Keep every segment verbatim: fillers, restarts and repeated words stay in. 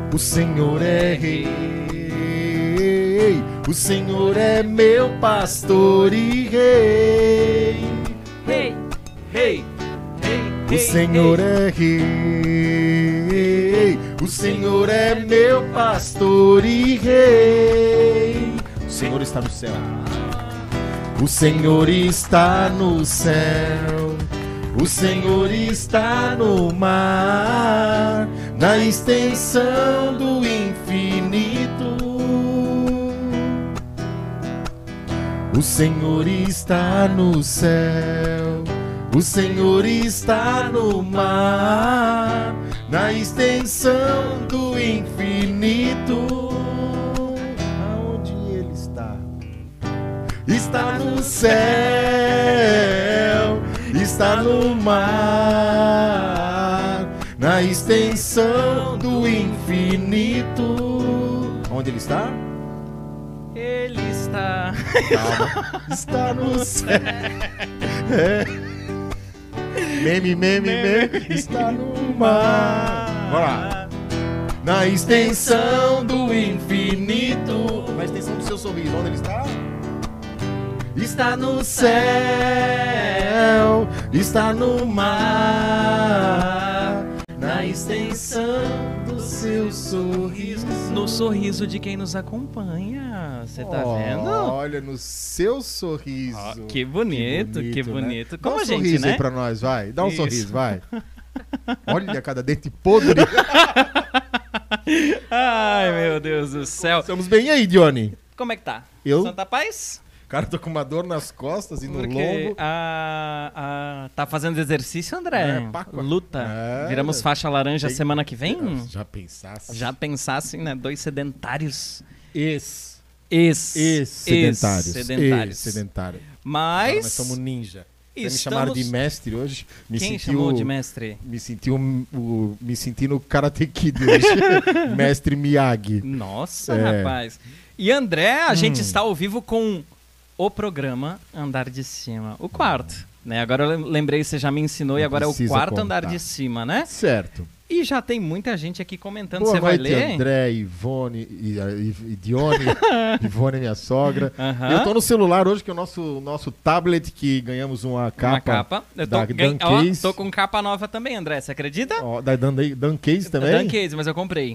O Senhor é rei, o Senhor é meu pastor e rei. Rei, rei, rei. O Senhor é rei, o Senhor é meu pastor e rei. O Senhor está no céu. O Senhor está no céu. O Senhor está no mar, na extensão do infinito. O Senhor está no céu. O Senhor está no mar, na extensão do infinito. Aonde Ele está? Está no céu, está no mar, na extensão do infinito. Onde Ele está? Ele está... Calma. Está no céu. É. Meme, meme, meme, está no mar. Bora lá. Na extensão do infinito. Na extensão do seu sorriso, onde Ele está? Está no céu, está no mar, na extensão do seu sorriso. No sorriso de quem nos acompanha, você tá Oh, vendo? Olha, no seu sorriso. Oh, que bonito, que bonito. Né? Como Dá um a gente, sorriso né? aí pra nós, vai. Dá um Isso. sorriso, vai. Olha cada dente podre. Ai, meu Deus do céu. Estamos bem e aí, Dione? Como é que tá? Eu? Santa Paz? Cara, tô com uma dor nas costas e no Porque lombo. a, a, tá fazendo exercício, André? É, Pacua. Luta. É. Viramos faixa laranja Tem- semana que vem? Já pensasse? Já pensassem, né? Dois sedentários. Ex. Ex. Ex-sedentários. Ex-sedentários. Ex-sedentário. Agora Mas... nós somos ninja. Vocês me estamos... chamaram de mestre hoje. Me Quem senti chamou o- de mestre? Me senti, um, o, me senti no Karate Kid hoje. Mestre Miyagi. Nossa, É. rapaz. E André, a Hum. gente está ao vivo com o programa Andar de Cima. O quarto, né? Agora eu lembrei, você já me ensinou, e Não agora é o precisa quarto contar. andar de cima, né? Certo. E já tem muita gente aqui comentando. Boa Você vai noite, ler? André, Ivone e, e, e Dione. Ivone é minha sogra. Aham. Eu tô no celular hoje, que é o nosso, nosso tablet, que ganhamos uma capa. Uma capa. Eu tô, da ganha- Dan ó, Case. tô com capa nova também, André. Você acredita? Ó, da Dan, Dan Case também. Dan Case, mas eu comprei.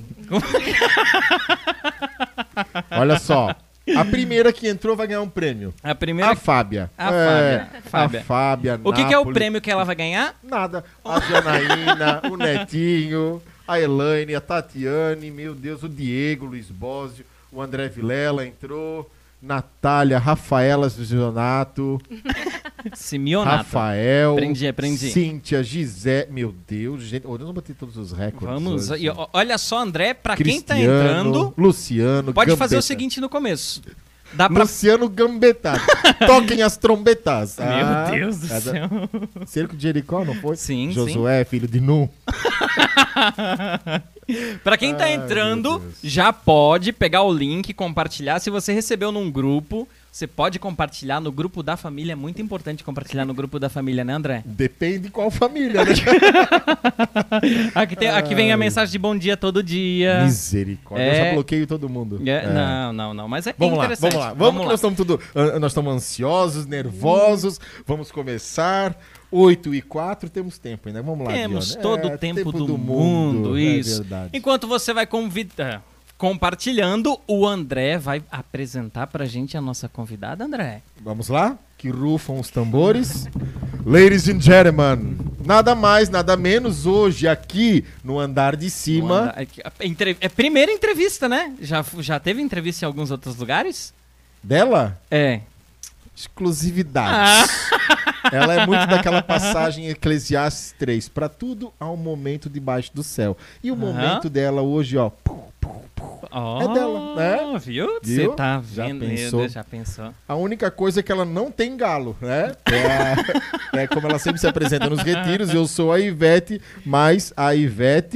Olha só. A primeira que entrou vai ganhar um prêmio. A primeira... A Fábia. A É, Fábia. Fábia. A Fábia. O que, que é o Nápoles. prêmio que ela vai ganhar? Nada. A Janaína, o Netinho, a Elaine, a Tatiane, meu Deus, o Diego, o Luiz Bósio, o André Vilela entrou, Natália, Rafaela Zionato, Simeonato. Rafael, Aprendi, aprendi. Cíntia, Gisele, meu Deus, gente, hoje eu não bati todos os recordes. Vamos. hoje. E, ó, olha só, André, pra quem tá Cristiano, entrando, Luciano, pode fazer o Gambetta. seguinte no começo. Dá pra... Luciano Gambetta. Toquem as trombetas. Meu Ah, Deus do é da- céu. Cerco de Jericó, não foi? Sim, Josué, filho de Nun. Pra quem tá Ai, entrando, meu Deus. já pode pegar o link, compartilhar. Se você recebeu num grupo, você pode compartilhar no grupo da família. É muito importante compartilhar no grupo da família, né, André? Depende qual família, né? Aqui, tem- aqui vem a Ai. mensagem de bom dia todo dia. Misericórdia. É. Eu já bloqueio todo mundo. É, É. Não, não, não. Mas é Vamos lá, interessante. vamos lá. Vamos, que nós estamos tudo. ah, Nós estamos ansiosos, nervosos. Vamos começar. oito e quatro, temos tempo ainda. Vamos lá, Temos Dione. todo É, o tempo, do, mundo, isso. É verdade. Enquanto você vai convidar, compartilhando, o André vai apresentar pra gente a nossa convidada, André. Vamos lá? Que rufam os tambores. Ladies and gentlemen, nada mais, nada menos hoje aqui no andar de O cima. André- É, entre- é primeira entrevista, né? Já, já teve entrevista em alguns outros lugares? Dela? É. Exclusividade. Ela é muito daquela passagem Eclesiastes três. Pra tudo há um momento debaixo do céu. E o Aham. momento dela hoje, ó. Oh, É dela, né? Viu? Você Viu? tá Já vendo? Meu pensou? Deus, já pensou. A única coisa é que ela não tem galo, né? É, a- é como ela sempre se apresenta nos retiros. Eu sou a Ivete, mas a Ivete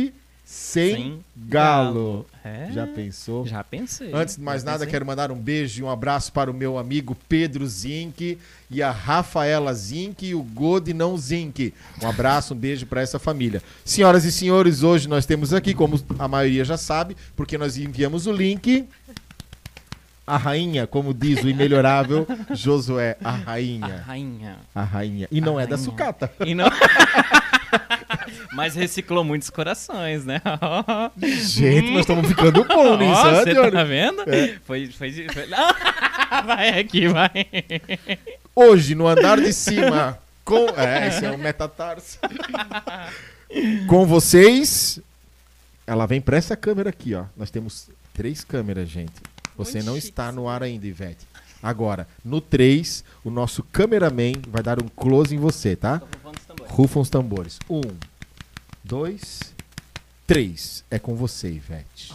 sem, Sem galo. É, Já pensou? Já pensei. Antes de mais já nada, pensei. quero mandar um beijo e um abraço para o meu amigo Pedro Zinck e a Rafaela Zinck e o Godinão Zinck. Um abraço, um beijo para essa família. Senhoras e senhores, hoje nós temos aqui, como a maioria já sabe, porque nós enviamos o link, a rainha, como diz o imelhorável Josué, a A rainha. rainha. A rainha. E não A é da rainha. sucata. E não... Mas reciclou muitos corações, né? Gente, nós estamos ficando bom nisso, Ó, né, você Johnny? tá vendo? É. Foi, foi, foi... Vai aqui, vai. Hoje, no andar de cima, com... É, esse é o metatarso. Com vocês, ela vem pra essa câmera aqui, ó. Nós temos três câmeras, gente. Você Muito não chique está isso, no ar ainda, Ivete. Agora, no três, o nosso cameraman vai dar um close em você, tá? Rufam os tambores. Um, dois, três. É com você, Ivete.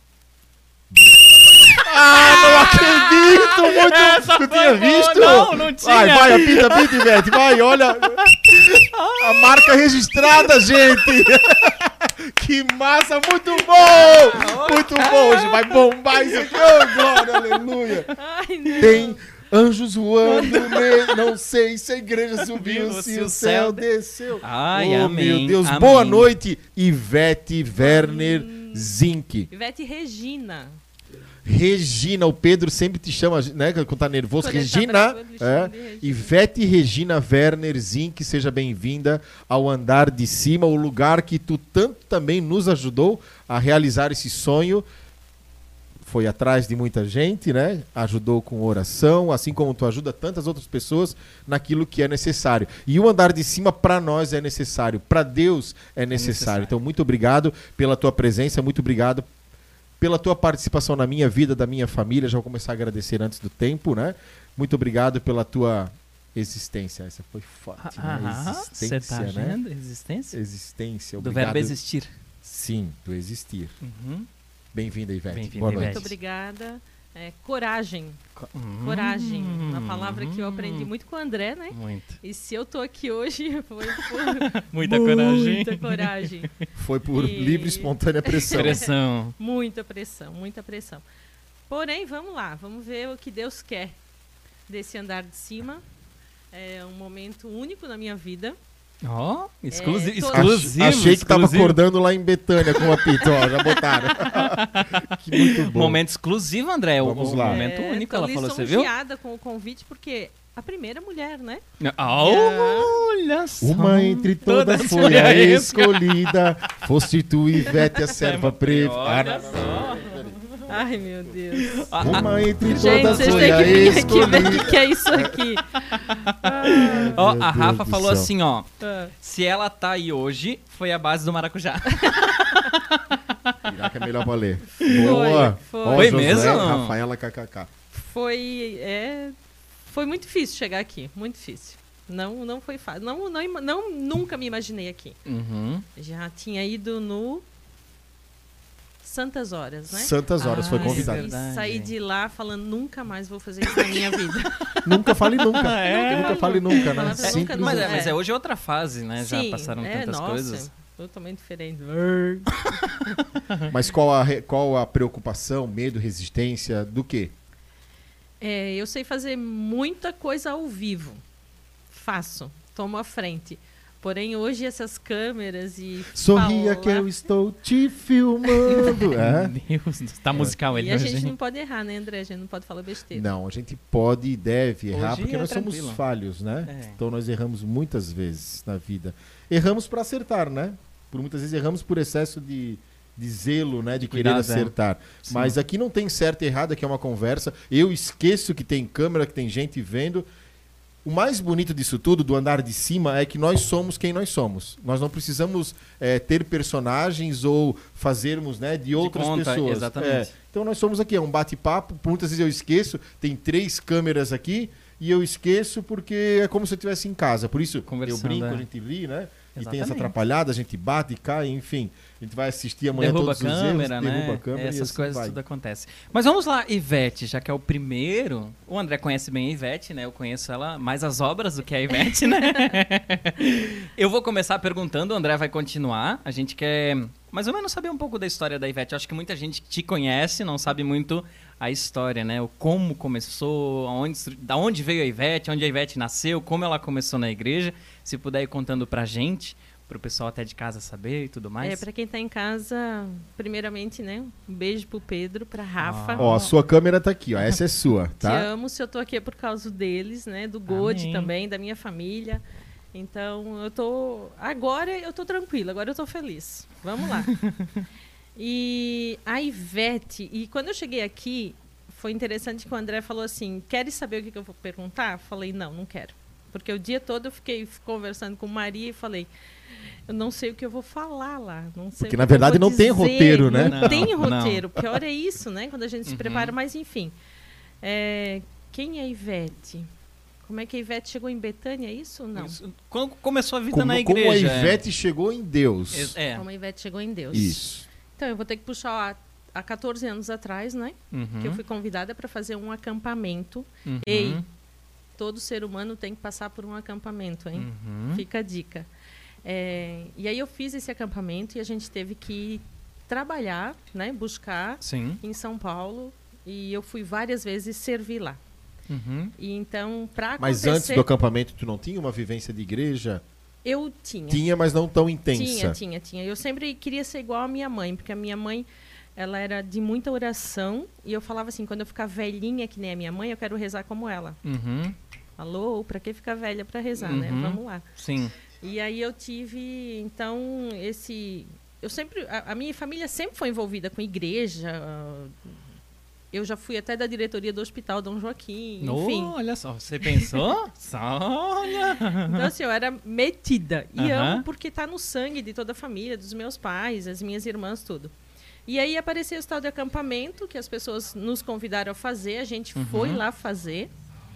Ah, não acredito! Muito... Essa Tu foi tinha boa. visto? Não, não tinha. Vai, vai, apita, apita, Ivete. Vai, olha. A marca registrada, gente. Que massa, muito bom! Muito bom. Hoje vai bombar isso aqui. Oh, glória, aleluia. Ai, não. Tem anjos voando, ne- não sei se a igreja subiu, Subiu, se o céu desceu. Ai, Oh, amém. meu Deus. amém. Boa noite, Ivete Werner Zinck. Ivete Regina. Regina, o Pedro sempre te chama, né, quando tá nervoso. Quando ele tá Regina, bravo, ele chama é, de Regina. Ivete Regina Werner Zinck, seja bem-vinda ao andar de cima, o lugar que tu tanto também nos ajudou a realizar esse sonho. Foi atrás de muita gente, né? Ajudou com oração, assim como tu ajuda tantas outras pessoas naquilo que é necessário. E o andar de cima para nós é necessário, para Deus é necessário. necessário. Então, muito obrigado pela tua presença, muito obrigado pela tua participação na minha vida, da minha família. Já vou começar a agradecer antes do tempo, né? Muito obrigado pela tua existência. Essa foi forte, né? Ah, você Existência, tá né? vendo? Existência? Existência. Do Obrigado. verbo existir. Sim, do existir. Uhum. Bem-vinda, Ivete. Bem-vinda, Boa noite. Ivete. Muito obrigada. É, coragem. Co- Hum, Coragem. Uma palavra que eu aprendi muito com o André, né? Muito. E se eu tô aqui hoje, foi por Muita coragem. muita coragem. Foi por E- livre e espontânea pressão. Pressão. Muita pressão, muita pressão. Porém, vamos lá, vamos ver o que Deus quer desse andar de cima. É um momento único na minha vida. Ó, exclusivo. É, tô- exclusivo. Ach- achei que tava exclusivo. acordando lá em Betânia com o apito, ó, já botaram. Que muito bom. Momento exclusivo, André. O- Vamos o lá. momento É, único, tô ela falou, você viu? lisonjeada com o convite, porque a primeira mulher, né? Olha só. Uma entre todas Todas foi foi a a escolhida. Foste tu, Ivete, a serva preta. Olha só. Ai, meu Deus. Ah, Uma entre Gente, todas vocês foi têm a que vir aqui ver escolhida. o que que é isso aqui. Ó, Meu a Deus Rafa do falou céu. assim, ó. Ah, Se ela tá aí hoje, foi a base do maracujá. Iraque é melhor pra ler. Boa. foi. Ó, Foi Josué, mesmo? Rafaela K K K. Foi, é, foi muito difícil chegar aqui, muito difícil. Não, não foi fácil. Não, não, ima- não, nunca me imaginei aqui. Uhum. Já tinha ido no Santas Horas, né? Santas horas foi Ah, convidado. é verdade. E saí de lá falando, nunca mais vou fazer isso na minha vida. Nunca fale nunca. É. Nunca fale nunca, né? Palavra Simples. nunca, Mas, é, É. mas é hoje é outra fase, né? Já Sim, passaram é, tantas nossa, coisas. totalmente diferente. Mas qual a, re- qual a preocupação, medo, resistência, do quê? É, eu sei fazer muita coisa ao vivo. Faço, tomo a frente. Porém, hoje essas câmeras e Sorria falar- que eu estou te filmando. É? Meu Deus, tá musical ele E a hoje, gente hein? não pode errar, né, André? A gente não pode falar besteira. Não, a gente pode e deve errar, Hoje porque é nós tranquilo. somos falhos, né? É. Então nós erramos muitas vezes na vida. Erramos para acertar, né? Por muitas vezes erramos por excesso de, de zelo, né? De querer Cuidado, é. acertar. Sim. Mas aqui não tem certo e errado, aqui é uma conversa. Eu esqueço que tem câmera, que tem gente vendo. O mais bonito disso tudo, do andar de cima, é que nós somos quem nós somos. Nós não precisamos é, ter personagens ou fazermos, né, de outras conta, pessoas. exatamente. É. Então nós somos aqui, é um bate-papo. Por muitas vezes eu esqueço, tem três câmeras aqui e eu esqueço porque é como se eu estivesse em casa. Por isso eu Conversando, brinco, é. a gente ri, né? E tem essa Exatamente. atrapalhada, a gente bate, cai, enfim. A gente vai assistir amanhã Derruba a todos os câmera, erros, né? derruba a câmera e Essas assim coisas vai. tudo acontece. Mas vamos lá, Ivete, já que é o primeiro. O André conhece bem a Ivete, né? Eu conheço ela mais as obras do que a Ivete, né? Eu vou começar perguntando, o André vai continuar. A gente quer mais ou menos saber um pouco da história da Ivete. Eu acho que muita gente te conhece, não sabe muito a história, né? O como começou, aonde, da onde veio a Ivete, onde a Ivete nasceu, como ela começou na igreja. Se puder ir contando pra gente, pro pessoal até de casa saber e tudo mais. É, pra quem tá em casa, primeiramente, né? Um beijo pro Pedro, pra Rafa. Ó, a sua câmera tá aqui, ó. Essa é sua, Te tá? amo, se eu tô aqui é por causa deles, né? Do Gode Amém. também, da minha família. Então, eu tô... Agora eu tô tranquila, agora eu tô feliz. Vamos lá. E a Ivete... E quando eu cheguei aqui, foi interessante que o André falou assim, queres saber o que, que eu vou perguntar? Falei, não, não quero. Porque o dia todo eu fiquei conversando com Maria e falei... Eu não sei o que eu vou falar lá. Não sei Porque, o na que eu verdade, vou não tem dizer, roteiro, né? Não, Não, tem não. roteiro. Pior é isso, né? Quando a gente se Uhum. prepara. Mas, enfim. É, quem é a Ivete? Como é que a Ivete chegou em Betânia? É isso? Não. Isso. Quando começou a vida Como, na como igreja. a Ivete chegou em Deus. É. é. Como a Ivete chegou em Deus. Isso. Então, eu vou ter que puxar há catorze anos atrás, né? Uhum. Que eu fui convidada para fazer um acampamento. Uhum. Ei, todo ser humano tem que passar por um acampamento, hein? Uhum. Fica a dica. É, e aí eu fiz esse acampamento e a gente teve que trabalhar, né? Buscar Sim. em São Paulo. E eu fui várias vezes servir lá. Uhum. E então, para Mas acontecer... antes do acampamento, tu não tinha uma vivência de igreja? Eu tinha. Tinha, mas não tão intensa. Tinha, tinha, tinha. Eu sempre queria ser igual à minha mãe, porque a minha mãe, ela era de muita oração. E eu falava assim, quando eu ficar velhinha que nem a minha mãe, eu quero rezar como ela. Uhum. Alô, pra que ficar velha pra rezar, né? Uhum. Vamos lá. Sim. E aí eu tive, então, esse... Eu sempre... A, a minha família sempre foi envolvida com igreja. Eu já fui até da diretoria do Hospital Dom Joaquim, enfim. Oh, olha só, você pensou? Só olha. Então, assim, eu era metida. E Aham. amo porque tá no sangue de toda a família, dos meus pais, as minhas irmãs, tudo. E aí apareceu esse tal de acampamento, que as pessoas nos convidaram a fazer. A gente Uhum. foi lá fazer.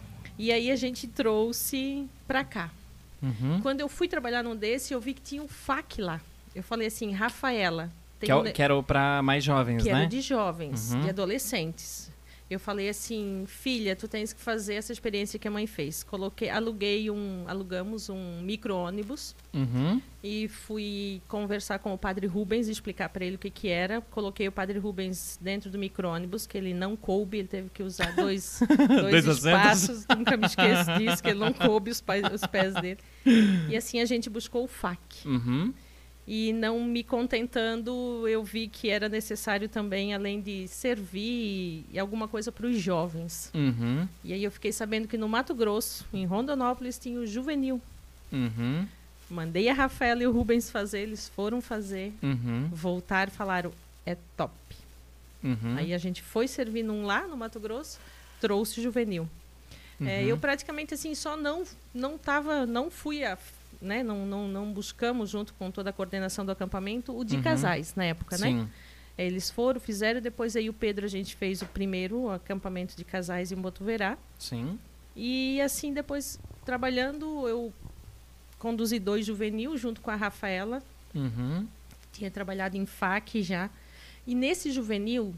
E aí a gente trouxe pra cá. Uhum. Quando eu fui trabalhar num desse, eu vi que tinha um F A Q lá. Eu falei assim, Rafaela... tem Que, é um o- ne- que era o pra mais jovens, que né? era de jovens, Uhum. de adolescentes. Eu falei assim, filha, tu tens que fazer essa experiência que a mãe fez. Coloquei, aluguei um, alugamos um micro-ônibus Uhum. e fui conversar com o padre Rubens, explicar para ele o que que era. Coloquei o padre Rubens dentro do micro-ônibus, que ele não coube, ele teve que usar dois, dois, Dois assentos. espaços. Nunca me esqueço disso, que ele não coube os, pais, os pés dele. E assim a gente buscou o F A Q. Uhum. E não me contentando, eu vi que era necessário também, além de servir, e alguma coisa para os jovens. Uhum. E aí eu fiquei sabendo que no Mato Grosso, em Rondonópolis, tinha o Juvenil. Uhum. Mandei a Rafaela e o Rubens fazer, eles foram fazer, Uhum. voltaram e falaram, é top. Uhum. Aí a gente foi servir num lá, no Mato Grosso, trouxe o Juvenil. É, Uhum. eu praticamente assim, só não, não, tava, não fui a... Né? Não, não, não buscamos, junto com toda a coordenação do acampamento, o de Uhum. casais, na época, né? Sim. Eles foram, fizeram, depois aí o Pedro, a gente fez o primeiro acampamento de casais em Botuverá. Sim. E assim, depois, trabalhando, eu conduzi dois juvenil junto com a Rafaela. Uhum. Tinha trabalhado em F A Q já. E nesse juvenil,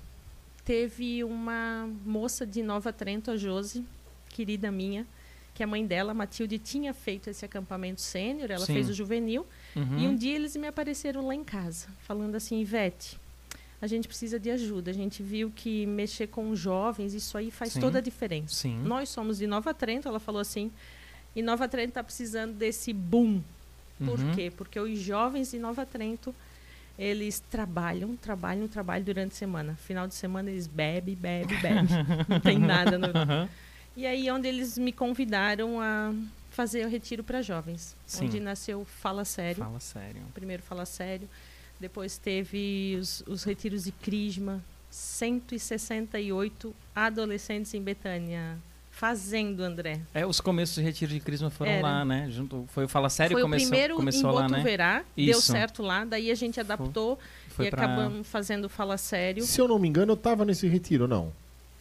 teve uma moça de Nova Trento, a Josi, querida minha, que a mãe dela, a Matilde, tinha feito esse acampamento sênior, ela Sim. fez o juvenil. Uhum. E um dia eles me apareceram lá em casa, falando assim, Ivete, a gente precisa de ajuda. A gente viu que mexer com jovens, isso aí faz Sim. toda a diferença. Sim. Nós somos de Nova Trento, ela falou assim, e Nova Trento está precisando desse boom. Por Uhum. quê? Porque os jovens de Nova Trento, eles trabalham, trabalham, trabalham durante a semana. Final de semana eles bebem, bebem, bebem. Não tem nada no... Uhum. E aí onde eles me convidaram a fazer o retiro para jovens. Sim. Onde nasceu Fala Sério. Fala sério. Primeiro Fala Sério. Depois teve os, os retiros de Crisma. cento e sessenta e oito adolescentes em Betânia. Fazendo, André. É, os começos de retiro de Crisma foram Era. lá, né? Junto, foi o Fala Sério, Foi começou, o primeiro começou em lá, né? Botuverá. Deu Isso. certo lá. Daí a gente adaptou Foi e pra... acabamos fazendo Fala Sério. Se eu não me engano, eu tava nesse retiro, não.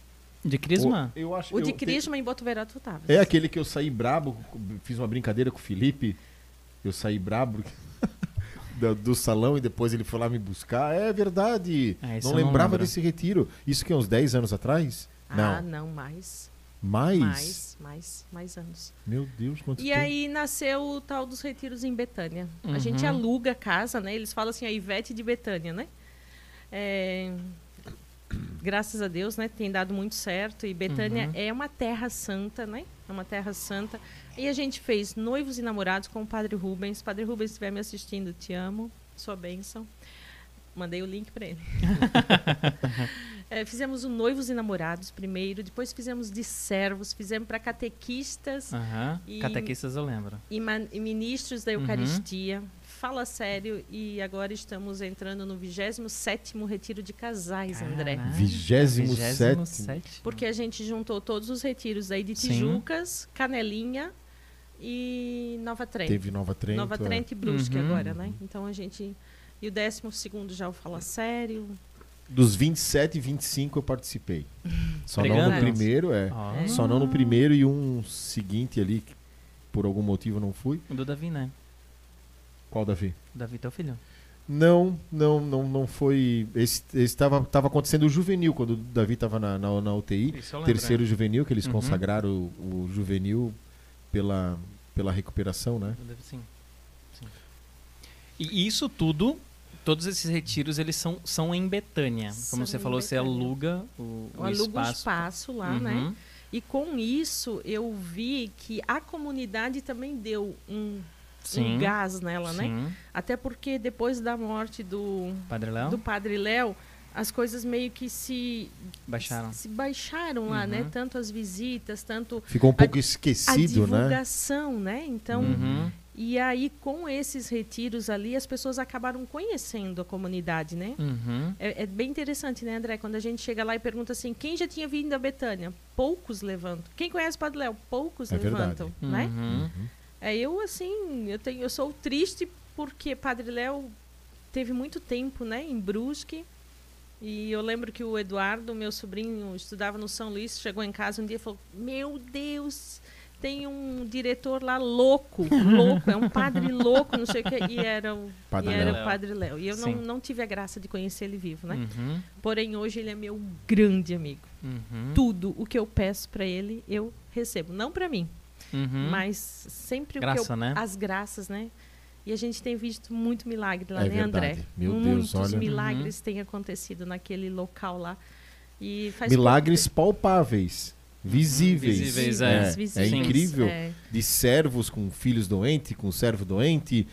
De Crisma? O, eu acho, O de eu- Crisma em Botuverá tu tava. É aquele que eu saí brabo, fiz uma brincadeira com o Felipe. Eu saí brabo do, do salão e depois ele foi lá me buscar. É verdade. Ah, esse não eu não lembrava lembro. desse retiro. Isso que é uns dez anos atrás? Ah, Não. não mais. Mais? Mais, mais, mais anos. Meu Deus, quanto E tempo. aí nasceu o tal dos retiros em Betânia. Uhum. A gente aluga a casa, né? Eles falam assim, a Ivete de Betânia, né? É, graças a Deus, né? Tem dado muito certo. E Betânia Uhum. é uma terra santa, né? É uma terra santa. E a gente fez Noivos e Namorados com o Padre Rubens. Padre Rubens, se estiver me assistindo, te amo. Sua bênção. Mandei o link para ele. É, fizemos o Noivos e Namorados primeiro, depois fizemos de servos, fizemos para catequistas Aham. E- Catequistas eu lembro. e, ma- e ministros da Uhum. Eucaristia. Fala sério, e agora estamos entrando no vigésimo sétimo Retiro de Casais, André. Caraca, Vigésimo sétimo. sétimo. Porque a gente juntou todos os retiros aí de Sim. Tijucas, Canelinha e Nova Trem. Teve Nova Trento. Nova é. Trento e Brusque Uhum. agora, né? Então a gente... E o décimo segundo já o Fala Sério. Dos vinte e sete e vinte e cinco eu participei. Só não Pregando? no primeiro, é. Ó, É. Só não no primeiro e um seguinte ali, que por algum motivo eu não fui. O do Davi, né? Qual, Davi? O Davi, teu filho. Não, não, não, não foi. Esse estava tava acontecendo o juvenil, quando o Davi estava na, na, na U T I. Isso eu lembro, Terceiro juvenil, que eles Uhum. consagraram o, o juvenil pela, pela recuperação, né? O Davi, sim. Sim. E isso tudo, todos esses retiros, eles são, são em Betânia. Como São você em falou, você Betânia. aluga o, Eu o alugo espaço. um espaço lá, Uhum. né? E com isso eu vi que a comunidade também deu um, Sim. um gás nela, né? Sim. Até porque depois da morte do, Padre Léo? do Padre Léo, as coisas meio que se Baixaram. se baixaram lá, Uhum. né? Tanto as visitas, tanto Ficou um pouco a esquecido, né? divulgação, né? Então, Uhum. e aí com esses retiros ali, as pessoas acabaram conhecendo a comunidade, né? Uhum. É, é bem interessante, né, André? Quando a gente chega lá e pergunta assim, quem já tinha vindo a Betânia? Poucos levantam. Quem conhece o Padre Léo? Poucos É levantam, né? Uhum. Uhum. É, eu, assim, eu, tenho, eu sou triste porque Padre Léo teve muito tempo, né, em Brusque. E eu lembro que o Eduardo, meu sobrinho, estudava no São Luís, chegou em casa um dia e falou, meu Deus, tem um diretor lá louco, louco, é um padre louco, não sei o que. E era o Padre e era Léo. o Padre Léo. E eu não, Sim. não tive a graça de conhecer ele vivo, né? Uhum. Porém, hoje ele é meu grande amigo. Uhum. Tudo o que eu peço para ele, eu recebo. Não para mim, Uhum. mas sempre o Graça, que eu... né? As graças, né? E a gente tem visto muito milagre lá, É né, verdade. André? Meu Deus, Muitos olha. milagres têm acontecido naquele local lá. E faz Milagres pouco palpáveis, visíveis. Visíveis, é. é. É visíveis, incrível. é. De servos com filhos doentes, com servo doente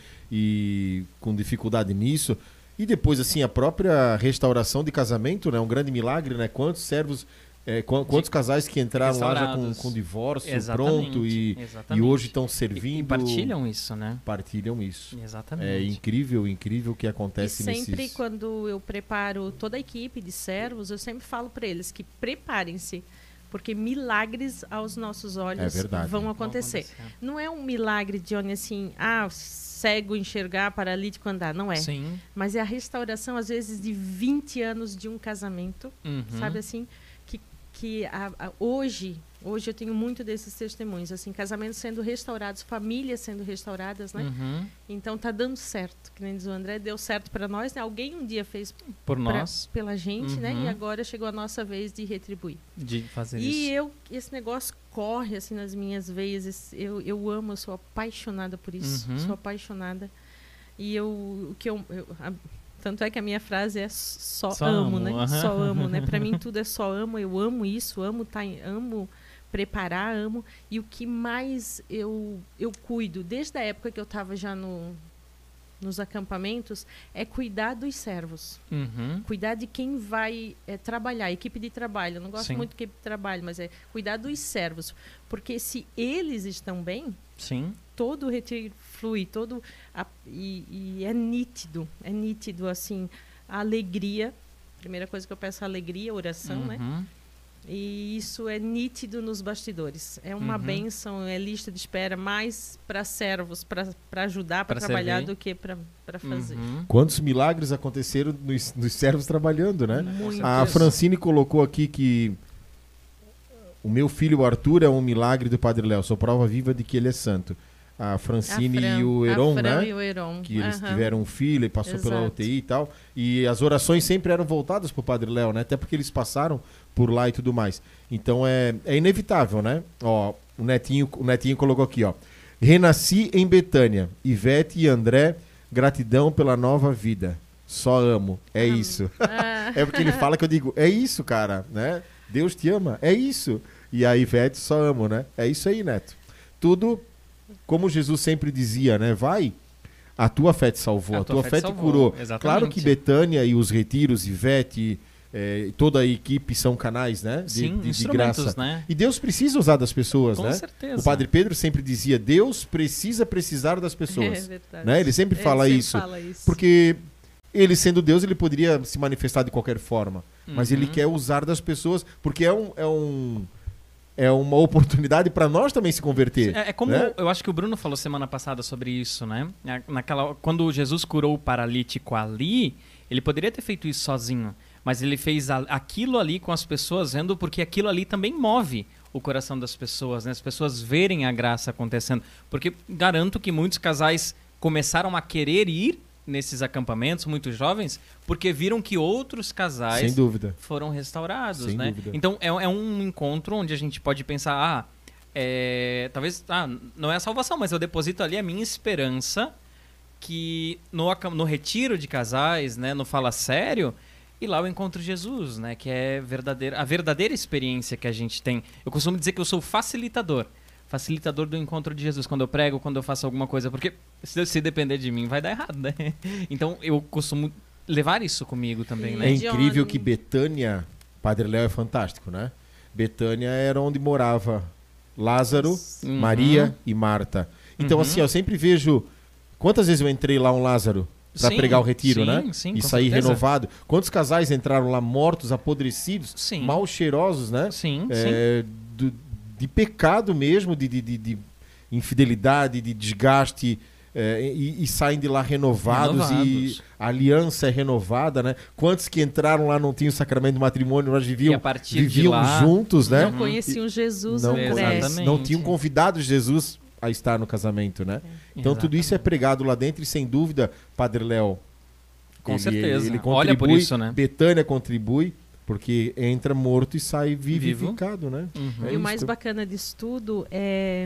e com dificuldade nisso. E depois, assim, a própria restauração de casamento, né? Um grande milagre, né? Quantos servos, é, qu- quantos casais que entraram lá já com, Restaurados. com divórcio Exatamente, pronto e, exatamente. e hoje estão E, servindo. e partilham isso, né? Partilham isso. Exatamente. É incrível, incrível o que E acontece sempre nesses... quando eu preparo toda a equipe de servos, eu sempre falo para eles que preparem-se, porque milagres aos nossos olhos É verdade. vão Vão acontecer. Não é um milagre de onde assim, ah, cego enxergar, paralítico andar, não é. Sim. Mas é a restauração, às vezes, de vinte anos de um casamento, Uhum. sabe assim? Que, que a- a- hoje, hoje eu tenho muito desses testemunhos, assim, casamentos sendo restaurados, famílias sendo restauradas, né? Uhum. Então tá dando certo, que nem diz o André, deu certo para nós, né? Alguém um dia fez Por pra- nós, pela gente, né? Uhum. E agora chegou a nossa vez de retribuir. de fazer E isso. eu, esse negócio corre assim nas minhas veias. esse- Eu, eu amo, eu sou apaixonada por isso. Uhum. Sou apaixonada. E eu, o que eu, eu- a- tanto é que a minha frase é só, Só amo, amo, né? aham. Só amo, né? Para mim tudo é só amo. Eu amo isso, amo tá, em- amo preparar, amo. E o que mais eu eu cuido desde a época que eu estava já no nos acampamentos é cuidar dos servos. Uhum. Cuidar de quem vai é, trabalhar, equipe de trabalho. Eu não gosto Sim. muito de equipe de trabalho, mas é cuidar dos servos. Porque se eles estão bem, Sim. todo o retiro flui, todo a- e, e é nítido, é nítido, assim, a alegria. Primeira coisa que eu peço é alegria, oração, né? Uhum. E isso é nítido nos bastidores. É uma Uhum. bênção, é lista de espera mais para servos, para ajudar, para Pra trabalhar servir. do que para fazer. Uhum. Quantos milagres aconteceram nos, nos servos trabalhando, né? Muito. A Francine colocou aqui que o meu filho Arthur é um milagre do Padre Léo, sou prova viva de que ele é santo. a Francine A Fran, e o Heron, a Fran né? e o Heron. Que eles Aham. tiveram um filho e passou pela Exato. U T I e tal. E as orações sempre eram voltadas pro Padre Léo, né? Até porque eles passaram por lá e tudo mais. Então é, é inevitável, né? Ó, o Netinho, o Netinho colocou aqui, ó. Renasci em Betânia. Ivete e André, gratidão pela nova vida. Só amo. É Amo. isso. Ah. É porque ele fala que eu digo, é isso, cara, né? Deus te ama, é isso. E a Ivete só amo, né? É isso aí, Neto. Tudo, como Jesus sempre dizia, né? Vai, a tua fé te salvou, a, a tua, tua fé, fé te salvou, curou. exatamente. Claro que Betânia e os retiros, Ivete, eh, toda a equipe são canais, né? De, Sim, de, de instrumentos, graça. né? E Deus precisa usar das pessoas, Com né? certeza. O Padre Pedro sempre dizia, Deus precisa precisar das pessoas. É verdade. Né? Ele sempre, Ele fala, sempre isso, fala isso. porque ele sendo Deus, ele poderia se manifestar de qualquer forma. Mas Uhum. ele quer usar das pessoas, porque é um... É um É uma oportunidade para nós também se converter. É, é como né? eu acho que o Bruno falou semana passada sobre isso, né? Naquela, quando Jesus curou o paralítico ali, ele poderia ter feito isso sozinho, mas ele fez a, aquilo ali com as pessoas vendo, porque aquilo ali também move o coração das pessoas, né? As pessoas verem a graça acontecendo. Porque garanto que muitos casais começaram a querer ir nesses acampamentos, muito jovens, porque viram que outros casais Sem dúvida. foram restaurados, Sem né? dúvida. Então é, é um encontro onde a gente pode pensar, ah, é, talvez, ah, não é a salvação, mas eu deposito ali a minha esperança que no, acam- no retiro de casais, né, no Fala Sério, e lá eu encontro Jesus, né, que é verdadeira, a verdadeira experiência que a gente tem. Eu costumo dizer que eu sou facilitador. Facilitador do encontro de Jesus, quando eu prego, quando eu faço alguma coisa, porque se, se depender de mim vai dar errado, né? Então eu costumo levar isso comigo também, Sim. né? É John- incrível que Betânia, Padre Léo é fantástico, né? Betânia era onde morava Lázaro, Uhum. Maria e Marta. Então, Uhum. assim, eu sempre vejo... Quantas vezes eu entrei lá um Lázaro para Sim, pregar o retiro, sim, né? sim, e com sair certeza. renovado. Quantos casais entraram lá mortos, apodrecidos, Sim. mal cheirosos, né? Sim, sim. É, do- de pecado mesmo, de, de- de- de infidelidade, de desgaste, é, e, e saem de lá renovados, Renovados. e a aliança é renovada, né? Quantos que entraram lá não tinham o sacramento do matrimônio, mas E viviam, a partir de viviam lá- juntos, né? Não conheciam Jesus, Não, André. Exatamente. não tinham convidado Jesus a estar no casamento, né? Então tudo isso é Exatamente. pregado lá dentro e sem dúvida, Padre Léo, Com ele- certeza. ele Olha por contribui, isso, né? Betânia contribui, porque entra morto e sai vivificado, né? Uhum. É E o mais isso. bacana disso tudo é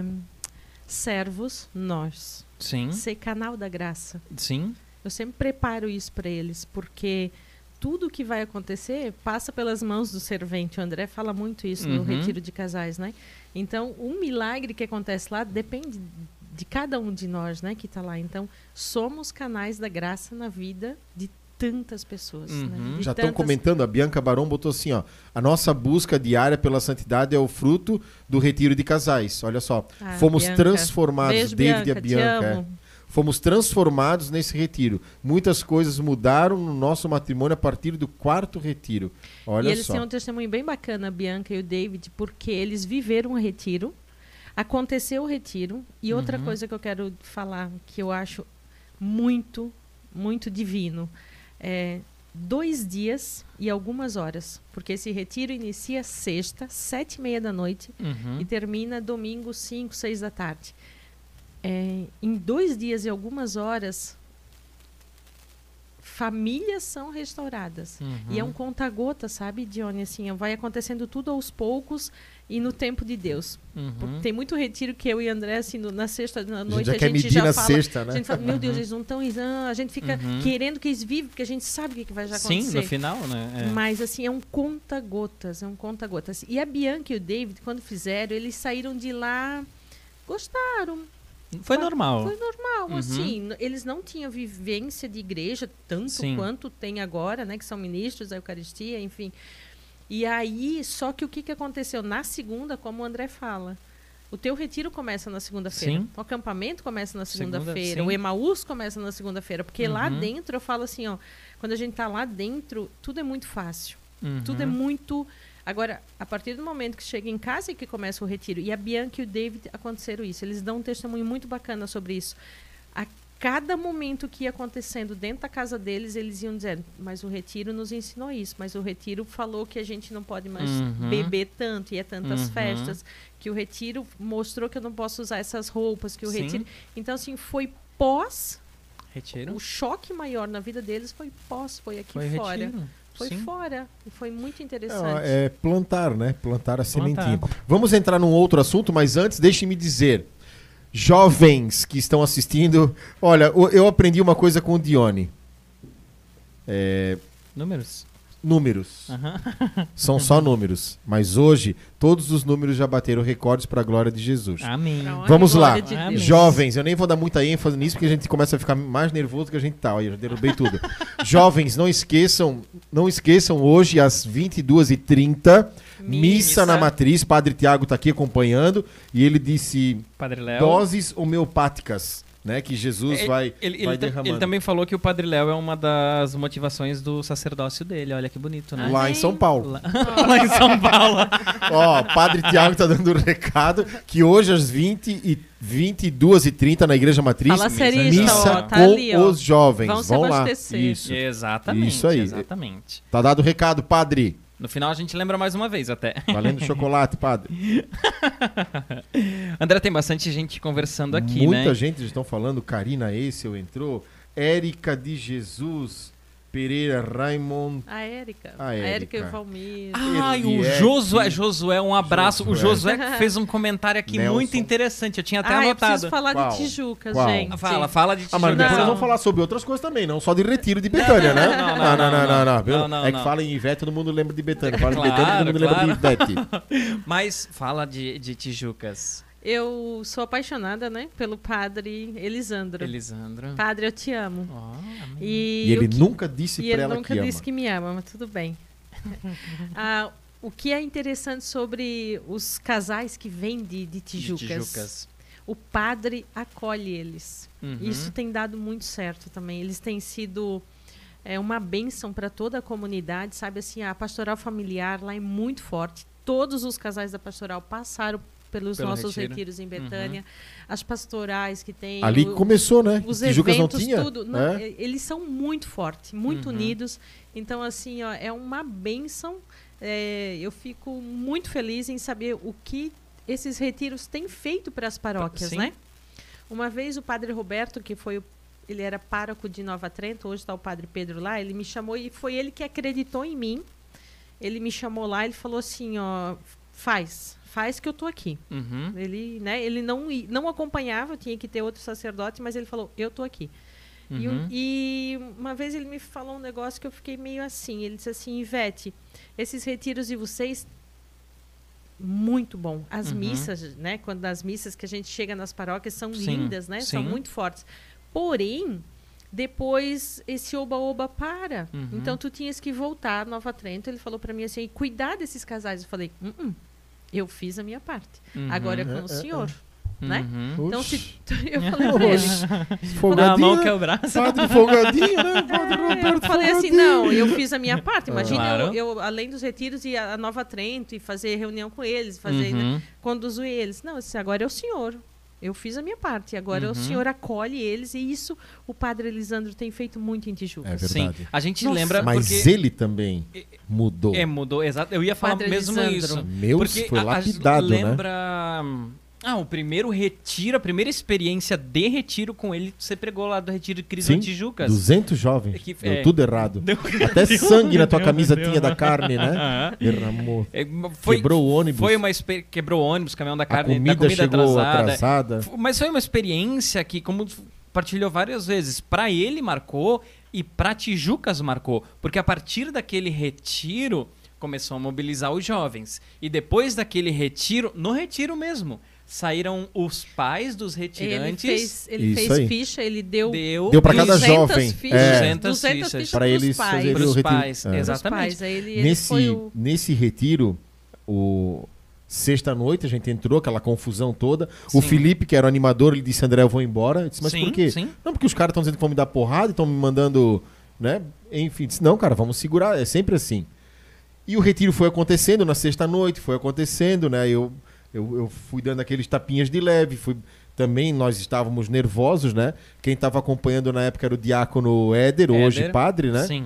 servos, nós. Sim, Ser canal da graça. sim. Eu sempre preparo isso para eles, porque tudo que vai acontecer passa pelas mãos do servente. O André fala muito isso no Uhum. retiro de casais, né? Então, um milagre que acontece lá depende de cada um de nós, né, que está lá. Então, somos canais da graça na vida de tantas pessoas. Uhum. Né? De Já estão tantas- comentando, a Bianca Barão botou assim, ó, a nossa busca diária pela santidade é o fruto do retiro de casais. Olha só, Ah, fomos Bianca. transformados, Beijo, David e a Bianca, te Bianca, é. amo. Fomos transformados nesse retiro. Muitas coisas mudaram no nosso matrimônio a partir do quarto retiro. Olha E eles só. têm um testemunho bem bacana, a Bianca e o David, porque eles viveram um retiro, aconteceu o retiro, e outra Uhum. coisa que eu quero falar, que eu acho muito, muito divino, é dois dias e algumas horas, porque esse retiro inicia sexta, sete e meia da noite, Uhum. e termina domingo, cinco, seis da tarde. É, em dois dias e algumas horas, famílias são restauradas. Uhum. E é um conta-gota, sabe, Dione? Assim, vai acontecendo tudo aos poucos e no tempo de Deus. Porque Uhum. tem muito retiro que eu e André, assim, no- na sexta da A noite, gente já a quer gente medir já na fala... sexta, A né? gente fala, meu Deus, eles não estão... A gente fica Uhum. querendo que eles vivem, porque a gente sabe o que, que vai já Sim, acontecer. no final, né? É. Mas, assim, é um conta-gotas, é um conta-gotas. E a Bianca e o David, quando fizeram, eles saíram de lá, gostaram. Foi normal. Foi normal, Uhum. assim. n- Eles não tinham vivência de igreja tanto Sim. quanto tem agora, né? Que são ministros da Eucaristia, enfim. E aí, só que o que, que aconteceu? Na segunda, como o André fala, o teu retiro começa na segunda-feira. Sim. O acampamento começa na Segunda, segunda-feira. sim. O Emaús começa na segunda-feira. Porque lá Uhum. dentro, eu falo assim, ó. Quando a gente tá lá dentro, tudo é muito fácil. Uhum. Tudo é muito... Agora, a partir do momento que chega em casa é que começa o retiro. E a Bianca e o David aconteceram isso. Eles dão um testemunho muito bacana sobre isso. A cada momento que ia acontecendo dentro da casa deles, eles iam dizendo, mas o retiro nos ensinou isso, mas o retiro falou que a gente não pode mais Uhum. beber tanto, e é tantas Uhum. festas, que o retiro mostrou que eu não posso usar essas roupas, que o Sim. retiro... Então, assim, foi pós, Retiro. o choque maior na vida deles foi pós, foi aqui Foi fora. retiro. Foi Sim. fora, e foi muito interessante. Não, é plantar, né? Plantar a Plantar. sementinha. Vamos entrar num outro assunto, mas antes, deixe-me dizer. Jovens que estão assistindo, olha, o- eu aprendi uma coisa com o Dione. É, Números. números. Aham. São só números. Mas hoje, todos os números já bateram recordes para a glória de Jesus. Amém. Pra honra Vamos e lá. glória de Amém. Deus. Jovens, eu nem vou dar muita ênfase nisso, porque a gente começa a ficar mais nervoso que a gente tá. Olha, eu já derrubei tudo. Jovens, não esqueçam, não esqueçam hoje às vinte e duas e trinta, missa, Missa. na Matriz. Padre Tiago está aqui acompanhando e ele disse Padre Léo. doses homeopáticas, né, que Jesus É, vai, ele, vai ele, ta- derramando. ele também falou que o Padre Léo é uma das motivações do sacerdócio dele. Olha que bonito, né? Lá em São Paulo. Lá, lá em São Paulo. Ó, Padre Tiago tá dando um recado que hoje às vinte e vinte e duas e trinta na Igreja Matriz, Fala Missa, serista, missa ó, tá com ali, ó. os jovens. Vão se Vão lá. abastecer. Isso. Exatamente. Isso aí. Exatamente. Tá dado o recado, Padre. No final a gente lembra mais uma vez até. Valendo chocolate, Padre. André, tem bastante gente conversando aqui, Muita né? gente já estão falando. Karina Eissel entrou. Érica de Jesus Pereira Raimond. A Érica. A A Érica e Érica. o Valmir. Ai, o Eliette. Josué, Josué, um abraço. O Josué. Josué fez um comentário aqui Nelson. muito interessante. Eu tinha até Ah, eu anotado. preciso falar Qual? de Tijucas, Qual? gente. Fala, fala de Ah, mas depois Não. nós vamos falar sobre outras coisas também, não só de retiro de Betânia, né? não, não, não, não, não, não, não. viu? Não, não, É que não. fala em Ivete, todo mundo lembra de Betânia. Fala Claro, em Betânia, todo mundo claro. lembra de Ivete. Mas fala de, de Tijucas. Eu sou apaixonada, né, pelo padre Elisandro. Elisandro. Padre, eu te amo. Ó, amém. E, E ele o que- nunca disse e pra ele ela nunca que ama. disse que me ama, mas tudo bem. Ah, o que é interessante sobre os casais que vêm de, de De Tijucas, Tijucas. o padre acolhe eles. Uhum. Isso tem dado muito certo também. Eles têm sido é, uma bênção para toda a comunidade, sabe assim, a pastoral familiar lá é muito forte. Todos os casais da pastoral passaram pelos Pelo nossos retiro. retiros em Betânia, as pastorais que tem, Ali o- começou, né? os Tijucas não eventos, tinha. tudo. Não, É. e- Eles são muito fortes, muito Uhum. unidos. Então, assim, ó, é uma bênção. É, eu fico muito feliz em saber o que esses retiros têm feito para as paróquias, Sim. né? Uma vez o padre Roberto, que foi o, ele era pároco de Nova Trento, hoje está o padre Pedro lá, ele me chamou e foi ele que acreditou em mim. Ele me chamou lá, ele falou assim, ó, faz, faz que eu tô aqui. Uhum. Ele, né, ele não, i- não acompanhava, tinha que ter outro sacerdote, mas ele falou, eu tô aqui. E, um- Uhum. e uma vez ele me falou um negócio que eu fiquei meio assim. Ele disse assim, Ivete, esses retiros de vocês, muito bom. As Uhum. missas, né? Quando as missas que a gente chega nas paróquias são Sim, lindas, né? São sim. muito fortes. Porém, depois esse oba-oba para. Uhum. Então tu tinhas que voltar a Nova Trento. Ele falou para mim assim, cuidar desses casais. Eu falei, "Hum, hum, eu fiz a minha parte. Uhum. Agora é É, com é, o senhor, né? Uhum. Então, Oxi. se eu falei pra ele, Na Folgadinho, mão né? que é o braço. Padre folgadinho, né? Padre É, eu Roberto falei assim, folgadinho. não, eu fiz a minha parte. Imagina Claro. eu, eu, além dos retiros, ir a Nova Trento e fazer reunião com eles, fazer, né, Uhum. conduzir eles. Não, eu disse, agora é o senhor. Eu fiz a minha parte. Agora Uhum. o senhor acolhe eles. E isso o padre Elisandro tem feito muito em Tijucas. É verdade. Sim. A gente Nossa. lembra Mas porque... ele também mudou. É, mudou, exato. Eu ia falar Padre mesmo Elisandro. isso. Meu, Porque foi a- a- lapidado, né? lembra... Ah, o primeiro retiro, a primeira experiência de retiro com ele, você pregou lá do retiro de Cristo Sim, em Tijucas. duzentos jovens. Que- Deu é. tudo errado. Deu- Até sangue na tua deu, camisa deu. tinha da carne, né? Aham. Derramou. É, foi, Quebrou o ônibus. Foi uma exper... Quebrou o ônibus, caminhão da A carne, comida, da comida chegou atrasada. atrasada. F- Mas foi uma experiência que, como partilhou várias vezes, pra ele marcou e pra Tijucas marcou. Porque a partir daquele retiro, começou a mobilizar os jovens. E depois daquele retiro, no retiro mesmo, saíram os pais dos Ele retirantes. fez, ele Isso fez aí. ficha, ele deu, Deu, Deu pra cada duzentas jovem. fichas, É. duzentas duzentas fichas. fichas Pra pros eles pais. fazerem Pros o retiro. pais, É. Pros exatamente. pais. Aí ele, ele Nesse, foi o... nesse retiro, o sexta-noite, a gente entrou, aquela confusão toda. Sim. O Felipe, que era o animador, ele disse, André, eu vou embora. Eu disse, mas Sim, por quê? sim. Não, porque os caras estão dizendo que vão me dar porrada, estão me mandando, né? Enfim, disse, não, cara, vamos segurar, é sempre assim. E o retiro foi acontecendo na sexta-noite, foi acontecendo, né? Eu, eu, eu fui dando aqueles tapinhas de leve, fui também nós estávamos nervosos, né? Quem estava acompanhando na época era o diácono Éder, Éder, hoje padre, né? Sim.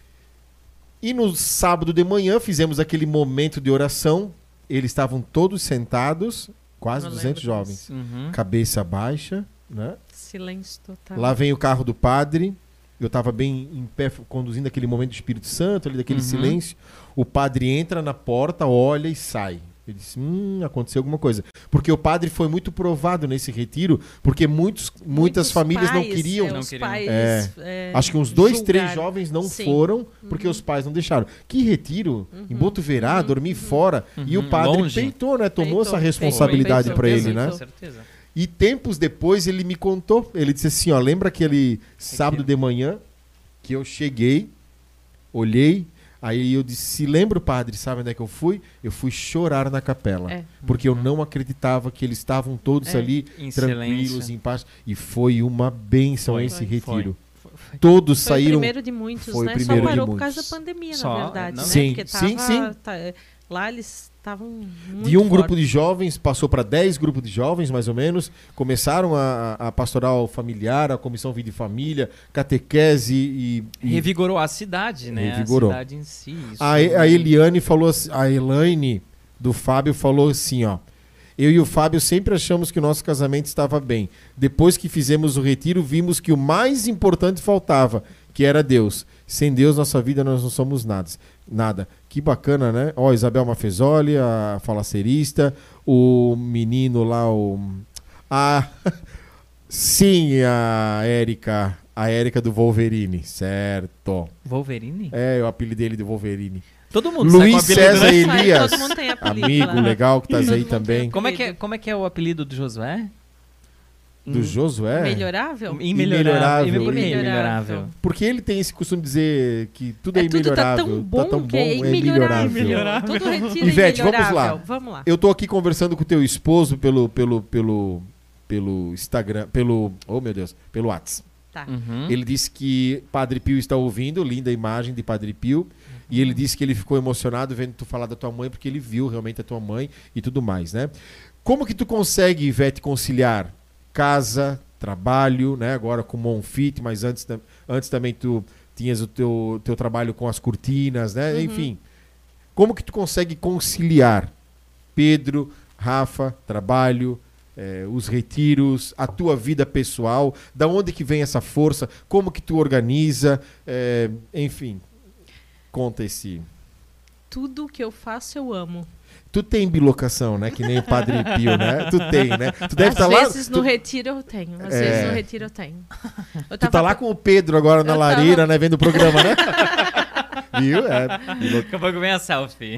E no sábado de manhã fizemos aquele momento de oração. Eles estavam todos sentados, quase Eu duzentos lembro jovens. Uhum. Cabeça baixa, né? Silêncio total. Lá vem o carro do padre. Eu estava bem em pé, conduzindo aquele momento do Espírito Santo, ali daquele Uhum. silêncio. O padre entra na porta, olha e sai. Ele disse, hum, aconteceu alguma coisa. Porque o padre foi muito provado nesse retiro, porque muitos, muitas Muitos famílias não pais, queriam. é, Não os queriam. pais, É. é, Acho que uns dois, julgaram. três jovens não Sim. foram, porque Uhum. os pais não deixaram. Que retiro? Uhum. Em Botuverá, Uhum. dormir fora. E o Uhum. padre Longe. peitou, né? Tomou Peitou, essa peitou, responsabilidade peitou, para ele, peitou. né? Com certeza. E tempos depois ele me contou. Ele disse assim, ó, lembra aquele sábado de manhã que eu cheguei, olhei, aí eu disse, se lembra o padre, sabe onde é que eu fui? Eu fui chorar na capela. É. Porque eu não acreditava que eles estavam todos É. ali, Em tranquilos, silêncio. em paz. E foi uma bênção Foi, esse foi, retiro. Foi, foi. Todos Foi o saíram... primeiro de muitos, foi o né? primeiro Só de parou por muitos. causa da pandemia, Só, na verdade, não. né? Sim, Porque sim, tava- sim. tá- lá eles estavam muito De um grupo fortes. de jovens, passou para dez grupos de jovens, mais ou menos. Começaram a, a pastoral familiar, a comissão Vida e Família, catequese e... e Revigorou a cidade, né? Revigorou. A cidade em si. Isso. a, a Eliane falou assim, a Elaine do Fábio falou assim, ó. Eu e o Fábio sempre achamos que o nosso casamento estava bem. Depois que fizemos o retiro, vimos que o mais importante faltava, que era Deus. Sem Deus, nossa vida, nós não somos nada. Nada. Que bacana, né? Ó, Isabel Mafezoli, a falacerista, o menino lá, o... A... Sim, a Érica, a Érica do Wolverine, certo. Wolverine? É, o apelido dele de Wolverine. Todo mundo sai com Luiz apelido, César né? Elias, Todo mundo tem apelido amigo lá. legal que tá Todo aí mundo tem também. Como é, que é, como é que é o apelido do Josué? Do Josué. Melhorável? Imelhorável. Imelhorável. Por que Imelhorável. imelhorável? Porque ele tem esse costume de dizer que tudo é, É, tudo tá imelhorável. tão bom, tão que é bom, imelhorável. Imelhorável. Tudo retira Ivete, vamos lá. imelhorável. Vamos lá. Eu tô aqui conversando com o teu esposo pelo pelo pelo pelo Instagram, pelo, oh meu Deus, pelo WhatsApp. Tá. Uhum. Ele disse que Padre Pio está ouvindo, linda imagem de Padre Pio, e ele disse que ele ficou emocionado vendo tu falar da tua mãe, porque ele viu realmente a tua mãe e tudo mais, né? Como que tu consegue, Ivete, conciliar casa, trabalho, né? Agora com o Monfit, mas antes, tam- antes também tu tinhas o teu, teu trabalho com as cortinas, né? Uhum. Enfim, como que tu consegue conciliar Pedro, Rafa, trabalho, eh, os retiros, a tua vida pessoal, da onde que vem essa força, como que tu organiza, eh, enfim, conta esse... Tudo que eu faço, eu amo. Tu tem bilocação, né? Que nem o Padre Pio, né? Tu tem, né? Tu deve Às estar lá... vezes no Tu, retiro eu tenho. Às É. vezes no retiro eu tenho. Eu tu tá lá com o Pedro agora na Eu lareira, tava- né? Vendo o programa, né? Viu? É, Daqui a pouco vem a selfie.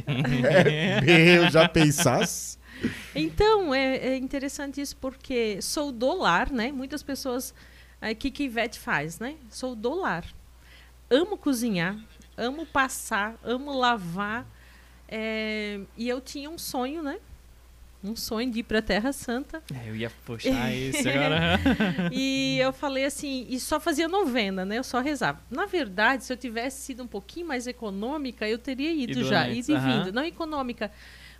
meu, já pensasse? Então, é, é interessante isso porque sou do lar, né? Muitas pessoas... O que que Ivete faz, né? Sou do lar. Amo cozinhar, amo passar, amo lavar. é, e eu tinha um sonho, né? Um sonho de ir para Terra Santa. Eu ia puxar isso agora. E eu falei assim, e só fazia novena, né? Eu só rezava. Na verdade, se eu tivesse sido um pouquinho mais econômica, eu teria ido, Ido já, antes, ido e aham. vindo. Não econômica,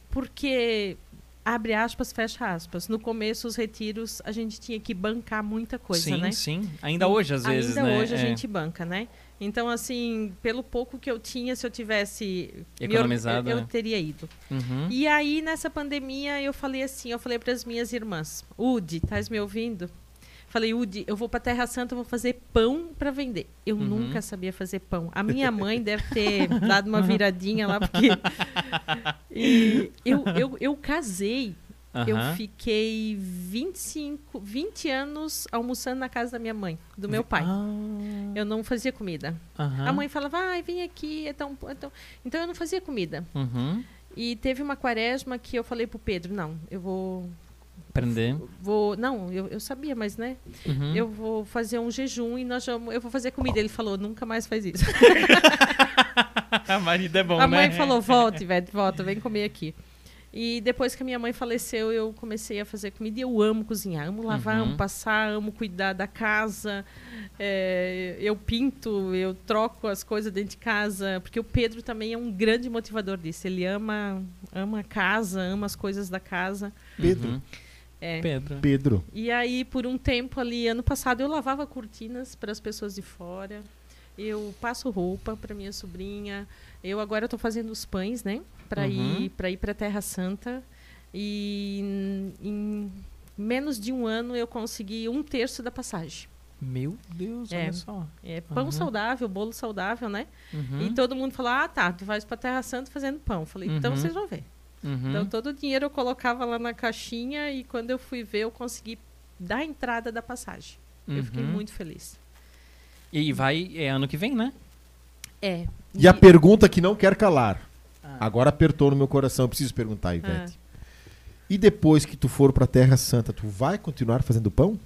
porque abre aspas, fecha aspas. No começo, os retiros, a gente tinha que bancar muita coisa, sim, né? sim. Ainda hoje, às vezes, Ainda né? hoje a É. gente banca, né? Então, assim, pelo pouco que eu tinha, se eu tivesse me or- Economizado, eu, eu né? teria ido. Uhum. E aí, nessa pandemia, eu falei assim, eu falei para as minhas irmãs, Udi, estás me ouvindo? Falei, Udi, eu vou para Terra Santa, eu vou fazer pão para vender. Eu Uhum. nunca sabia fazer pão. A minha mãe deve ter dado uma viradinha lá, porque... E eu, eu, eu casei, eu Aham. fiquei vinte e cinco, vinte anos almoçando na casa da minha mãe, do meu pai. Ah, Eu não fazia comida. aham. A mãe falava, ai, vem aqui, é tão, é tão... Então, eu não fazia comida. Uhum. E teve uma quaresma que eu falei pro Pedro, não, eu vou... Aprender. vou não, eu, eu sabia, mas né, Uhum. eu vou fazer um jejum e nós vamos, eu vou fazer comida. Ele falou, nunca mais faz isso. A marido é bom, A mãe né? falou, volta, Ivete, volta, vem comer aqui. E depois que a minha mãe faleceu, eu comecei a fazer comida e eu amo cozinhar, amo lavar, Uhum. amo passar, amo cuidar da casa. É, eu pinto, eu troco as coisas dentro de casa, porque o Pedro também é um grande motivador disso. Ele ama, ama a casa, ama as coisas da casa. Pedro. Uhum. É. Pedro. Pedro. E aí, por um tempo ali, ano passado, eu lavava cortinas para as pessoas de fora. Eu passo roupa para minha sobrinha. Eu agora estou fazendo os pães, né? Para Uhum. ir para ir para Terra Santa. E em, em menos de um ano eu consegui um terço da passagem. Meu Deus, É. olha só. É pão Uhum. saudável, bolo saudável, né? Uhum. E todo mundo fala, ah, tá, tu vais para Terra Santa fazendo pão. Eu falei, então Uhum. vocês vão ver. Uhum. Então todo o dinheiro eu colocava lá na caixinha e quando eu fui ver eu consegui dar a entrada da passagem. Eu fiquei Uhum. muito feliz. E vai, é ano que vem, né? É. E a pergunta que não quer calar. Ah. Agora apertou no meu coração, eu preciso perguntar, Ivete. Ah. E depois que tu for pra Terra Santa, tu vai continuar fazendo pão?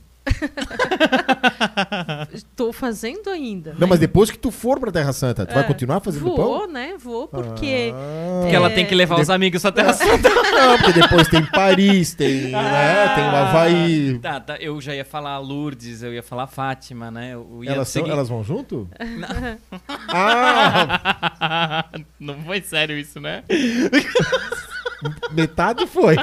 Estou fazendo ainda. Não, né? mas depois que tu for pra Terra Santa, tu vai É. continuar fazendo Vou, pão? né? Vou, porque... Ah. Porque É. ela tem que levar os amigos até a Santa. Não, porque depois tem Paris, tem, né, tem o Havaí. Tá, tá, eu já ia falar Lourdes, eu ia falar Fátima, né? Eu ia Elas, são, seguir- elas vão junto? Ah, Não foi sério isso, né? metade foi.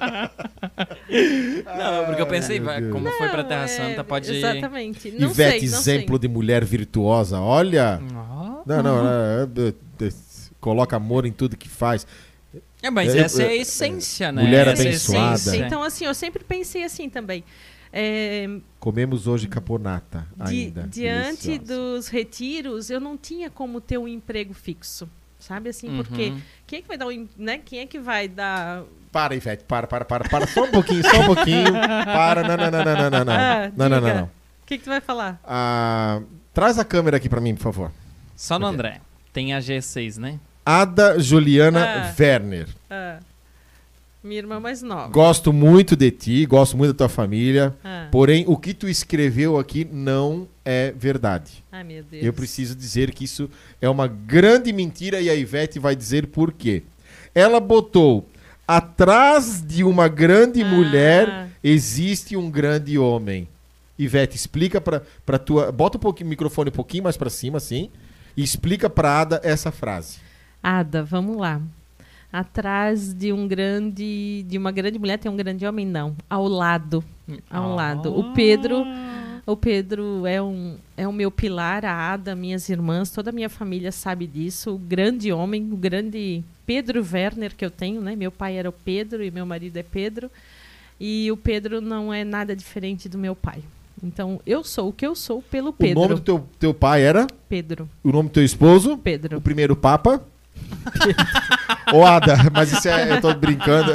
Não, porque eu pensei, Ai, meu vai, Deus. como foi pra Não, Terra é, Santa, pode... Exatamente. Não Ivete, sei, não exemplo sei. de mulher virtuosa. Olha. Ah. Não, não, é, é, é, coloca amor em tudo que faz. É, mas É, essa é a é, essência, né? mulher Essa é a abençoada. essência. Então, assim, eu sempre pensei assim também. É, Comemos hoje caponata di- ainda. diante Deliciosa. dos retiros, eu não tinha como ter um emprego fixo. Sabe assim? Porque Uhum. quem é que vai dar, um, em- né? Quem é que vai dar... Para, Ivete, para, para, para, para. Só um pouquinho, só um pouquinho. Para, não, não, não, não, não, não, não. Ah, não, não, não, diga. não. O que, que tu vai falar? Ah, traz a câmera aqui pra mim, por favor. Só no André. Tem a G seis, né? Ada Juliana Ah. Werner. Ah, minha irmã mais nova. Gosto muito de ti, gosto muito da tua família. Ah. Porém, o que tu escreveu aqui não é verdade. Ai, meu Deus. Eu preciso dizer que isso é uma grande mentira e a Ivete vai dizer por quê. Ela botou: atrás de uma grande Ah. mulher existe um grande homem. Ivete, explica pra, pra tua... Bota um pouquinho, o microfone um pouquinho mais pra cima, assim. E explica pra Ada essa frase. Ada, vamos lá. Atrás de um grande, de uma grande mulher tem um grande homem, não. Ao lado, ao Ah. lado. O Pedro, o Pedro é um, é o meu pilar, a Ada, minhas irmãs, toda a minha família sabe disso. O grande homem, o grande Pedro Werner que eu tenho, né? Meu pai era o Pedro e meu marido é Pedro. E o Pedro não é nada diferente do meu pai. Então, eu sou o que eu sou pelo Pedro. O nome do teu, teu pai era? Pedro. O nome do teu esposo? Pedro. O primeiro papa? Ô, Ada, mas isso é... Eu tô brincando.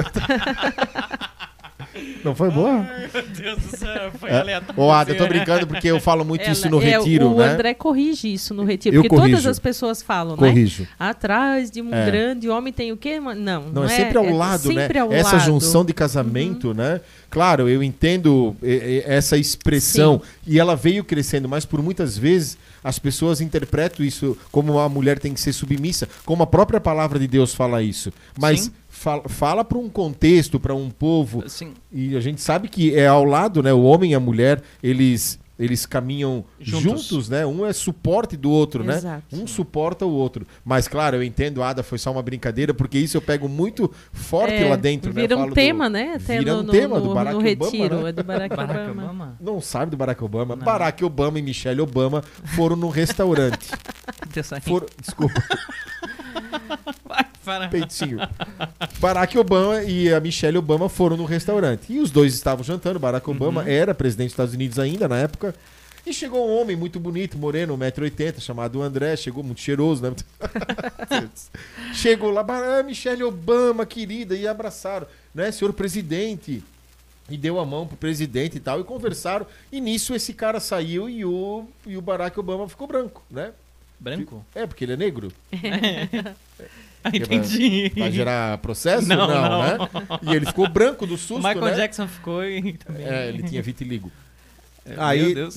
Não foi boa? Meu Deus do céu, foi É. aleatório. Ô, Ada, eu tô brincando porque eu falo muito Ela- isso no é, retiro, o né? André corrige isso no retiro, Eu porque todas corrijo. as pessoas falam, né? Corrijo. Atrás de um É. grande homem tem o quê? Não, não, Não, é sempre ao lado, sempre né? ao Essa lado. junção de casamento, né? Claro, eu entendo eh, eh, essa expressão e ela veio crescendo, mas por muitas vezes as pessoas interpretam isso como a mulher tem que ser submissa, como a própria palavra de Deus fala isso. Mas Sim. fala, fala para um contexto, para um povo, Assim, e a gente sabe que é ao lado, né? O homem e a mulher, eles eles caminham Juntos. juntos, né? Um é suporte do outro, né? Exato. Um suporta o outro. Mas claro, eu entendo, Ada, foi só uma brincadeira, porque isso eu pego muito forte É, lá dentro, né? Vira Eu um falo tema, do- né? Até vira no, um no, tema no, do Barack no retiro, Obama, né? é do Barack, Barack Obama. Obama. Não sabe do Barack Obama? Não. Barack Obama e Michelle Obama foram num restaurante. Deus aí. foram, desculpa, Vai, para. peitinho. Barack Obama e a Michelle Obama foram num restaurante. E os dois estavam jantando. Barack Obama Uhum. era presidente dos Estados Unidos ainda na época. E chegou um homem muito bonito, moreno, um metro e oitenta, chamado André. Chegou muito cheiroso, né? Chegou lá, ah, Michelle Obama, querida, e abraçaram, né? Senhor presidente. E deu a mão pro presidente e tal, e conversaram. E nisso esse cara saiu e o, e o Barack Obama ficou branco, né? Branco? É, porque ele é negro. Ah, entendi. Vai gerar processo? Não, não. né? E ele ficou branco do O susto, Michael né? Jackson ficou e também. É, ele tinha vitiligo. Meu aí- Deus.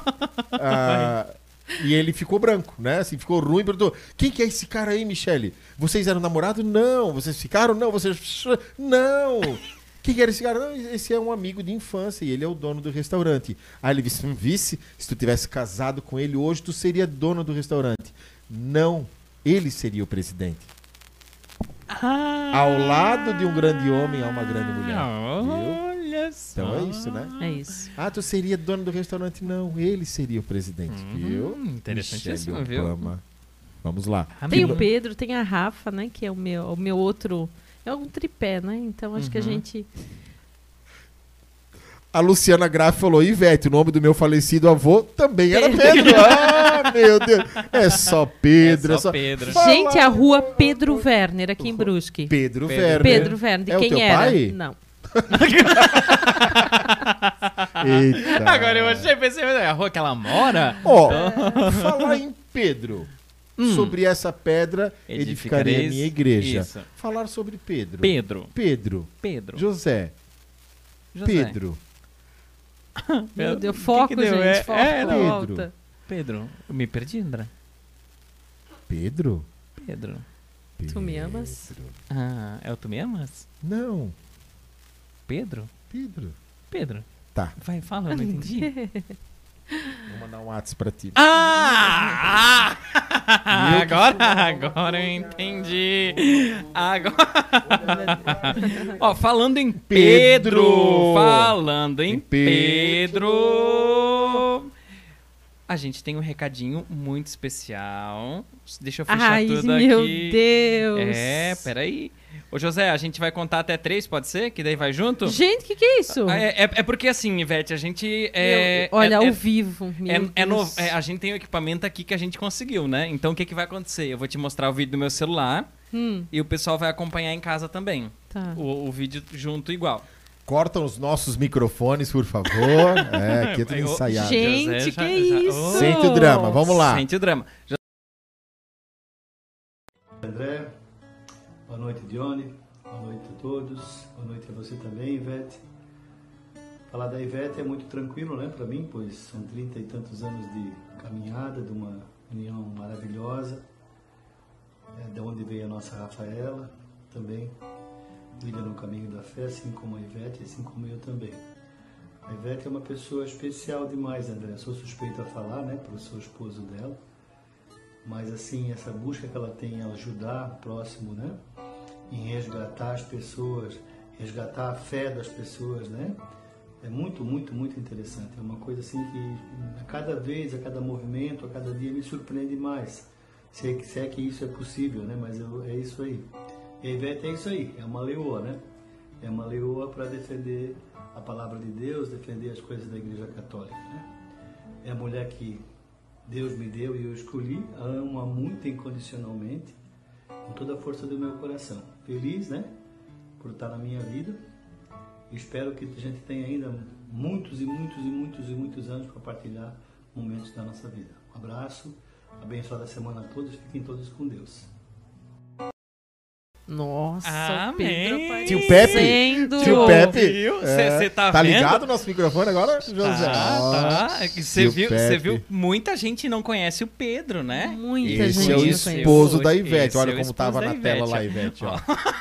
Ah, e ele ficou branco, né? Assim, ficou ruim. Perguntou, quem que é esse cara aí, Michele? Vocês eram namorados? Não. Vocês ficaram? Não. Vocês... Não. Quem que era esse cara? Não, esse é um amigo de infância e ele é o dono do restaurante. Aí ele disse, vice, se tu tivesse casado com ele hoje, tu seria dono do restaurante. Não. Ele seria o presidente. Ah, Ao lado de um grande homem há uma grande mulher. Viu? Olha Olha só. Então é isso, né? É isso. Ah, tu seria dono do restaurante? Não, ele seria o presidente, Hum, viu? interessantíssimo, Michele viu? Obama. Vamos lá. Tem Amigo. o Pedro, tem a Rafa, né? Que é o meu, o meu outro... É um tripé, né? Então acho que a Uhum. gente... A Luciana Graff falou, Ivete, o nome do meu falecido avô também era Pedro. Pedro. Ah, meu Deus. É só Pedro. É só Pedro. Fala- Gente, a rua Pedro Werner, aqui em Brusque. Pedro, Pedro. Werner. Pedro Werner. De É o quem teu era? pai? Não. Eita. Agora eu achei, pensei, é a rua que ela mora? Ó, falar em Pedro. Hum. Sobre essa pedra edificarei a Edificareis- minha igreja. Isso. Falar sobre Pedro. Pedro. Pedro. Pedro. José. José. Pedro. Meu Deus, Que que foco, deu? gente. É- Foco, é, não. volta. Pedro. Eu me perdi, André. Pedro? Pedro. Tu me amas? Pedro. Ah, é o Tu Me Amas? Não, Pedro? Pedro. Pedro. Tá, Vai, fala, eu não entendi. vou mandar um WhatsApp pra ti. Ah! ah! Eu que Agora, fui lá. agora eu entendi. Agora. Ó, falando em Pedro, Pedro. falando em Em Pedro. Pedro, a gente tem um recadinho muito especial. Deixa eu fechar Ai, tudo meu aqui. Deus. É, peraí. Ô, José, a gente vai contar até três, pode ser? Que daí vai junto? Gente, o que, que é isso? É, é, é porque assim, Ivete, a gente... É, Meu- olha, é, ao é- vivo. Meu é, é Deus. novo, é, a gente tem o equipamento aqui que a gente conseguiu, né? Então o que, que vai acontecer? Eu vou te mostrar o vídeo do meu celular Hum, e o pessoal vai acompanhar em casa também. tá. O, o vídeo junto igual. Cortam os nossos microfones, por favor. É, aqui é tudo Eu- ensaiado. Gente, José que já- já- isso? Oh. Sente o drama, vamos lá. Sente o drama. Jo- André, boa noite, Johnny, boa noite a todos, boa noite a você também, Ivete. Falar da Ivete é muito tranquilo, né, para mim, pois são trinta e tantos anos de caminhada, de uma união maravilhosa, é, de onde veio a nossa Rafaela, também trilha no caminho da fé, assim como a Ivete, assim como eu também. A Ivete é uma pessoa especial demais, André, sou suspeito a falar, né, porque sou esposo dela. Mas assim, essa busca que ela tem em ajudar o próximo, né? Em resgatar as pessoas, resgatar a fé das pessoas, né? É muito, muito, muito interessante. É uma coisa assim que a cada vez, a cada movimento, a cada dia me surpreende mais. Se é que, se é que isso é possível, né? Mas eu, é isso aí. E a Ivete é isso aí, é uma leoa, né? É uma leoa para defender a palavra de Deus, defender as coisas da Igreja Católica, né? É a mulher que Deus me deu e eu escolhi, amo-a muito incondicionalmente, com toda a força do meu coração. Feliz, né, por estar na minha vida. Espero que a gente tenha ainda muitos e muitos e muitos e muitos anos para partilhar momentos da nossa vida. Um abraço, abençoada semana a todos, fiquem todos com Deus. Nossa, o Amém. Pedro Tio Pepe? aparecendo. Tio Pepe? Viu? Cê- cê tá tá vendo? ligado o nosso microfone agora, José? Tá, tá. Você Tio viu, Pepe. você viu? Muita gente não conhece o Pedro, né? Muita Esse gente é o não Esse conhece. esposo Esse da é Ivete. o Olha como esposo tava da na tela lá, Ivete, Ivete. Ó.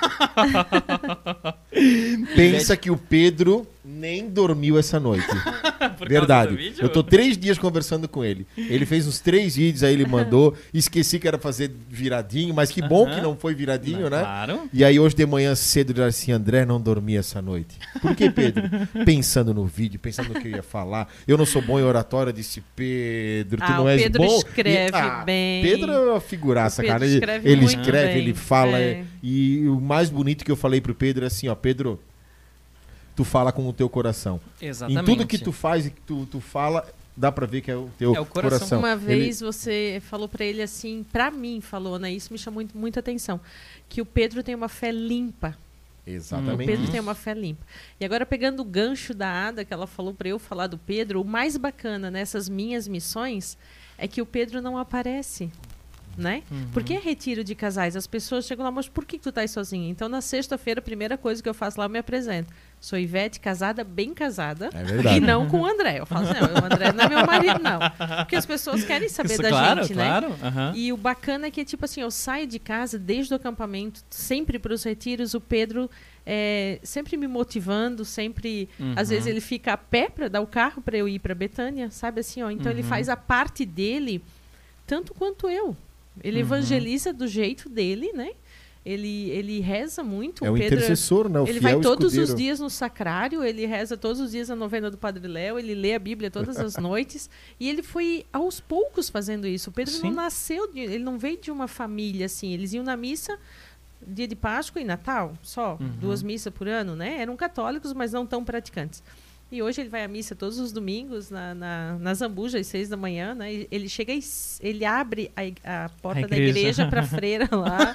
Pensa que o Pedro nem dormiu essa noite. Por causa do Verdade. vídeo? Eu tô três dias conversando com ele. Ele fez uns três vídeos, aí ele mandou. Esqueci que era fazer viradinho, mas que bom Aham. que não foi viradinho, né? Claro. E aí hoje de manhã cedo ele disse assim, André, não dormi essa noite. Por que, Pedro? Pensando no vídeo, pensando no que eu ia falar. Eu não sou bom em oratória, eu disse, Pedro, tu Ah, não o és Pedro bom. escreve E- ah, bem. Pedro é uma figuraça, O Pedro cara. Ele escreve ele muito escreve, bem. ele fala. É. é- E o mais bonito que eu falei pro Pedro é assim, ó, Pedro, tu fala com o teu coração. Exatamente. Em tudo que tu faz e que tu, tu fala, dá pra ver que é o teu É o coração. coração. Uma Ele- vez você falou pra ele assim, pra mim falou, né? Isso me chamou muito, muita atenção. Que o Pedro tem uma fé limpa. O Exatamente. Pedro isso. tem uma fé limpa. E agora, pegando o gancho da Ada, que ela falou pra eu falar do Pedro, o mais bacana nessas minhas missões é que o Pedro não aparece. Né? Porque é retiro de casais. As pessoas chegam lá, mas por que, que tu tá aí sozinha? Então, na sexta-feira, a primeira coisa que eu faço lá, eu me apresento. Sou Ivete, casada, bem casada. É verdade. E não com o André. Eu falo assim, não, o André não é meu marido, não. Porque as pessoas querem saber Isso, da claro, gente, né? claro. aham. E o bacana é que, tipo assim, eu saio de casa desde o acampamento, sempre para os retiros, o Pedro é, sempre me motivando, sempre... Uhum. Às vezes ele fica a pé para dar o carro para eu ir para Betânia, sabe assim, ó. Então ele Uhum. faz a parte dele tanto quanto eu. Ele Uhum. evangeliza do jeito dele, né? Ele, ele reza muito. É o Pedro, intercessor, né? O ele fiel vai todos escudeiro. os dias no sacrário, ele reza todos os dias a novena do Padre Léo, ele lê a Bíblia todas as noites. E ele foi aos poucos fazendo isso. O Pedro Sim. não nasceu, de, ele não veio de uma família assim. Eles iam na missa dia de Páscoa e Natal, só. Uhum. Duas missas por ano, né? Eram católicos, mas não tão praticantes. E hoje ele vai à missa todos os domingos, na, na, na Zambuja, às seis da manhã, né? E ele chega e ele abre a, a porta A da igreja. igreja para a freira lá.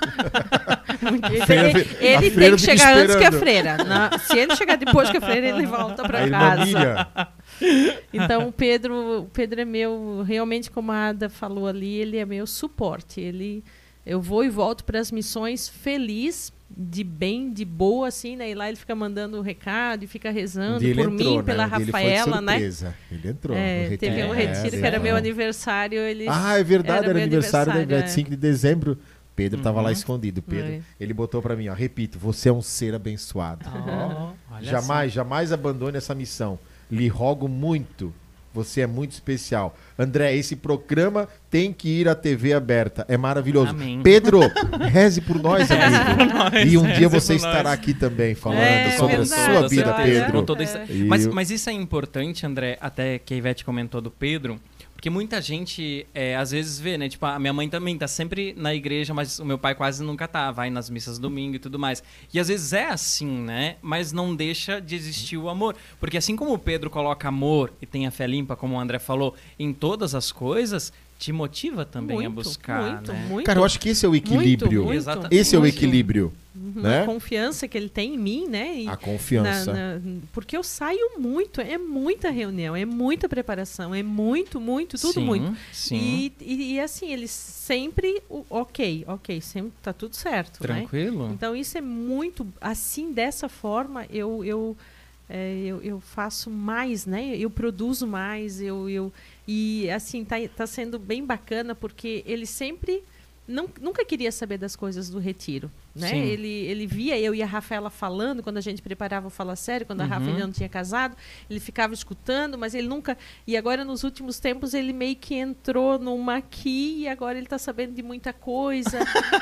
ele freira- ele, a ele freira tem que fica chegar antes que a esperando. freira. Na- se ele chegar depois que a freira, ele volta A para irmã casa. Miriam. Então, o Pedro, o Pedro é meu, realmente, como a Ada falou ali, ele é meu suporte. Ele, eu vou e volto para as missões feliz, de bem, de boa, assim, né? E lá ele fica mandando o recado e fica rezando Um dia por ele entrou, mim, pela né? Um dia ele foi de Rafaela, né? surpresa. Ele entrou. É, no teve um É, retiro que era meu aniversário. Ele Ah, é verdade, era era, meu aniversário, aniversário, da é. cinco de dezembro. Pedro estava Uhum. lá escondido. Pedro, É. ele botou para mim, ó, repito, você é um ser abençoado. Oh, olha Jamais, jamais abandone essa missão. Lhe rogo muito. Você é muito especial. André, esse programa tem que ir à T V aberta. É maravilhoso. Amém. Pedro, reze por nós, amigo. nós, E um reze dia por você nós. estará aqui também falando É, sobre verdade, a sua vida, olha. Pedro. Com toda isso- É. E Mas, eu- mas isso é importante, André, até que a Ivete comentou do Pedro, porque muita gente, é, às vezes, vê, né? Tipo, a minha mãe também tá sempre na igreja, mas o meu pai quase nunca tá, vai nas missas domingo e tudo mais. E às vezes é assim, né? Mas não deixa de existir o amor. Porque assim como o Pedro coloca amor e tem a fé limpa, como o André falou, em todas as coisas, te motiva também muito, a buscar, muito, né? muito. Cara, eu acho que esse é o equilíbrio. muito, Exatamente. Esse é o muito. equilíbrio, Uhum, né? A confiança que ele tem em mim, né? E A confiança. na- na- porque eu saio muito, é muita reunião, é muita preparação, é muito, muito, tudo Sim, muito. Sim, E, e, e assim, ele sempre, o- ok, ok, sempre tá tudo certo, né? tranquilo. Então isso é muito, assim, dessa forma, eu, eu, é, eu, eu faço mais, né? Eu produzo mais, eu, eu e assim, tá, tá sendo bem bacana, porque ele sempre não, nunca queria saber das coisas do retiro, né? Sim. Ele, ele via eu e a Rafaela falando, quando a gente preparava o Fala Sério, quando a Uhum. Rafa ainda não tinha casado, ele ficava escutando, mas ele nunca... E agora, nos últimos tempos, ele meio que entrou numa aqui e agora ele está sabendo de muita coisa.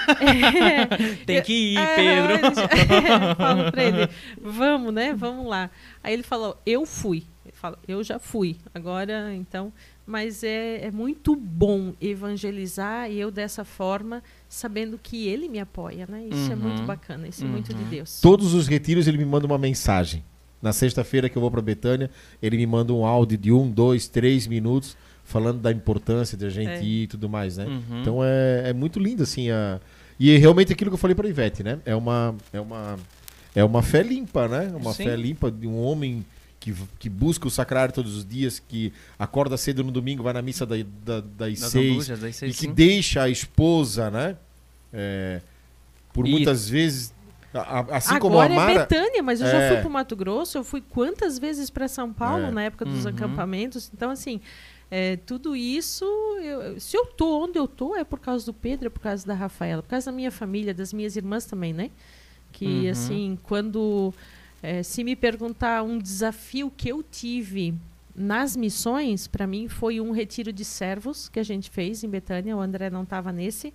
É. Tem que ir, É, Pedro. ele- é, falo pra ele, vamos, né? Vamos lá. Aí ele falou, eu fui. Ele fala, eu já fui. Agora, então... Mas é, é muito bom evangelizar e eu dessa forma, sabendo que ele me apoia, né? Isso é Uhum. muito bacana, isso é muito de Uhum. Deus. Todos os retiros ele me manda uma mensagem. Na sexta-feira que eu vou para Betânia, ele me manda um áudio de um, dois, três minutos falando da importância de a gente É. ir e tudo mais, né? Uhum. Então é, é muito lindo, assim. A... E é realmente aquilo que eu falei para Ivete, né? É uma, é uma, é uma fé limpa, né? Uma Sim. fé limpa de um homem que, que busca o sacrário todos os dias, que acorda cedo no domingo, vai na missa da, da, das Das seis, Zambujas, das e seis, que sim. deixa a esposa, né? É, por E- muitas vezes, a- a- assim como a Agora é Mara... Betânia, mas eu É. já fui para o Mato Grosso, eu fui quantas vezes para São Paulo É. na época dos Uhum. acampamentos. Então, assim, é, tudo isso, eu- se eu tô onde eu tô, é por causa do Pedro, é por causa da Rafaela, por causa da minha família, das minhas irmãs também, né? Que, Uhum. assim, quando... é, se me perguntar um desafio que eu tive nas missões, para mim foi um retiro de servos que a gente fez em Betânia, o André não estava nesse,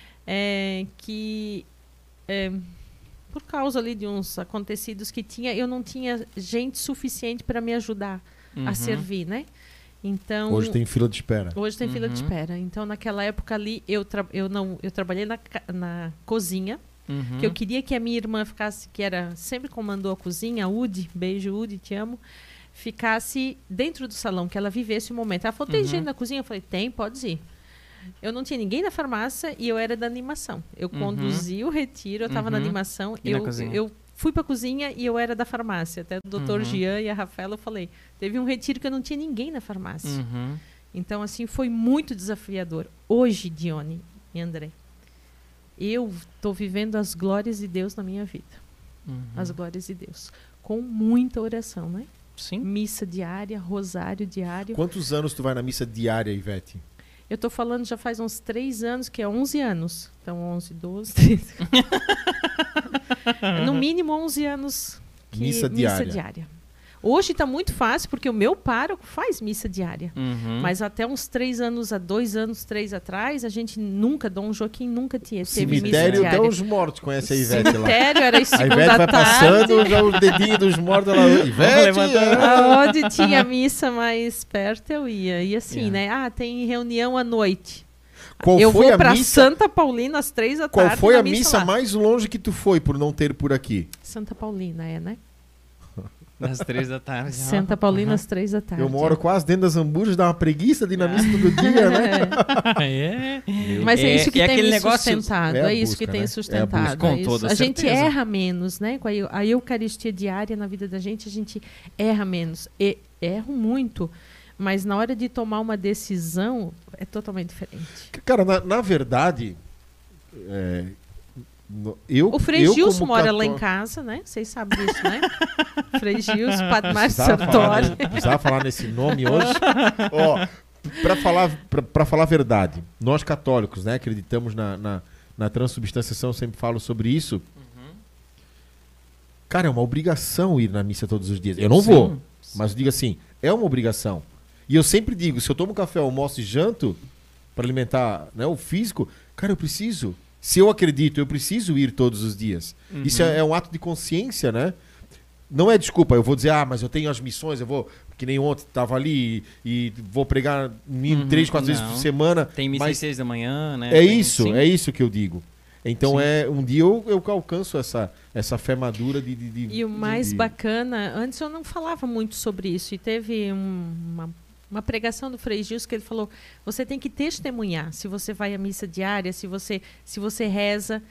é, que... é, por causa ali de uns acontecidos que tinha, eu não tinha gente suficiente para me ajudar a Uhum. servir, né? Então Hoje tem fila de espera. hoje tem fila de Uhum. espera. Então naquela época ali eu tra eu não eu trabalhei na, ca- na cozinha, Uhum. que eu queria que a minha irmã ficasse, que era sempre comandou a cozinha, a Udi, beijo Udi, te amo, ficasse dentro do salão, que ela vivesse o momento. Ela falou, tem Uhum. gente na cozinha? Eu falei, tem, pode ir. Eu não tinha ninguém na farmácia e eu era da animação. Eu Uhum. conduzi o retiro, eu estava na Uhum. animação. E na Eu, cozinha? eu fui para a cozinha e eu era da farmácia. Até o doutor Uhum. Gian e a Rafaela, eu falei, teve um retiro que eu não tinha ninguém na farmácia. Uhum. Então, assim, foi muito desafiador. Hoje, Dione e André, eu estou vivendo as glórias de Deus na minha vida. Uhum. As glórias de Deus. Com muita oração, né? Sim. Missa diária, rosário diário. Quantos anos tu vai na missa diária, Ivete? Eu estou falando já faz uns três anos, que é onze anos. Então, onze, doze, treze. No mínimo onze anos. Que Missa diária. diária. Hoje está muito fácil, porque o meu pároco faz missa diária. Uhum. Mas até uns três anos, há dois anos, três atrás, a gente nunca, Dom Joaquim nunca tinha, teve missa Cemitério, diária. até os mortos conhecem a Ivete lá. Cemitério, era às A segunda Ivete vai tarde. passando, já os dedinhos dos mortos, ela... Ivete! Aonde tinha missa mais perto, eu ia. E assim, Yeah. né? Ah, tem reunião à noite. Qual eu foi vou a pra missa... Santa Paulina às três da Qual tarde. foi na a missa lá. mais longe que tu foi por não ter por aqui? Santa Paulina, é, né? Das três da tarde. Santa Paulina às três da tarde. Eu moro quase dentro das Zambujas, dá uma preguiça de ir na missa todo dia, né? É. Mas é, É- isso que é tem aquele me negócio- sustentado. É É, a isso busca, que tem né? sustentado. É a busca. Com é isso. toda a gente certeza. erra menos, né? Com a, eu- a Eucaristia diária na vida da gente, a gente erra menos. E, erro muito. Mas na hora de tomar uma decisão, é totalmente diferente. Cara, na, na verdade, é, no- eu O Frei eu Gilson como mora lá cató- em casa, né? Vocês sabem disso, né? Frei Gilson, Padre Márcio Precisava falar, Sartori. né? Precisava falar nesse nome hoje. Ó, pra falar, pra, pra falar a verdade, nós católicos, né, acreditamos na, na, na transubstanciação, sempre falo sobre isso. Cara, é uma obrigação ir na missa todos os dias. Eu não Sim. vou, mas eu digo assim, é uma obrigação. E eu sempre digo, se eu tomo café, almoço e janto para alimentar, né, o físico, cara, eu preciso. Se eu acredito, eu preciso ir todos os dias. Uhum. Isso é, é um ato de consciência, né? Não é desculpa, eu vou dizer, ah, mas eu tenho as missões, eu vou, que nem ontem, tava ali e, e vou pregar em Uhum, três, quatro vezes não. por semana. Tem missa mas às seis da manhã, né? é Tem- isso, sim. é isso que eu digo. Então Sim. é um dia eu, eu alcanço essa, essa fé madura de, de, de- E o de- mais de- bacana, antes eu não falava muito sobre isso, e teve um- uma, uma pregação do Frei Gilson que ele falou, você tem que testemunhar, se você vai à missa diária, se você, se você reza.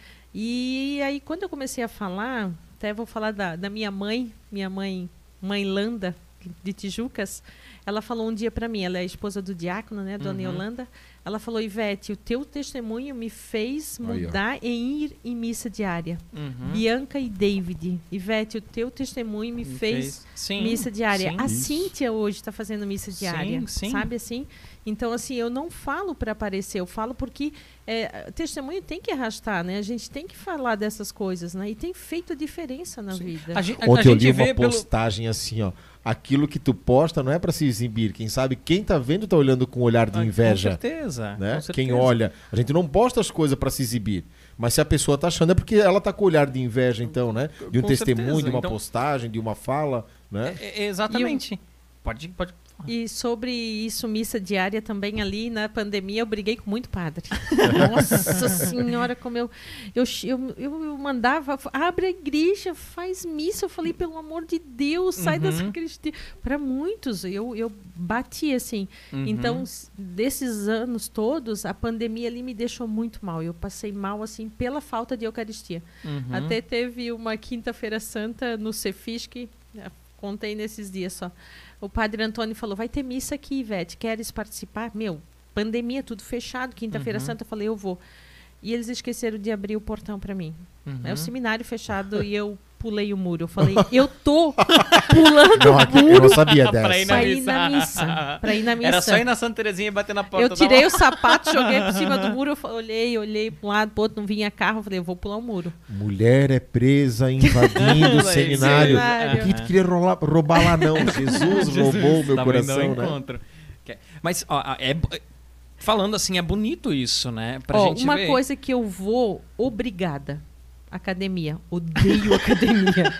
E aí quando eu comecei a falar, até vou falar da, da minha mãe, minha mãe, mãe Landa, de Tijucas, ela falou um dia para mim, ela é a esposa do diácono, né, Dona Uhum. Yolanda, ela falou, Ivete, o teu testemunho me fez Aí, ó. mudar em ir em missa diária. Uhum. Bianca e David. Ivete, o teu testemunho me, Me fez, Sim, missa diária. sim. A Isso. Cíntia hoje está fazendo missa diária. Sim, sim. Sabe assim? Então, assim, eu não falo para aparecer, eu falo porque é, testemunho tem que arrastar, né? A gente tem que falar dessas coisas, né? E tem feito a diferença na vida. A gente, a, a Ontem eu gente li vê uma pelo... postagem assim, ó. Aquilo que tu posta não é pra se exibir. Quem sabe, quem tá vendo tá olhando com um olhar de Ah, inveja. Com certeza. Né? com certeza. Quem olha, a gente não posta as coisas pra se exibir. Mas se a pessoa tá achando é porque ela tá com o olhar de inveja, então, né? De um Com testemunho, certeza. de uma Então- postagem, de uma fala, né? É, é, exatamente. Pode, pode. E sobre isso, missa diária também ali na pandemia, eu briguei com muito padre. Nossa senhora, como eu eu, eu, eu eu mandava, abre a igreja, faz missa. Eu falei, pelo amor de Deus, sai Uhum. da sacristia. Para muitos, eu, eu bati assim. Uhum. Então, s- desses anos todos, a pandemia ali me deixou muito mal. Eu passei mal, assim, pela falta de Eucaristia. Uhum. Até teve uma quinta-feira santa no Cefisc, eh, contei nesses dias só. O padre Antônio falou, vai ter missa aqui, Ivete, queres participar? Meu, pandemia, tudo fechado, quinta-feira Uhum. santa, eu falei, eu vou. E eles esqueceram de abrir o portão para mim. Uhum. É o seminário fechado e eu pulei o muro. Eu falei, eu tô pulando Não, o aqui- eu muro não sabia Pra ir dessa. pra ir na missa. Pra ir na missa. Era só ir na Santa Terezinha e bater na porta. Eu da tirei loja. o sapato, joguei por cima do muro, eu fa- olhei, olhei para um lado, pro outro, não vinha carro, eu falei, eu vou pular o muro. Mulher é presa invadindo o seminário. Seminário. Quem tu queria rolar- roubar lá não? Jesus roubou o meu Tava indo ao coração, né? encontro. Que- Mas, ó, é, bo- falando assim, é bonito isso, né? Pra Ó, gente uma ver. coisa que eu vou, obrigada, academia. Odeio academia.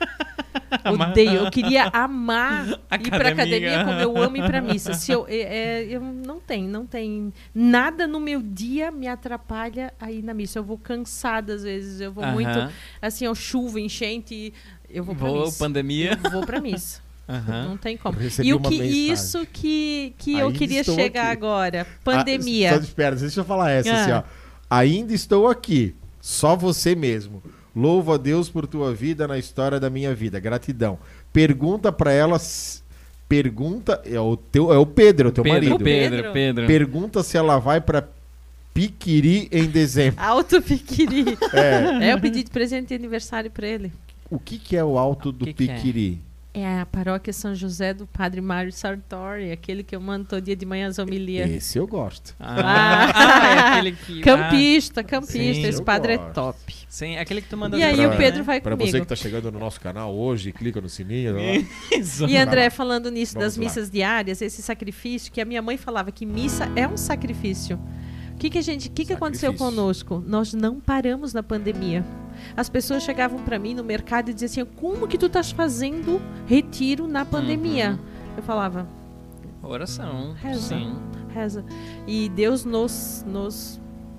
Odeio. Eu queria amar ir pra Academia. academia como eu amo ir pra missa. Se eu, é, é, eu não tem, não tem. Nada no meu dia me atrapalha a ir na missa. Eu vou cansada às vezes. Eu vou Aham. muito, assim, ó, chuva, enchente. Eu vou pra Vou, missa. pandemia. Eu vou pra missa. Aham. Não tem como. Eu recebi E o uma que, mensagem. isso que, que eu Ainda queria estou chegar aqui. agora. Ah, Pandemia. só espera, deixa eu falar essa, Ah. assim, ó. Ainda estou aqui, só você mesmo. Louvo a Deus por tua vida na história da minha vida. Gratidão. Pergunta pra ela. s- Pergunta. É o, teu, é o Pedro, é o teu Pedro, marido. Pedro, Pedro. Pedro. Pergunta se ela vai pra Piquiri em dezembro. Alto Piquiri. É. É, eu pedi de presente de aniversário pra ele. O que, que é o alto O do que que é? Piquiri? É a paróquia São José do Padre Mário Sartori, aquele que eu mando todo dia de manhã as homilias. Esse eu gosto. Ah, ah, é aquele que... Campista, campista. Sim, esse eu padre gosto. é top. Ah, sim, é aquele que tu manda... E aí pra- o Pedro né? vai Para comigo. você que está chegando no nosso canal hoje, clica no sininho. Né? Isso. E André, falando nisso Vamos das lá. missas diárias, esse sacrifício, que a minha mãe falava que missa é um sacrifício. O que, que, a gente, que, que aconteceu Sacrifício. conosco? Nós não paramos na pandemia. As pessoas chegavam para mim no mercado e diziam assim, como que tu estás fazendo retiro na pandemia? Uhum. Eu falava, Oração. Reza. Sim. reza. E Deus nos, nos,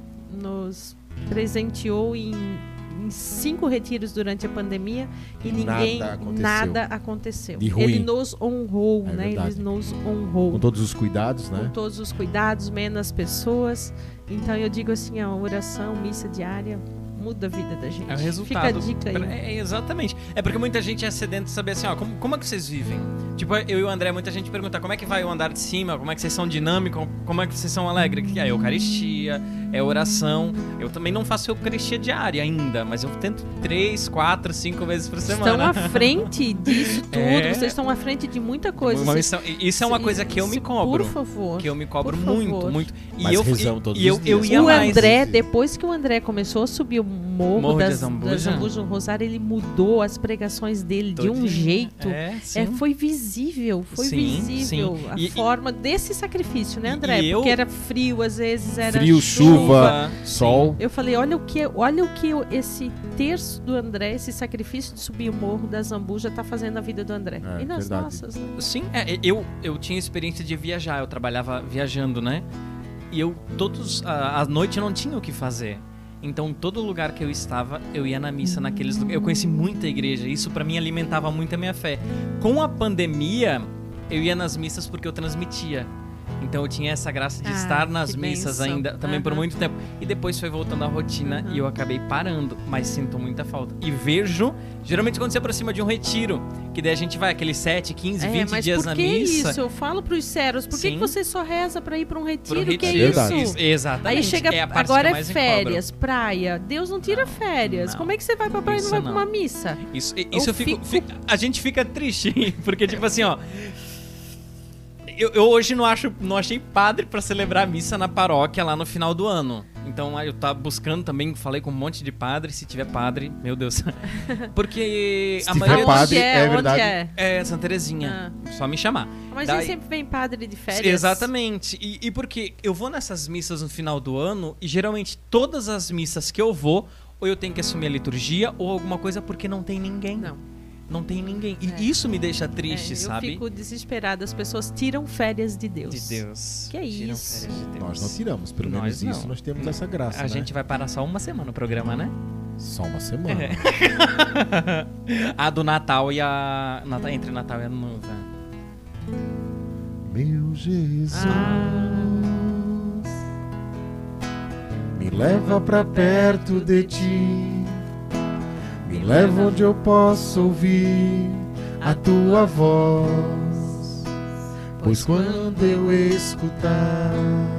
nos presenteou em, em cinco retiros durante a pandemia e E ninguém, nada aconteceu. nada aconteceu. De ruim. Ele nos honrou, É né? Ele verdade. nos honrou. Com todos os cuidados, Com né? todos os cuidados, menos pessoas. Então eu digo assim, a oração, missa diária, muda a vida da gente. É o resultado. Fica a dica aí. É, exatamente. É porque muita gente é sedento de saber assim, ó, como, como é que vocês vivem? Tipo, eu e o André, muita gente pergunta como é que vai o andar de cima, como é que vocês são dinâmicos, como é que vocês são alegres? Que é Eucaristia, é oração. Eu também não faço Eucaristia diária ainda, mas eu tento três, quatro, cinco vezes por Estão semana. à frente disso tudo, É. vocês estão à frente de muita coisa. Uma Vocês- missão- isso é uma se- coisa que eu me se- cobro. Por favor. Que eu me cobro Por muito, favor. muito. E Mas eu, rezamos e, todos e eu, os eu dias. ia O mais. André, depois que o André começou a subir o morro, Morro de das, Azambuja. das Zambuja no Rosário, ele mudou as pregações dele de um Todinho. jeito. É, sim. É, foi visível, foi Sim, visível sim. a E- forma desse sacrifício, né, E- André? e eu- Porque era frio, às vezes era Frio, chuva, Sim. sol. Eu falei, olha o que, olha o que eu- esse terço do André, esse sacrifício de subir o morro da Zambuja tá fazendo na vida do André. É, e nas verdade. nossas, né? Sim, é, eu, eu tinha experiência de viajar, eu trabalhava viajando, né? E eu, todos, a, a noite eu não tinha o que fazer. Então, todo lugar que eu estava, eu ia na missa naqueles lugares. Eu conheci muita igreja, isso pra mim alimentava muito a minha fé. Com a pandemia, eu ia nas missas porque eu transmitia. Então eu tinha essa graça de Ah, estar nas que missas bênção. ainda, também por Aham. muito tempo. E depois foi voltando à rotina Aham. e eu acabei parando, mas sinto muita falta. E vejo, geralmente quando se aproxima de um retiro, que daí a gente vai aqueles sete, quinze, É, vinte mas dias por na que missa. isso? Eu falo pros ceros, por que, Sim. que você só reza pra ir pra um retiro? Pro Que é retiro. Verdade. isso? Exatamente. Aí chega, é a parte agora que eu é mais me cobro. férias, praia. Deus não tira férias. não. Como é que você vai pra praia e não Isso vai pra não. uma missa? Isso, isso eu, Eu fico, fico- fi- a gente fica triste, porque tipo assim, ó. Eu, eu hoje não acho, não achei padre pra celebrar a missa na paróquia lá no final do ano. Então aí eu tava buscando também, falei com um monte de padre, se tiver padre, meu Deus. Porque Se a tiver maioria padre, Onde é? é Onde verdade. é? é Santa Terezinha, só me chamar. Mas Daí- aí sempre vem padre de férias. Exatamente. E, e porque eu vou nessas missas no final do ano e geralmente todas as missas que eu vou, ou eu tenho que assumir a liturgia ou alguma coisa porque não tem ninguém. Não. Não tem ninguém. E É. isso me deixa triste, É, sabe? Eu fico desesperada. As pessoas tiram férias de Deus. De Deus. Que é Tiram isso? férias de Deus. Nós não tiramos, pelo Nós menos não. isso. Nós temos essa graça, A né? gente vai parar só uma semana no programa, né? Só uma semana. É. A do Natal e a. Nata- Entre Natal e Ano Novo. é. Meu Jesus, Ah. me leva pra perto de ti. Me leva onde eu posso ouvir a tua voz. Pois quando eu escutar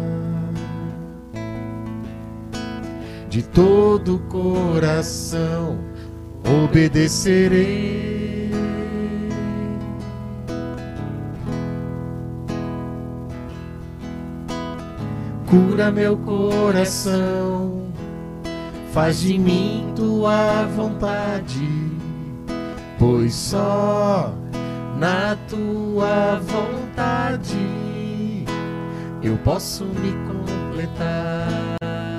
de todo o coração, obedecerei. Cura meu coração, faz de mim tua vontade, pois só na tua vontade eu posso me completar.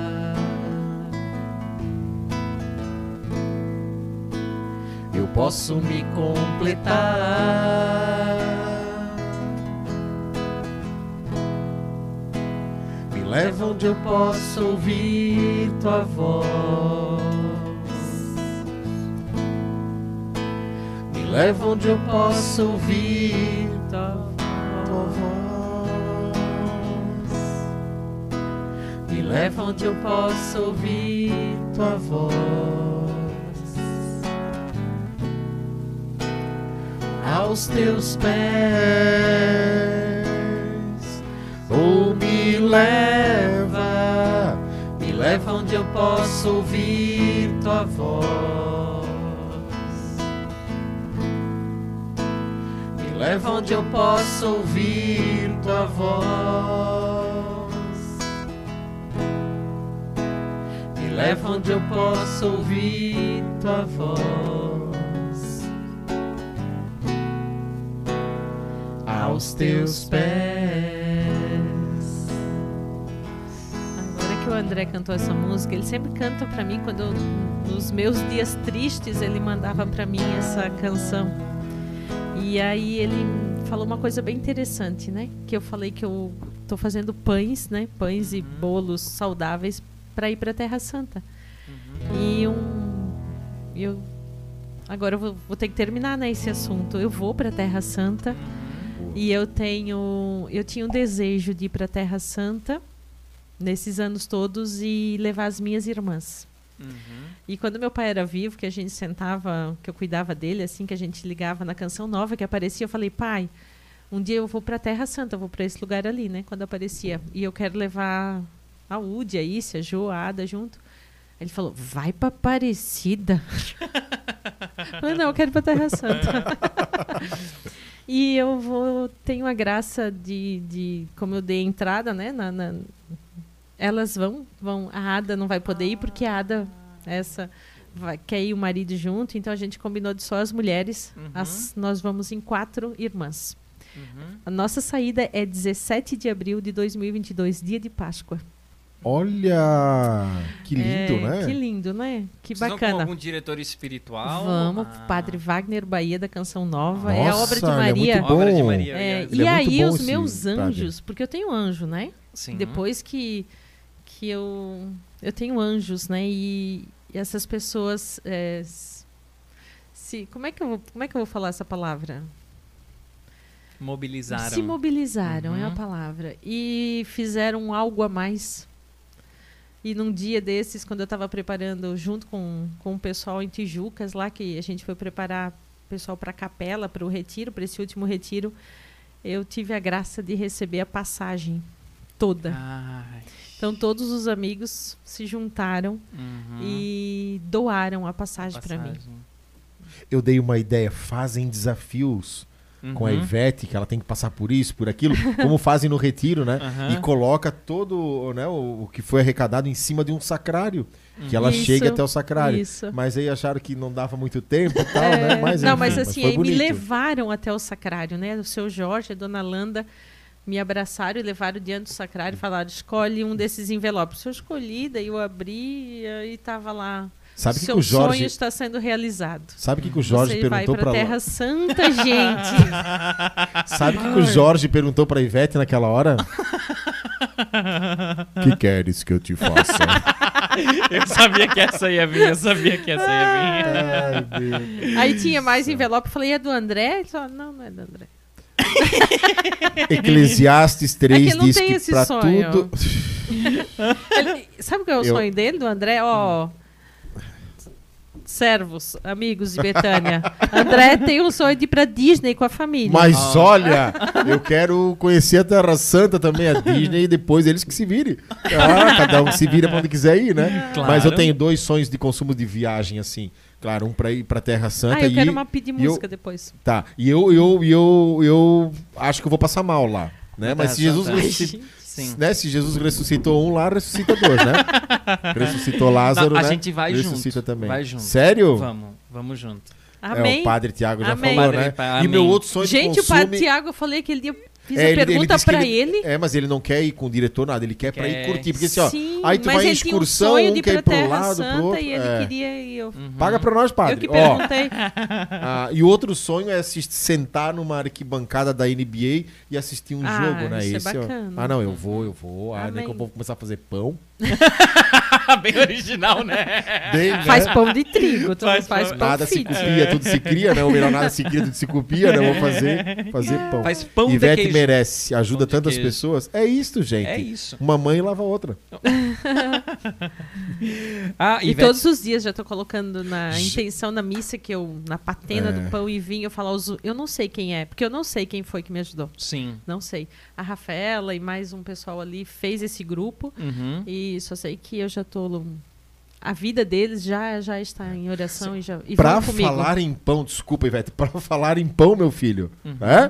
Eu posso me completar. Me leva onde eu posso ouvir tua voz. Me leva onde eu posso ouvir tua, tua voz. Me leva onde eu posso ouvir tua voz. Aos teus pés, ou me leva, me leva onde eu posso ouvir tua voz. leva onde eu possa ouvir tua voz. Me leva onde eu possa ouvir tua voz. Aos teus pés. Agora que o André cantou essa música, ele sempre canta pra mim quando eu, nos meus dias tristes ele mandava pra mim essa canção. E aí ele falou uma coisa bem interessante, né? Que eu falei que eu tô fazendo pães, né? Pães e bolos saudáveis para ir para a Terra Santa. Uhum. E um, eu agora eu vou, vou ter que terminar, né, esse assunto. Eu vou para a Terra Santa uhum. e eu tenho, eu tinha um desejo de ir para a Terra Santa nesses anos todos e levar as minhas irmãs. Uhum. E quando meu pai era vivo, que a gente sentava, que eu cuidava dele, assim, que a gente ligava na Canção Nova que aparecia, eu falei, pai, um dia eu vou para a Terra Santa, eu vou para esse lugar ali, né, quando aparecia. E eu quero levar a Udi, a Issa, a Jo, a Ada junto. Ele falou, vai para Aparecida. Eu falei, não, eu quero ir para a Terra Santa. E eu vou, tenho a graça de, de como eu dei entrada, né, na, na elas vão, vão, a Ada não vai poder ir porque a Ada essa vai, quer ir o marido junto, então a gente combinou de só as mulheres, uhum. as, nós vamos em quatro irmãs. Uhum. A nossa saída é dezessete de abril de dois mil e vinte e dois, dia de Páscoa. Olha, que lindo, é, né? Que lindo, né? Que Vocês bacana. Vão com algum diretor espiritual? Vamos, ah. Padre Wagner Bahia da Canção Nova. Nossa, é a obra de Maria. É muito bom. Obra de Maria. É, Ele e é aí muito bom os meus esse anjos, padre. porque eu tenho anjo, né? Sim. Depois que que eu eu tenho anjos, né? E, e essas pessoas é, se como é que eu vou, como é que eu vou falar essa palavra? Mobilizaram. Se mobilizaram, uhum. é a palavra. E fizeram algo a mais. E num dia desses, quando eu estava preparando, junto com, com o pessoal em Tijucas, lá que a gente foi preparar o pessoal para a capela, para o retiro, para esse último retiro, eu tive a graça de receber a passagem toda. Ai. Então, todos os amigos se juntaram uhum. e doaram a passagem, passagem. para mim. Eu dei uma ideia, fazem desafios uhum. com a Ivete, que ela tem que passar por isso, por aquilo, como fazem no retiro, né? Uhum. E coloca todo, né, o, o que foi arrecadado em cima de um sacrário, uhum. que ela isso, chega até o sacrário. Isso. Mas aí acharam que não dava muito tempo e tal, é, né? Mas, não, enfim, mas assim, mas aí me levaram até o sacrário, né? O seu Jorge, a dona Landa, me abraçaram e levaram diante do sacrário e falaram, escolhe um desses envelopes. Eu escolhi, daí eu abri e estava lá. Sabe que seu que o Jorge... sonho está sendo realizado. Sabe o que, que o Jorge Você perguntou vai para pra Terra Santa, gente. Sabe o que, que o Jorge perguntou para Ivete naquela hora? Que queres que eu te faça? Eu sabia que essa ia vir, eu sabia que essa ia vir. Ai, Deus. Aí tinha mais envelope, eu falei, é do André? Ele falou, não, não é do André. Eclesiastes três é que diz tem que esse para sonho. tudo... Ele, sabe qual é o Eu- sonho dele, do André? Ó, servos, amigos de Betânia. André tem um sonho de ir pra Disney com a família. Mas Ah. olha, eu quero conhecer a Terra Santa também, a Disney, e depois eles que se virem. Ah, cada um se vira pra onde quiser ir, né? Claro. Mas eu tenho dois sonhos de consumo de viagem, assim. Claro, um pra ir pra Terra Santa Ah, eu e... quero uma pedir e eu- música depois. Tá, e eu, eu, eu, eu acho que eu vou passar mal lá, né? Na Mas Terra se Jesus, Santa. ressuscita, Sim. né? se Jesus ressuscitou um lá, ressuscita dois, né? Ressuscitou Lázaro, Não, a né? gente vai ressuscita junto. também. Vai junto. Sério? Vamos, vamos junto. Amém. É, o Padre Tiago já Amém. falou, Padre, né? pa- E meu amém. outro sonho de Gente, consumo... o Padre Tiago, eu falei aquele dia, fiz É, a ele- ele pergunta disse que pra ele- ele. É, mas ele não quer ir com o diretor, nada. Ele quer, pra ir Quer. curtir. Porque assim, ó, Sim, aí tu mas vai em ele tinha um excursão, sonho um de ir quer ir pra pro Terra lado, Santa pro outro. e ele é. queria e eu... Uhum. Paga pra nós, padre. Eu que Ó, perguntei. ah, e outro sonho é assistir, sentar numa arquibancada da N B A e assistir um Ah, jogo, né? isso é Esse, ó. bacana. Ah, não, eu vou, eu vou. Ah, nem Amém. que eu vou começar a fazer pão. Bem original, né? Bem, né? Faz pão de trigo, tu Faz não faz pão- pão Nada se fit. copia, tudo se cria, né? Ou melhor, nada se cria, tudo se copia, né? Vou fazer, fazer pão. Faz pão de Ivete queijo. merece, ajuda Pão de tantas queijo. pessoas. É isto, gente. É isso. Uma mãe lava a outra. Ah, E Ivete, todos os dias já tô colocando na Ge- intenção na missa que eu, na patena É. do pão e vinho, eu falar os, eu não sei quem é, porque eu não sei quem foi que me ajudou. Sim. Não sei. A Rafaela e mais um pessoal ali fez esse grupo Uhum. e só sei que eu já tô a vida deles já, já está em oração e já e Pra vão comigo. falar em pão, desculpa, Ivete, pra falar em pão, meu filho, Uhum. é?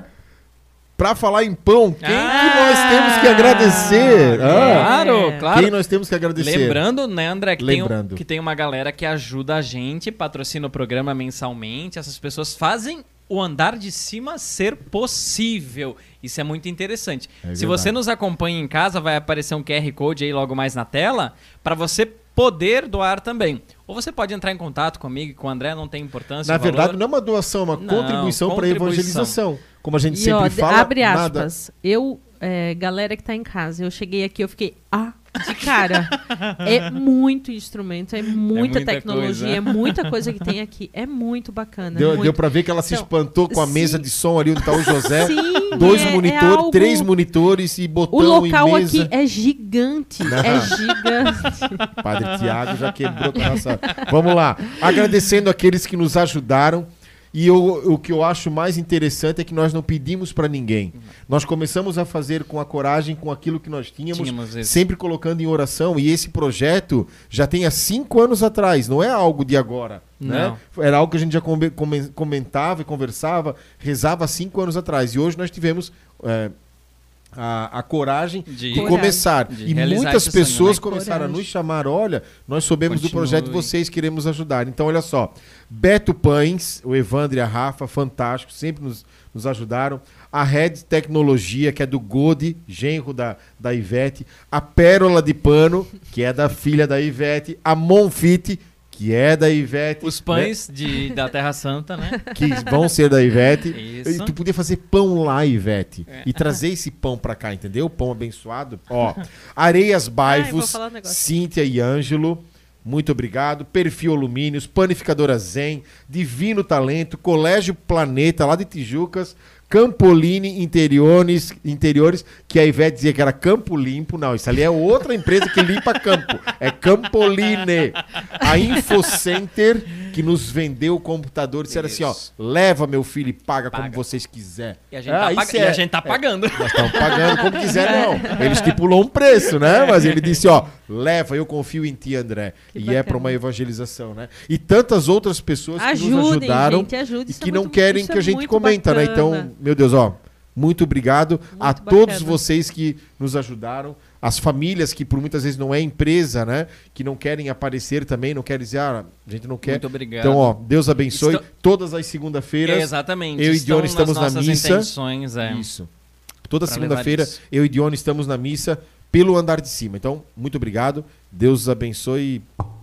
Pra falar em pão, quem Ah, que nós temos que agradecer? Ah, Claro, É. claro. Quem nós temos que agradecer? Lembrando, né, André, que tem, Lembrando. um- que tem uma galera que ajuda a gente, patrocina o programa mensalmente. Essas pessoas fazem o andar de cima ser possível. Isso é muito interessante. É Se verdade. você nos acompanha em casa, vai aparecer um Q R Code aí logo mais na tela, para você poder doar também. Ou você pode entrar em contato comigo e com o André, não tem importância. Na o valor. verdade, não é uma doação, é uma Não, contribuição para a contribuição. evangelização. Como a gente E, sempre ó, fala, abre nada... aspas. Eu, é, galera que tá em casa, eu cheguei aqui, eu fiquei, ah, de cara. É muito instrumento, é muita, muita tecnologia, coisa. é muita coisa que tem aqui. É muito bacana. Deu, muito. deu pra ver que ela se Então, espantou com a sim. mesa de som ali onde tá o José. Sim, Dois é- é monitores, algo- três monitores e botão O local e mesa. aqui é gigante, é gigante. Padre Tiago já quebrou com a nossa... Vamos lá. Agradecendo aqueles que nos ajudaram. E eu- o que eu acho mais interessante é que nós não pedimos para ninguém. Nós começamos a fazer com a coragem, com aquilo que nós tínhamos, Tínhamos isso. sempre colocando em oração. E esse projeto já tem há cinco anos atrás, não é algo de agora. Né? Era algo que a gente já come- come- comentava e conversava, rezava há cinco anos atrás. E hoje nós tivemos... é, A, a coragem De- de, Coragem. começar. De e realizar muitas esse sonho, pessoas né? começaram a Coragem. nos chamar, olha, nós soubemos do Continue. projeto, vocês queremos ajudar. Então, olha só, Beto Pães, o Evandro e a Rafa, fantástico, sempre nos, nos ajudaram. A Red Tecnologia, que é do Gode, genro da, da Ivete. A Pérola de Pano, que é da filha da Ivete. A Monfit, que é da Ivete. Os pães de, da Terra Santa, né? né, que vão ser da Ivete. Isso. E tu podia fazer pão lá, Ivete. É. E trazer esse pão pra cá, entendeu? Pão abençoado. Ó, Areias Ai, vou Baivos, falar um negócio. Cíntia e Ângelo, muito obrigado. Perfil Alumínios, Panificadora Zen, Divino Talento, Colégio Planeta, lá de Tijucas, Campoline Interiores, Interiores, que a Ivete dizia que era Campo Limpo. Não, isso ali é outra empresa que limpa campo. É Campoline. A Infocenter, que nos vendeu o computador, disseram assim, ó, Isso. leva meu filho e paga, Paga. como vocês quiserem. E a gente, Ah, tá, isso paga- é- e a gente tá pagando. Nós estamos pagando como quiser, não. Ele estipulou um preço, né? Mas ele disse, ó, leva, eu confio em ti, André. Que e bacana. é para uma evangelização, né? E tantas outras pessoas que nos Ajudem, ajudaram gente, ajude. e Isso que é não muito- querem isso que é a gente muito comenta, né? Então, bacana. meu Deus, ó, muito obrigado a Muito todos bacana. vocês que nos ajudaram, as famílias que por muitas vezes não é empresa, né? Que não querem aparecer também, não querem dizer, ah, a gente não quer. Muito obrigado. Então, ó, Deus abençoe. Estou- todas as segunda-feiras. Exatamente. eu e estão Dione estamos nas na nossas missa. intenções, é. Isso. Toda Pra segunda-feira, levar isso. eu e Dione estamos na missa pelo andar de cima. Então, muito obrigado. Deus os abençoe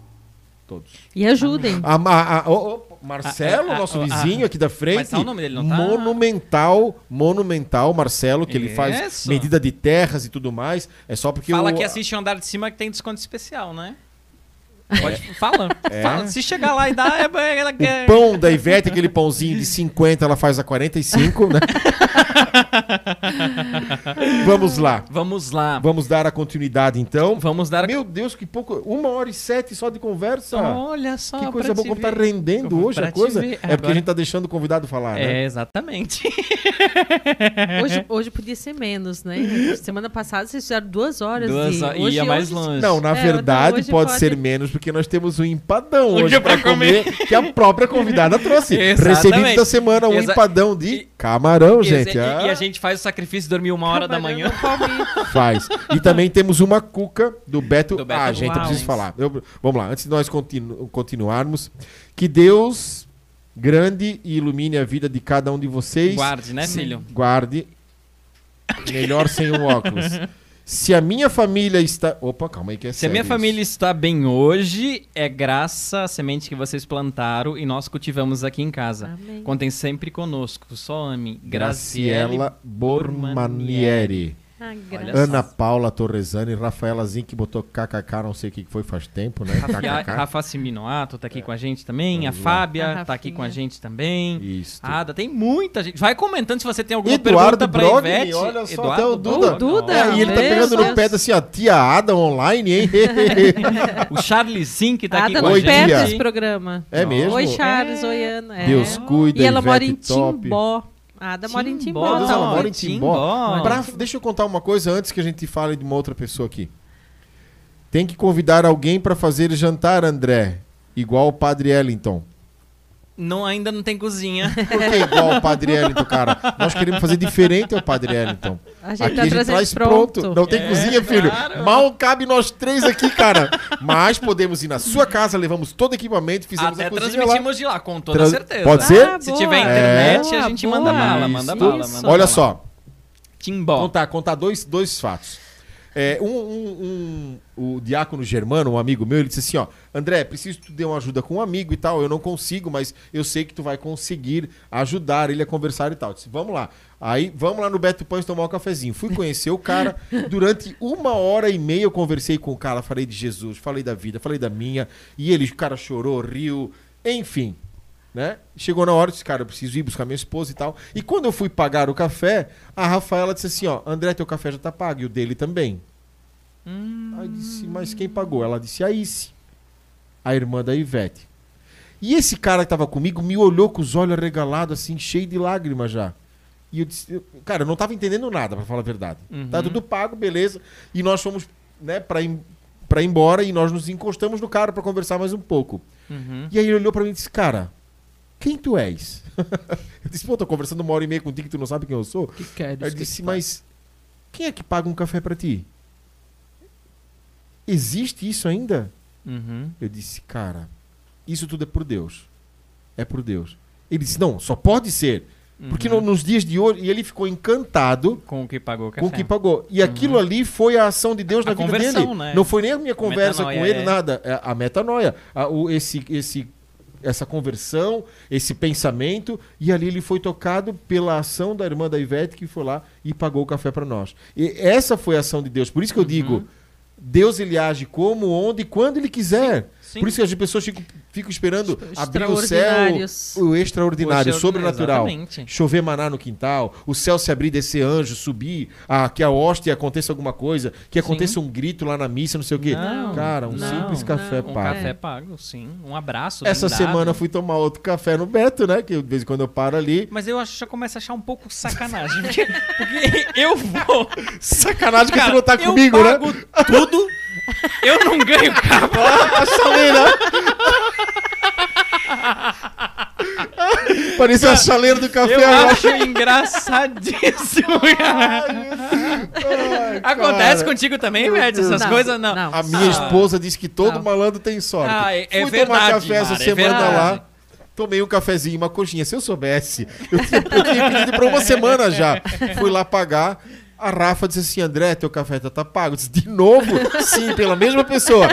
todos. E ajudem. A, a- a- ô, ô, Marcelo, Ah, ah, nosso ah, vizinho ah. aqui da frente. Mas tá o nome dele, não tá? Monumental, monumental, Marcelo, que ele faz Isso. medida de terras e tudo mais. É só porque Fala o, que assiste o Andar de Cima que tem desconto especial, né? Pode, fala. É. Fala. Se chegar lá e dar, é, é, ela o quer. pão da Ivete, aquele pãozinho de cinquenta, ela faz a quarenta e cinco, né? Vamos lá. Vamos lá. Vamos dar a continuidade, então. Vamos dar. Meu Deus, que pouco. Uma hora e sete só de conversa. Olha só. Que pra coisa boa, te como tá ver. rendendo hoje Pra a te coisa. ver. É porque Agora- a gente tá deixando o convidado falar, né? É, exatamente. Hoje, hoje podia ser menos, né? Semana passada vocês fizeram duas horas. Duas e horas- hoje, ia mais hoje- longe. Não, na É, verdade então hoje pode, pode- ser menos, porque nós temos um empadão Um hoje dia pra pra comer, que a própria convidada trouxe. Exatamente. Recebido da semana um Exa- empadão de E- camarão, E, gente. e- Ah, e a gente faz o sacrifício de dormir uma hora da Camarão manhã. no palmito. faz. E também temos uma cuca do Beto. Do Beto ah, gente, eu Uau. preciso falar. Eu- vamos lá, antes de nós continu- continuarmos, que Deus grande e ilumine a vida de cada um de vocês. Guarde, né, filho? Guarde. Melhor sem o óculos. Se a minha família está. Opa, calma aí que é Se a minha sério família isso. está bem hoje, é graças à semente que vocês plantaram e nós cultivamos aqui em casa. Amém. Contem sempre conosco. Só ame. Graciela. Graciela Bormanieri. Ah, Olha graças. Ana Paula Torresani, Rafaela Zin, que botou K K K, não sei o que foi faz tempo, né? Rafa, K K K. Rafa Siminoato tá aqui com a gente também. Vamos a lá. Fábia A tá aqui com a Rafinha. gente também. Isso. A Ada, tem muita gente. Vai comentando se você tem alguma Eduardo pergunta pra Brogni, Ivete. olha só, Eduardo até o Brogni. Duda. O Duda. É, e ele tá Meu pegando no Deus. pé assim, ó, tia Ada online, hein? O Charles Sim, que tá aqui Ada com a Oi, no pé tia. desse programa. É mesmo? Oi, Charles. Oi, Ana. É. Deus cuida, E ela mora em Ivete top. Timbó. A Ada mora em Timbó. Meu Deus, ela tá? mora em Timbó. Timbó. Pra- deixa eu contar uma coisa antes que a gente fale de uma outra pessoa aqui. Tem que convidar alguém para fazer jantar, André. Igual o Padre Ellington. Não, ainda não tem cozinha. Por que igual o Padre Ellington, cara? Nós queremos fazer diferente ao Padre Ellington. A gente Aqui tá a gente trazendo traz pronto. pronto. Não tem É, cozinha, filho. claro. Mal cabe nós três aqui, cara. Mas podemos ir na sua casa, levamos todo o equipamento, fizemos Até a cozinha lá. transmitimos de lá, com toda Trans- certeza. Pode ser? Ah, Se boa. tiver É. internet, a Boa, gente boa. manda bala, manda Isso. bala. Isso. Manda Olha bala. só, Timbó. contar, contar dois, dois fatos. É, um, um- um- o diácono Germano, um amigo meu, ele disse assim, ó, André, preciso que tu dê uma ajuda com um amigo e tal, eu não consigo, mas eu sei que tu vai conseguir ajudar ele a conversar e tal. Eu disse, vamos lá. Aí, vamos lá no Beto Pães tomar um cafezinho. Fui conhecer o cara, durante uma hora e meia eu conversei com o cara, falei de Jesus, falei da vida, falei da minha, e ele, o cara chorou, riu, enfim... Né? Chegou na hora, eu disse, cara, eu preciso ir buscar minha esposa e tal. E quando eu fui pagar o café, a Rafaela disse assim, ó, André, teu café já tá pago, e o dele também. Hum. Aí eu disse, mas quem pagou? Ela disse, a Ice, a irmã da Ivete. E esse cara que tava comigo me olhou com os olhos arregalados, assim, cheio de lágrimas já. E eu disse, eu- cara, eu não tava entendendo nada, pra falar a verdade. Uhum. Tá tudo pago, beleza. E nós fomos, né, pra ir, pra ir embora, e nós nos encostamos no cara pra conversar mais um pouco. Uhum. E aí ele olhou pra mim e disse, cara, quem tu és? Eu disse, pô, tô conversando uma hora e meia contigo que tu não sabe quem eu sou. Que queres? Aí eu disse, mas quem é que paga um café pra ti? Existe isso ainda? Uhum. Eu disse, cara, isso tudo é por Deus. É por Deus. Ele disse, não, só pode ser. Porque Uhum. no- nos dias de hoje, e ele ficou encantado Com o que pagou o café. com o que pagou. E aquilo ali foi a ação de Deus A na vida conversão, dele. né? Não foi nem a minha conversa metanoia, com ele, é. nada. É a metanoia. A- o- esse, esse, essa conversão, esse pensamento. E ali ele foi tocado pela ação da irmã da Ivete, que foi lá e pagou o café para nós. E essa foi a ação de Deus. Por isso que eu Uhum. digo, Deus ele age como, onde e quando ele quiser. Sim. Por isso que as pessoas ficam, ficam esperando abrir o céu, Extraordinários. o extraordinário, O sobrenatural. exatamente. Chover maná no quintal, o céu se abrir, descer anjo, subir, a, que a hóstia aconteça alguma coisa, que aconteça um grito lá na missa, não sei o quê. Não, Cara, um não, simples café não. Um pago. café pago, sim. Um abraço. Essa bem dado. semana eu fui tomar outro café no Beto, né? Que eu, de vez em quando eu paro ali. Mas eu acho que já começo a achar um pouco sacanagem. Porque, porque eu vou. Sacanagem que Cara, tu não tá eu comigo, né? pago tudo. Eu não ganho capa. A chaleira. Parecia a chaleira do café. Eu lá. acho engraçadíssimo. Ai, Acontece cara. contigo também, Vete? Essas Não, coisas não. não. A minha Ah. esposa disse que todo Não. malandro tem sorte. Ah, é- é Fui verdade, tomar café essa Mara, é semana verdade. lá. Tomei um cafezinho, uma coxinha. Se eu soubesse, eu tinha, eu tinha pedido pra uma semana já. Fui lá pagar. A Rafa disse assim, André, teu café tá, tá pago. Eu disse, de novo? Sim, pela mesma pessoa.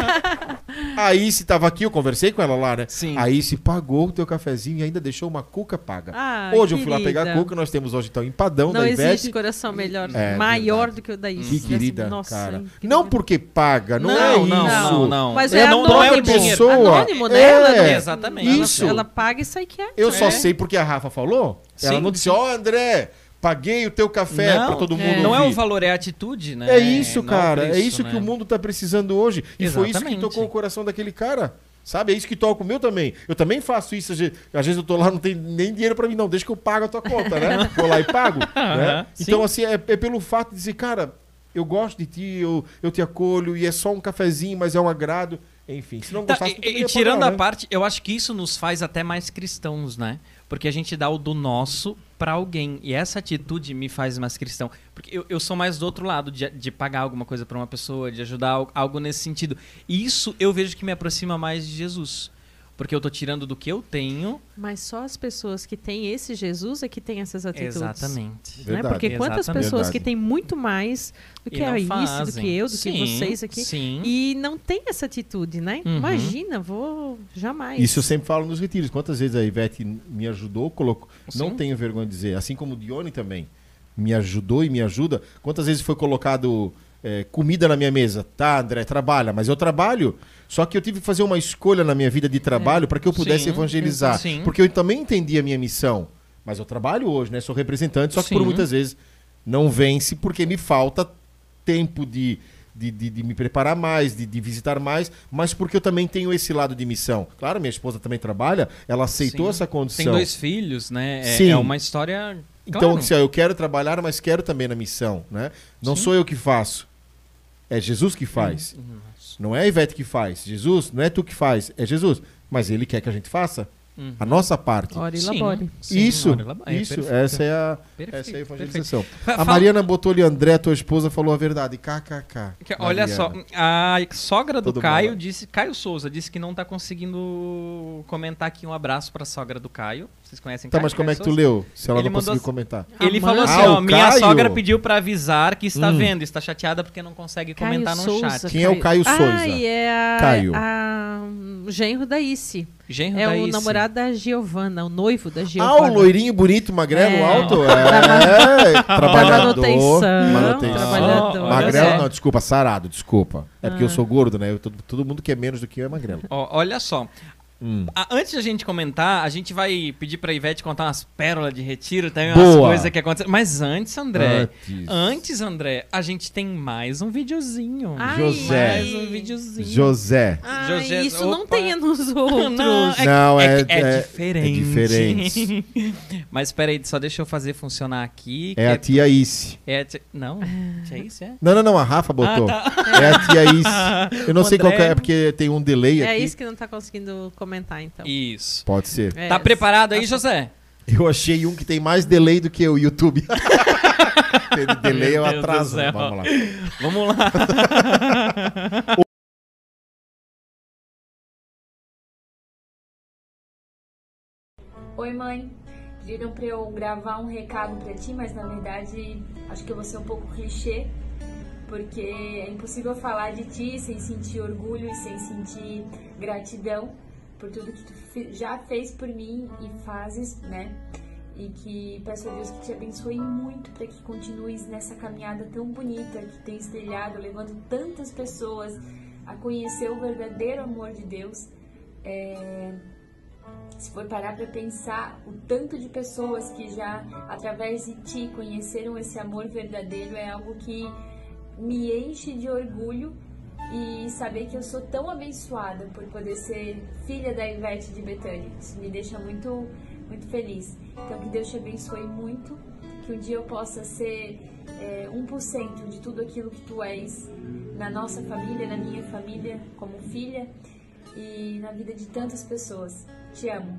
A Ice tava aqui, eu conversei com ela lá, né? Sim. A Ice pagou o teu cafezinho e ainda deixou uma cuca paga. Ah, Hoje eu fui lá querida. pegar a cuca, nós temos hoje então empadão Não da existe Ivete. coração melhor, É, maior verdade. do que o da Isis. Que querida, Nossa, cara. incrível. Não porque paga, não, Não, é não, isso. não, não. Mas É é, não- anônimo. não é o outra dinheiro. pessoa. Anônimo, né? É, Ela não- Exatamente. ela- Isso. Ela paga e sai quieto. Eu só É. sei porque a Rafa falou. Ela Sim, não disse, ó, André, paguei o teu café Não, pra todo mundo é. Não é ouvir. o valor, é a atitude, né? É isso, Não é o cara. É preço, isso que né? o mundo tá precisando hoje. E foi isso que Exatamente. tocou o coração daquele cara. Sabe? É isso que toca o meu também. Eu também faço isso. Às vezes, às vezes eu tô lá, não tem nem dinheiro pra mim, não. Deixa que eu pago a tua conta, né? Vou lá e pago. né? Aham, Então, sim. assim, é, é pelo fato de dizer, cara, eu gosto de ti, eu, eu te acolho, e é só um cafezinho, mas é um agrado. Enfim, se não Tá, gostasse, e, tu e poderia tirando pagar, a né? parte, eu acho que isso nos faz até mais cristãos, né? Porque a gente dá o do nosso pra alguém. E essa atitude me faz mais cristão. Porque eu, eu sou mais do outro lado, de, de pagar alguma coisa pra uma pessoa, de ajudar al- algo nesse sentido. E isso eu vejo que me aproxima mais de Jesus. Porque eu tô tirando do que eu tenho. Mas só as pessoas que têm esse Jesus é que têm essas atitudes. Exatamente. Né? Verdade. Porque quantas Exatamente. pessoas Verdade. que têm muito mais do E que não a Ice, do fazem. que eu, do Sim, que vocês aqui. sim. E não tem essa atitude, né? Uhum. Imagina, vou jamais. Isso eu sempre falo nos retiros. Quantas vezes a Ivete me ajudou, colocou. Não Sim. tenho vergonha de dizer. Assim como o Dione também me ajudou e me ajuda. Quantas vezes foi colocado é, comida na minha mesa? Tá, André, trabalha, mas eu trabalho. Só que eu tive que fazer uma escolha na minha vida de trabalho para que eu pudesse Sim, evangelizar. sim. Porque eu também entendi a minha missão. Mas eu trabalho hoje, né? Sou representante, só que por Sim. muitas vezes não vence porque me falta tempo de, de, de, de me preparar mais, de, de visitar mais, mas porque eu também tenho esse lado de missão. Claro, minha esposa também trabalha, ela aceitou Sim. essa condição. Tem dois filhos, né? É, Sim. é uma história. Então, claro. assim, ó, eu quero trabalhar, mas quero também na missão, né? Não Sim. sou eu que faço. É Jesus que faz. Hum, Não é a Ivete que faz. Jesus, não é tu que faz, é Jesus. Mas ele quer que a gente faça Uhum. a nossa parte. Ora e Sim, labore. sim, Isso, ora, elabora. É, isso. perfeito. Essa é a, Perfeito, essa é a perfeito. evangelização. Fa- A fala- Mariana botou ali, André, tua esposa, falou a verdade. K K K. Que, olha Mariana. só, a sogra do Todo Caio mal. disse, Caio Souza disse que não tá conseguindo comentar aqui. Um abraço pra sogra do Caio. Vocês conhecem Tá, Caio? mas como é Caio que tu Souza? leu? Se ela Ele não mandou conseguiu assim- comentar. Ele Ah, falou mãe. assim, Ah, ó, o minha Caio? sogra pediu pra avisar que está Hum. vendo, está chateada porque não consegue Caio comentar no Souza, chat. Quem é o Caio Souza? Ai, é a, Caio. a- o genro da Issy. Genro É da o Issy. namorado da Giovana, o noivo da Ah, Giovana. o loirinho bonito, magrelo, É. alto? É, trabalhador. manutenção, manutenção. trabalhador. Olha Magrelo, só. não, desculpa, sarado, desculpa. É porque eu Ah. sou gordo, né? Eu- todo, todo mundo que é menos do que eu é magrelo. Ó, olha só. Hum. A- antes da gente comentar, a gente vai pedir pra Ivete contar umas pérolas de retiro, tem umas Boa. coisas que aconteceram. Mas antes, André, Antes. antes, André, a gente tem mais um videozinho. Ai. José. Mais um videozinho. José. Ai, José- isso não opa. tem nos outros. Não, é, Não, é, é- que é é- diferente. é diferente. Mas peraí, só deixa eu fazer funcionar aqui. É a que tia Issy. é, é a tia- Não, tia isso é? Não, não, não, a Rafa botou. Ah, tá. É a tia Issy. Eu não O sei qual André- que é, é porque tem um delay É aqui. isso que não tá conseguindo comentar, então. Isso. Pode ser. É, Tá preparado aí, José? Eu achei um que tem mais delay do que o YouTube. Tem delay é o Meu Deus do atraso. céu. Vamos lá. Vamos lá. Oi, mãe. Pediram pra eu gravar um recado pra ti, mas na verdade acho que eu vou ser um pouco clichê, porque é impossível falar de ti sem sentir orgulho e sem sentir gratidão por tudo que tu fe- já fez por mim e fazes, né? E que peço a Deus que te abençoe muito para que continues nessa caminhada tão bonita que tens trilhado, levando tantas pessoas a conhecer o verdadeiro amor de Deus. É... Se for parar para pensar o tanto de pessoas que já, através de ti, conheceram esse amor verdadeiro, é algo que me enche de orgulho, e saber que eu sou tão abençoada por poder ser filha da Ivete de Betânia. Isso me deixa muito, muito feliz. Então, que Deus te abençoe muito, que um dia eu possa ser é, um por cento de tudo aquilo que tu és na nossa família, na minha família, como filha, e na vida de tantas pessoas. Te amo.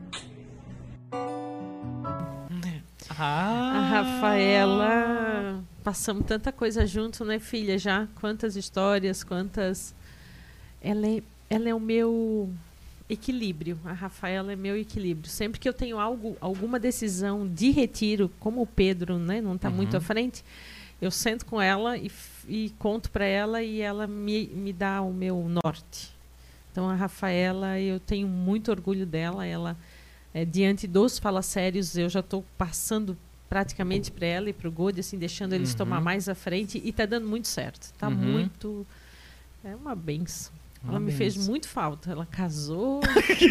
Ah. A Rafaela, passamos tanta coisa junto, né, filha? Já quantas histórias, quantas. Ela é, ela é o meu equilíbrio. A Rafaela é meu equilíbrio. Sempre que eu tenho algo, alguma decisão de retiro, como o Pedro, né, não está Uhum. muito à frente, eu sento com ela e, f- e conto para ela e ela me, me dá o meu norte. Então a Rafaela, eu tenho muito orgulho dela. Ela É, diante dos fala sérios, eu já estou passando praticamente para ela e para o Gode, assim, deixando eles Uhum. tomar mais à frente, e está dando muito certo. Está Uhum. muito. É uma benção. Uma Ela me fez benção. muito falta. Ela casou.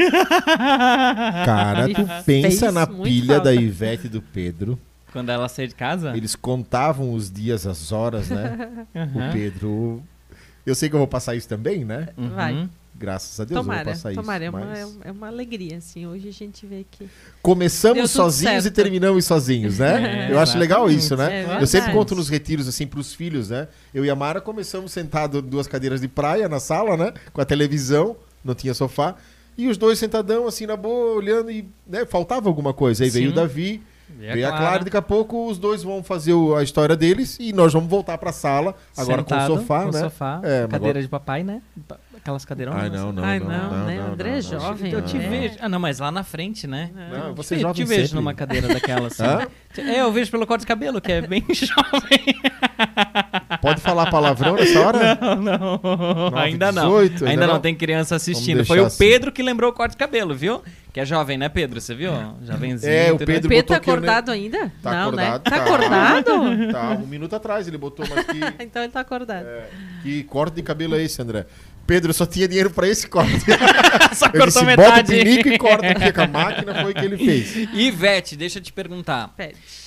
Cara, Me tu fez pensa na muito pilha falta. da Ivete e do Pedro. Quando ela saiu de casa? Eles contavam os dias, as horas, né? Uhum. O Pedro... Eu sei que eu vou passar isso também, né? Uhum. Vai. Graças a Deus eu Tomara, vou passar tomara. É isso. uma, mas- é um- é uma alegria, assim. Hoje a gente vê que. Deu Começamos tudo sozinhos certo. e terminamos sozinhos, né? É, eu acho legal exatamente. isso, né? É eu sempre verdade. conto nos retiros, assim, pros filhos, né? Eu e a Mara começamos sentados em duas cadeiras de praia na sala, né? Com a televisão, não tinha sofá. E os dois sentadão, assim, na boa, olhando e... Né? Faltava alguma coisa. Aí veio Sim. o Davi, E a veio a Clara. Clara. E daqui a pouco os dois vão fazer o- a história deles e nós vamos voltar pra sala, agora Sentado, com o sofá, com né? sofá, É, mas cadeira agora- de papai, né? Aquelas cadeironas. Ai, não, não, Ai, não, não, né? André é jovem, Eu te né? vejo. Ah, não, mas lá na frente, né? Não, Eu você te, jovem te vejo sempre. numa cadeira daquela assim. Hã? É, eu vejo pelo corte de cabelo, que é bem jovem. Pode falar palavrão nessa hora? Não, não. Ainda não. dezoito, ainda, ainda não. não? tem criança assistindo. Vamos Foi deixar o assim. Pedro que lembrou o corte de cabelo, viu? Que é jovem, né, Pedro? Você viu? Jovenzinho. É, o tudo. Pedro- O Pedro botou tá que eu nem- acordado ainda? Tá não, né? acordado, Tá tá. acordado? Tá, um minuto atrás ele botou, mas que... Então ele tá acordado. Que corte de cabelo é esse, André? Pedro, eu só tinha dinheiro pra esse corte. Só Eu cortou disse, bota o metade. pinico e corta, porque com a máquina foi o que ele fez. Ivete, deixa eu te perguntar. Pede.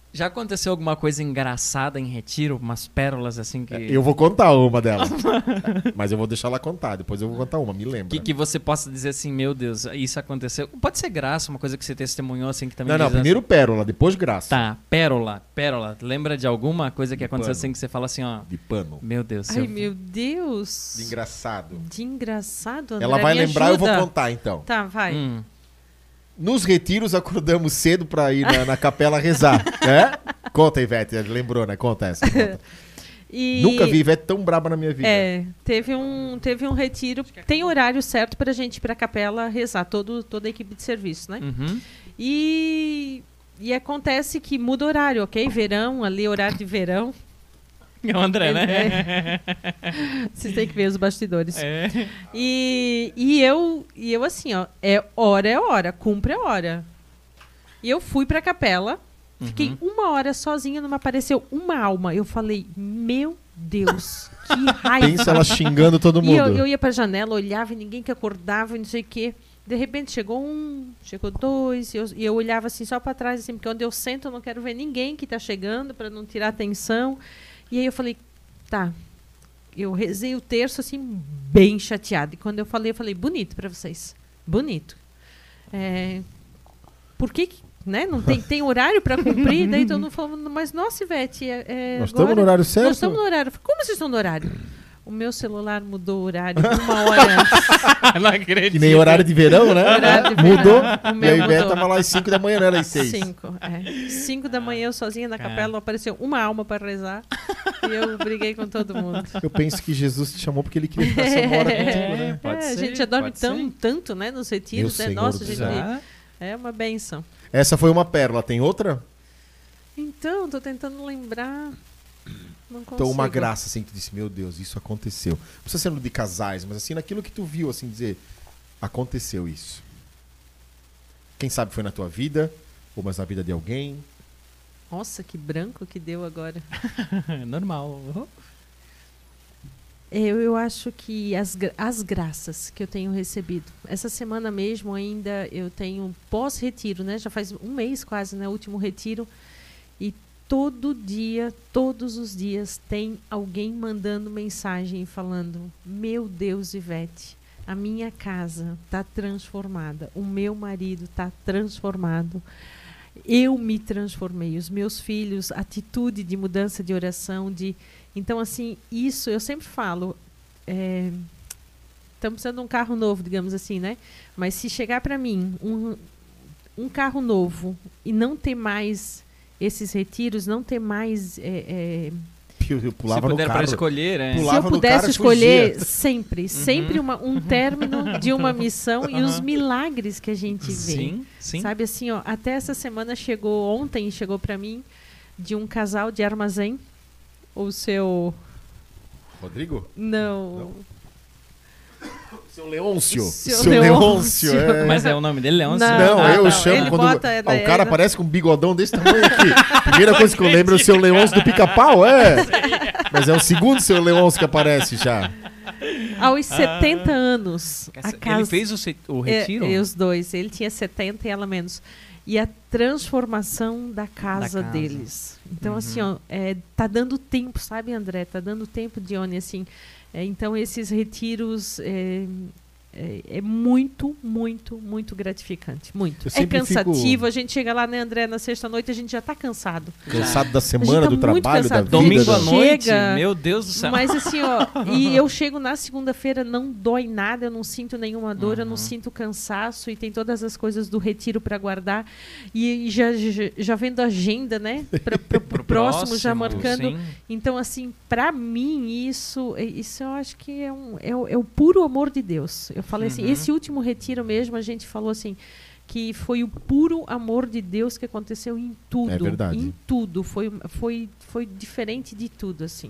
Já aconteceu alguma coisa engraçada em retiro? Umas pérolas assim que... Eu vou contar uma delas. Mas eu vou deixar ela contar. Depois eu vou contar uma, me lembra. Que, que você possa dizer assim, meu Deus, isso aconteceu. Pode ser graça, uma coisa que você testemunhou assim que também... Não, não, diz primeiro assim. pérola, depois graça. Tá, pérola, pérola. Lembra de alguma coisa que De aconteceu pano. assim que você fala assim, ó... De pano. Meu Deus. Ai, eu- meu Deus. De engraçado. De engraçado, André. Ela vai me lembrar, eu vou ajuda. contar então. Tá, vai. Hum. Nos retiros acordamos cedo pra ir na, na capela rezar, né? Conta, Ivete, lembrou, né? Conta essa. Conta. E- Nunca vi Ivete tão braba na minha vida. É, teve um, teve um retiro. Tem horário certo pra gente ir pra capela rezar, todo, toda a equipe de serviço, né? Uhum. E, e acontece que muda o horário, ok? Verão, ali, horário de verão. É o André, né? É. Vocês têm que ver os bastidores. É. E, e, eu, e eu, assim, ó, é hora é hora, cumpre a hora. E eu fui pra capela, fiquei Uhum. uma hora sozinha, não me apareceu uma alma. Eu falei, meu Deus, que raiva. Pensa ela xingando todo mundo. E eu, eu ia pra janela, olhava e ninguém que acordava e não sei o quê. De repente chegou um, chegou dois, e eu, e eu olhava assim só pra trás, assim, porque onde eu sento eu não quero ver ninguém que tá chegando pra não tirar atenção. E aí eu falei, tá. Eu rezei o terço assim, bem chateada. E quando eu falei, eu falei, bonito pra vocês. Bonito. É, por que, que, né? Não tem, tem horário pra cumprir? Daí todo mundo falando, mas nossa, Ivete, é, é, Nós agora- estamos no horário certo? Nós estamos no horário. Eu falei, como vocês estão no horário? O meu celular mudou o horário uma hora antes. Não acredito. Que nem horário de verão, né? Horário de verão. Mudou. O E a meu Ivete mudou. tava lá às cinco da manhã, não era às seis. Cinco, é. Cinco da manhã, eu sozinha na Cara. capela, não apareceu uma alma para rezar. E eu briguei com todo mundo. Eu penso que Jesus te chamou porque ele queria passar uma hora contigo, né? Pode É, a ser, gente já dorme pode tão, ser. tanto, né, nos retiros, Meu né? Senhor Nossa, do gente, céu. Já. é uma benção. Essa foi uma pérola. Tem outra? Então, tô tentando lembrar. Não consigo. Então, uma graça, assim, que tu disse, meu Deus, isso aconteceu. Não precisa ser no de casais, mas assim, naquilo que tu viu, assim, dizer, aconteceu isso. Quem sabe foi na tua vida, ou mas na vida de alguém. Nossa, que branco que deu agora. Normal. Eu, eu acho que as, gra- as graças que eu tenho recebido. Essa semana mesmo ainda eu tenho pós-retiro, né? Já faz um mês quase, né? Último retiro. E todo dia, todos os dias, tem alguém mandando mensagem falando: meu Deus, Ivete, a minha casa está transformada. O meu marido está transformado. Eu me transformei. Os meus filhos, atitude de mudança de oração, de... Então, assim, isso eu sempre falo. É, estamos precisando de um carro novo, digamos assim, né? Mas se chegar para mim um, um carro novo e não ter mais esses retiros, não ter mais... É, é, Eu, eu Se pulava no puder pra carro. escolher, é. Pula- se Pulava eu no pudesse cara e escolher fugia. sempre, sempre uma, um término de uma missão e os milagres que a gente vê. Sim, sim. Sabe assim, ó, até essa semana chegou, ontem chegou para mim, de um casal de armazém, o seu... Rodrigo? Não. Seu Leôncio. Seu Seu Leôncio. Leôncio, é. Mas é o nome dele, Leôncio? Não, Não, Ah, eu não. chamo Ele quando... bota, Ah, né, o cara ele- aparece com um bigodão desse tamanho aqui. Primeira coisa que eu lembro é o seu Leôncio do Pica-Pau, é. Mas é o segundo seu Leôncio que aparece já. Aos setenta anos. A Ele casa, fez o, se- o é, retiro? é, os dois. Ele tinha setenta e ela menos. E a transformação da casa, casa. deles. Então, Uhum. assim, ó, é, tá dando tempo, sabe, André? Tá dando tempo, Dione, assim. É, então, esses retiros é, é, é muito, muito, muito gratificante. Muito. Eu É sempre cansativo. fico- A gente chega lá, né, André, na sexta-noite, a gente já tá cansado. Cansado da A semana, gente tá do muito trabalho, da cansado. vida. Domingo da- à noite? Chega. Meu Deus do céu. Mas assim, ó, e eu chego na segunda-feira, não dói nada, eu não sinto nenhuma dor, eu não Uhum. sinto cansaço e tem todas as coisas do retiro para guardar. E, e já, já, já vendo a agenda, né? Para o Pro próximo, já marcando. sim. Então, assim, para mim, isso, isso eu acho que é, um, é, o, é o puro amor de Deus. Eu falei assim, Uhum. esse último retiro mesmo, a gente falou assim, que foi o puro amor de Deus que aconteceu em tudo. É verdade. Em tudo. Foi, foi, foi diferente de tudo, assim.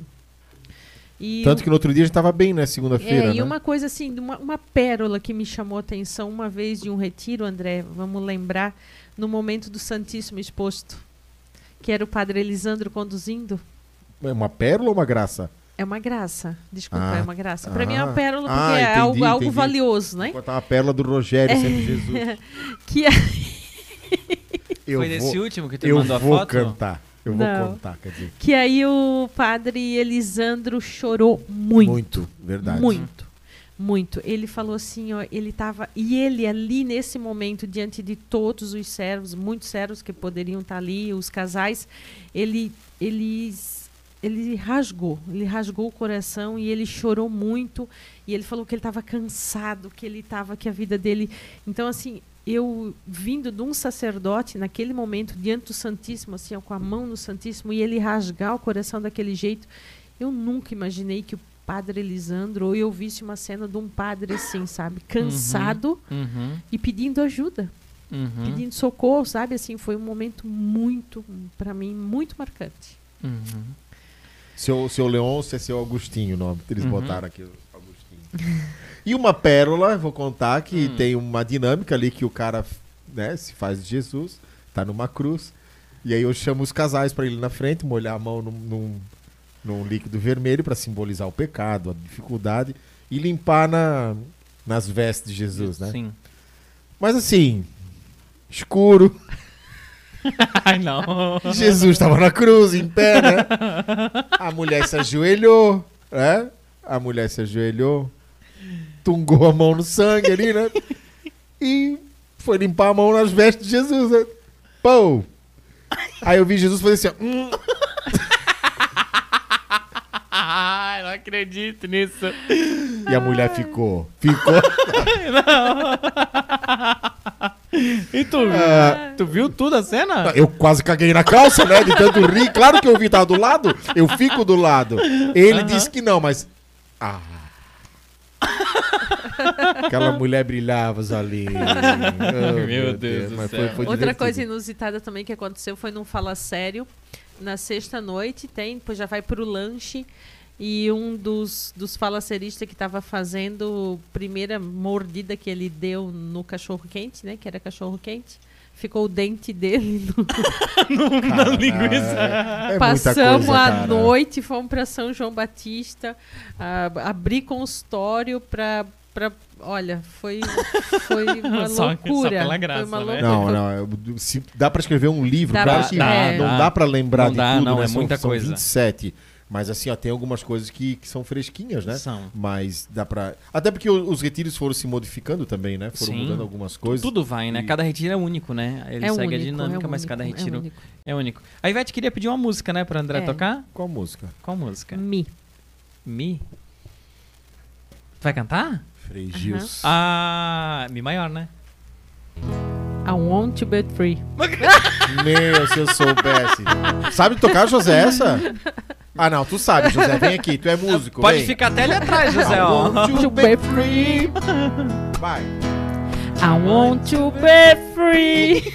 E Tanto que no outro dia a gente tava bem, né? Segunda-feira, é, e né? uma coisa assim, uma, uma pérola que me chamou a atenção uma vez de um retiro, André, vamos lembrar, no momento do Santíssimo Exposto, que era o Padre Elisandro conduzindo. É uma pérola ou uma graça? É uma graça, desculpa, Ah, é uma graça. Para mim é ah, uma pérola porque ah, é entendi, algo, algo entendi. valioso, né? Vou botar uma pérola do Rogério, sempre Jesus. Que é- Eu Foi vou, desse último que tu eu mandou a vou foto? cantar. Eu vou Não. contar, quer dizer. Que aí o padre Elisandro chorou muito. Muito, verdade. Muito, muito. Ele falou assim, ó, ele estava... E ele ali, nesse momento, diante de todos os servos, muitos servos que poderiam estar ali, os casais, ele, ele, ele rasgou, ele rasgou o coração e ele chorou muito. E ele falou que ele estava cansado, que ele estava, que a vida dele... Então, assim... Eu, vindo de um sacerdote, naquele momento, diante do Santíssimo, assim, ó, com a mão no Santíssimo, e ele rasgar o coração daquele jeito, eu nunca imaginei que o padre Elisandro, ou eu visse uma cena de um padre assim, sabe? Cansado Uhum. e pedindo ajuda, Uhum. pedindo socorro, sabe? Assim, foi um momento muito, para mim, muito marcante. Uhum. Seu, seu Leôncio é seu Agostinho o nome. Eles Uhum. botaram aqui o Agostinho. E uma pérola, eu vou contar que Hum. tem uma dinâmica ali que o cara, né, se faz de Jesus, tá numa cruz. E aí eu chamo os casais para ir na frente, molhar a mão num, num, num líquido vermelho para simbolizar o pecado, a dificuldade, e limpar na, nas vestes de Jesus, né? Sim. Mas assim, escuro. Ai, não. Jesus estava na cruz, em pé, né? A mulher se ajoelhou, né? A mulher se ajoelhou, tungou a mão no sangue ali, né? E foi limpar a mão nas vestes de Jesus, né? Pô! Aí eu vi Jesus fazer assim, ó. Hum. Ai, não acredito nisso. E a mulher ficou. Ficou. E tu, Ah. tu viu tudo a cena? Eu quase caguei na calça, né? De tanto rir. Claro que eu vi, tava do lado. Eu fico do lado. Ele Aham. disse que não, mas... Ah... Aquela mulher brilhava os olhinhos. Oh, Meu Deus do mas céu. Foi, foi Outra divertido. coisa inusitada também que aconteceu foi num Fala Sério. Na sexta-noite tem, depois já vai pro lanche. E um dos, dos falaceristas que estava fazendo a primeira mordida que ele deu no cachorro-quente, né? Que era cachorro-quente. Ficou o dente dele no... Na linguiça. É, é muita Passamos coisa, a cara. noite, fomos para São João Batista, a, abrir consultório para... Olha, foi, foi uma Só que- só loucura. pela graça, foi uma né? loucura. Não, não. eu- se dá pra escrever um livro, Dá claro pra- que é. não dá. dá pra lembrar Não de dá, tudo, não, né? é São- muita são coisa. vinte e sete. Mas assim, ó, tem algumas coisas que, que são fresquinhas, né? São. Mas dá pra... Até porque o- os retiros foram se modificando também, né? Foram Sim. mudando algumas coisas. Tudo vai, né? E- Cada retiro é único, né? Ele É segue único, a dinâmica, é mas único, cada é retiro único. é único. A Ivete queria pedir uma música, né, pra André É. tocar? Qual música? Qual música? Mi. Mi? Tu vai cantar? Frei Gils. Ah, Mi maior, né? I want to be free. Meu, se eu soubesse. Sabe tocar, José, essa? Ah, não, tu sabe, José. Vem aqui, tu é músico. Pode vem. ficar até ali atrás, José, I ó. want to be free. Vai. I want to be free.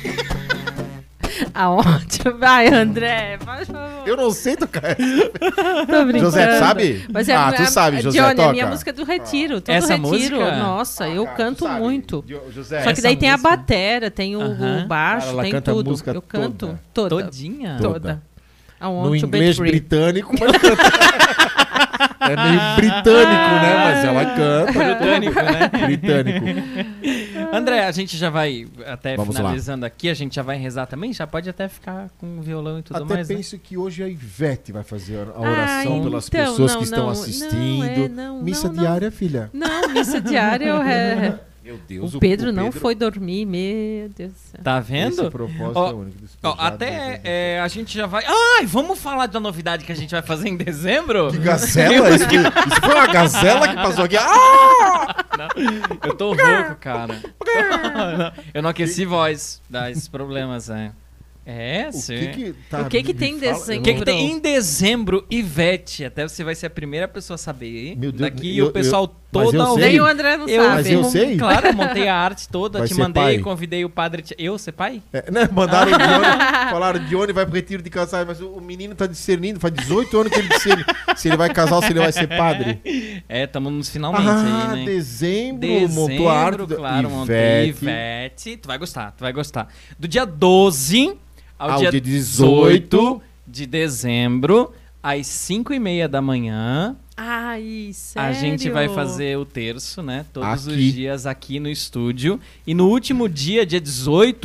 I want to... Vai, André, faz favor. Eu não sei tocar essa. Tô brincando. José, sabe? Mas é, Ah, tu é- sabe, José, Johnny, toca. a minha música do Retiro. Todo Essa Retiro. música? Nossa, eu Cara, canto tu sabe. muito. Jo- José, Só que essa daí tem a música- batera, tem o, Aham. o baixo, Cara, ela tem canta a tudo. música Eu canto toda. toda. Todinha? Toda. Toda. I no want to be inglês free. britânico, mas canta. É meio britânico, né? Mas ela canta. Britânico, né? Britânico. André, a gente já vai, até Vamos finalizando aqui, a gente já vai rezar também? Já pode até ficar com o violão e tudo Até mais, né? penso que hoje a Ivete vai fazer a Ah, oração pelas então, pessoas não, que estão não, assistindo. não, é, não, Missa não, não. diária, filha. Não, missa diária. eu, é, Meu Deus, o Pedro não foi dormir, meu Deus do céu. Tá Esse vendo? propósito Ó, é único. Ó, despejado, até né? é, a gente já vai... Ai, vamos falar da novidade que a gente vai fazer em dezembro? Que gazela? Isso, isso foi uma gazela que passou aqui. Ah! Eu tô rouco, cara. Não, eu não aqueci voz. Dá esses problemas, é. É, O sim. que que, tá, O que que me tem fala? Eu dezembro? O que, não- que tem em dezembro, Ivete? Até você vai ser a primeira pessoa a saber. Meu Deus, Daqui eu- o pessoal eu- mas todo eu ao sei. Nem vivo. o André não Eu, sabe. Mas eu sei. Claro, eu montei a arte toda, Vai te ser mandei, pai? convidei o padre. te- Eu, ser pai? É, né? Mandaram o Dione, falaram Dione vai pro retiro de casais, mas o, o menino tá discernindo, faz dezoito anos que ele discerne se ele vai casar ou se ele vai ser padre. É, estamos nos finalmente Ah, aí, né? dezembro, Dezembro, montou a arte da claro, montei Ivete. Ivete. Tu vai gostar, tu vai gostar. Do dia doze ao, Ao dia dia dezoito de dezembro, às cinco e meia da manhã, Ai, sério? a gente vai fazer o terço, né? Todos os Aqui. dias aqui no estúdio. E no último dia, dia dezoito,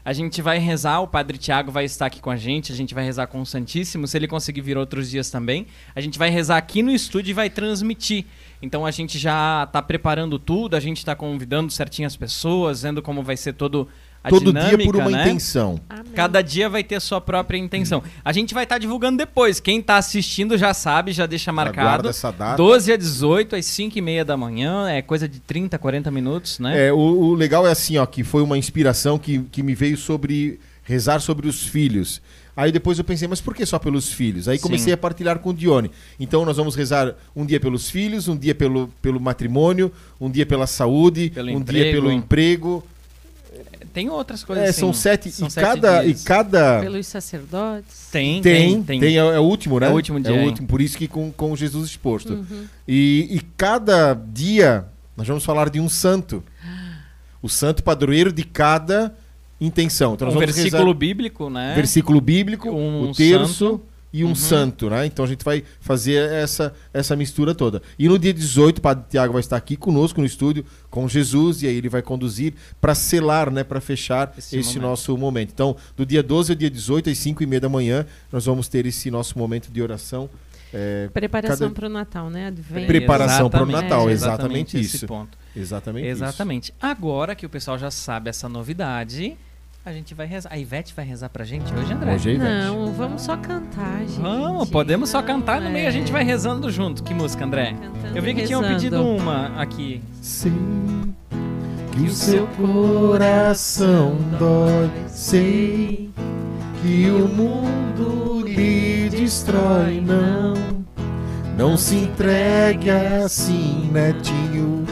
A gente vai rezar, o Padre Tiago vai estar aqui com a gente, a gente vai rezar com o Santíssimo, se ele conseguir vir outros dias também. A gente vai rezar aqui no estúdio e vai transmitir. Então a gente já está preparando tudo, a gente está convidando certinho as pessoas, vendo como vai ser todo a Todo dinâmica, dia por uma né? intenção. Amém. Cada dia vai ter a sua própria intenção. A gente vai estar divulgando depois. Quem está assistindo já sabe, já deixa marcado. Aguarda essa data. doze a dezoito, às cinco e meia da manhã. É coisa de trinta, quarenta minutos, né? É, o, o legal é assim, ó, que foi uma inspiração que, que me veio sobre rezar sobre os filhos. Aí depois eu pensei, mas por que só pelos filhos? Aí comecei Sim. a partilhar com o Dione. Então nós vamos rezar um dia pelos filhos, um dia pelo, pelo matrimônio, um dia pela saúde, Pelo um emprego. dia pelo emprego. Tem outras coisas É, assim. são sete, São e, sete cada, e dias. cada... Pelos sacerdotes. Tem, Tem, tem, tem, é, é o último, né? É o último dia, É o hein? último, por isso que com, com Jesus exposto. Uhum. E, e cada dia nós vamos falar de um santo. O santo padroeiro de cada intenção. Então nós Um vamos versículo rezar bíblico, né? versículo bíblico, Um o terço santo. e um Uhum. santo, né? Então a gente vai fazer essa, essa mistura toda. E no dia dezoito, o Padre Tiago vai estar aqui conosco no estúdio com Jesus e aí ele vai conduzir para selar, né, para fechar Esse esse, momento. nosso momento. Então, do dia doze ao dia dezoito, às cinco e meia da manhã, nós vamos ter esse nosso momento de oração. É, Preparação Cada- para o Natal, né? Advento. Preparação para o Exatamente, Natal, é, exatamente esse isso. ponto. exatamente, Exatamente. Agora que o pessoal já sabe essa novidade, a gente vai rezar. A Ivete vai rezar pra gente hoje, isso. André? Hoje é Ivete. Não, vamos só cantar, gente. Vamos, podemos só Não, cantar no meio, é. a gente vai rezando junto. Que música, André? Cantando Eu vi e que tinham rezando. pedido uma aqui. Sei que o seu coração dói, sei que o mundo lhe destrói, não, não se entregue assim, netinho.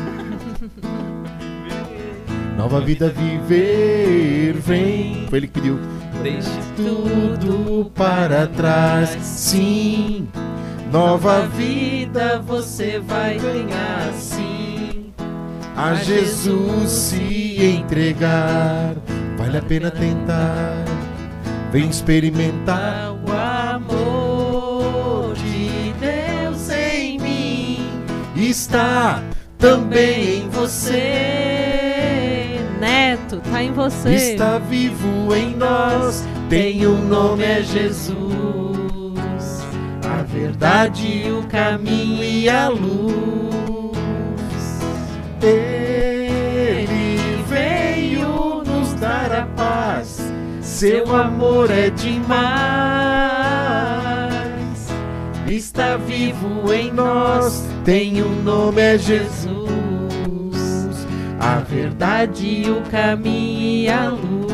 Nova vida viver, vem. Foi ele que pediu. Deixe Tudo para trás, sim. Nova vida você vai ganhar, sim. A Jesus se entregar, vale a pena tentar. Vem experimentar o amor de Deus em mim. Está também em você. Neto, tá em você. Está vivo em nós, tem um nome, é Jesus. A verdade, o caminho e a luz. Ele veio nos dar a paz, seu amor é demais. Está vivo em nós, tem um nome, é Jesus. A verdade, o caminho e a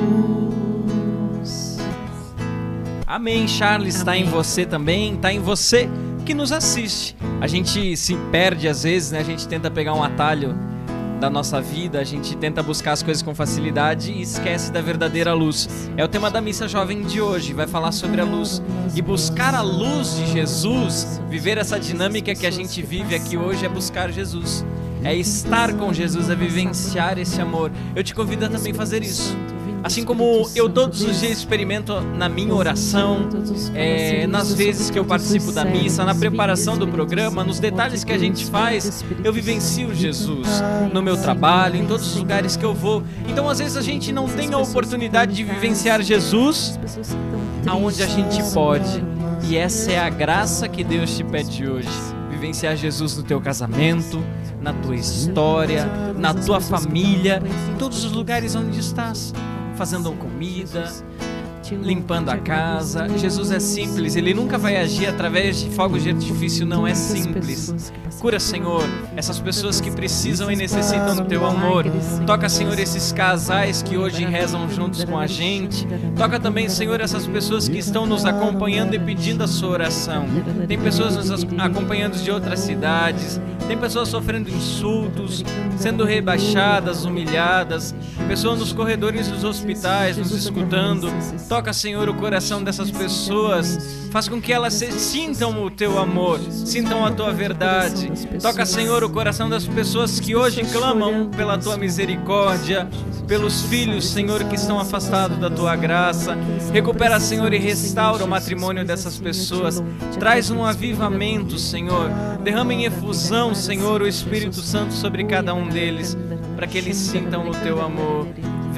luz. Amém, Charles, está em você também, está em você que nos assiste. A gente se perde às vezes, né? A gente tenta pegar um atalho da nossa vida, a gente tenta buscar as coisas com facilidade e esquece da verdadeira luz. É o tema da missa jovem de hoje, vai falar sobre a luz. E buscar a luz de Jesus, viver essa dinâmica que a gente vive aqui hoje é buscar Jesus. É estar com Jesus, é vivenciar esse amor. Eu te convido a também fazer isso. Assim como eu todos os dias experimento na minha oração, é, nas vezes que eu participo da missa, na preparação do programa, nos detalhes que a gente faz, eu vivencio Jesus no meu trabalho, em todos os lugares que eu vou. Então às vezes a gente não tem a oportunidade de vivenciar Jesus aonde a gente pode. E essa é a graça que Deus te pede hoje. Vivenciar Jesus no teu casamento, na tua história, na tua família, em todos os lugares onde estás, fazendo comida, limpando a casa. Jesus é simples, Ele nunca vai agir através de fogos de artifício, não é simples. Cura, Senhor, essas pessoas que precisam e necessitam do Teu amor. Toca, Senhor, esses casais que hoje rezam juntos com a gente. Toca também, Senhor, essas pessoas que estão nos acompanhando e pedindo a sua oração. Tem pessoas nos acompanhando de outras cidades, tem pessoas sofrendo insultos, sendo rebaixadas, humilhadas, pessoas nos corredores dos hospitais nos escutando. Toca, Senhor, o coração dessas pessoas, faz com que elas se sintam o Teu amor, sintam a Tua verdade. Toca, Senhor, o coração das pessoas que hoje clamam pela Tua misericórdia, pelos filhos, Senhor, que estão afastados da Tua graça. Recupera, Senhor, e restaura o matrimônio dessas pessoas. Traz um avivamento, Senhor. Derrama em efusão, Senhor, o Espírito Santo sobre cada um deles, para que eles sintam o Teu amor.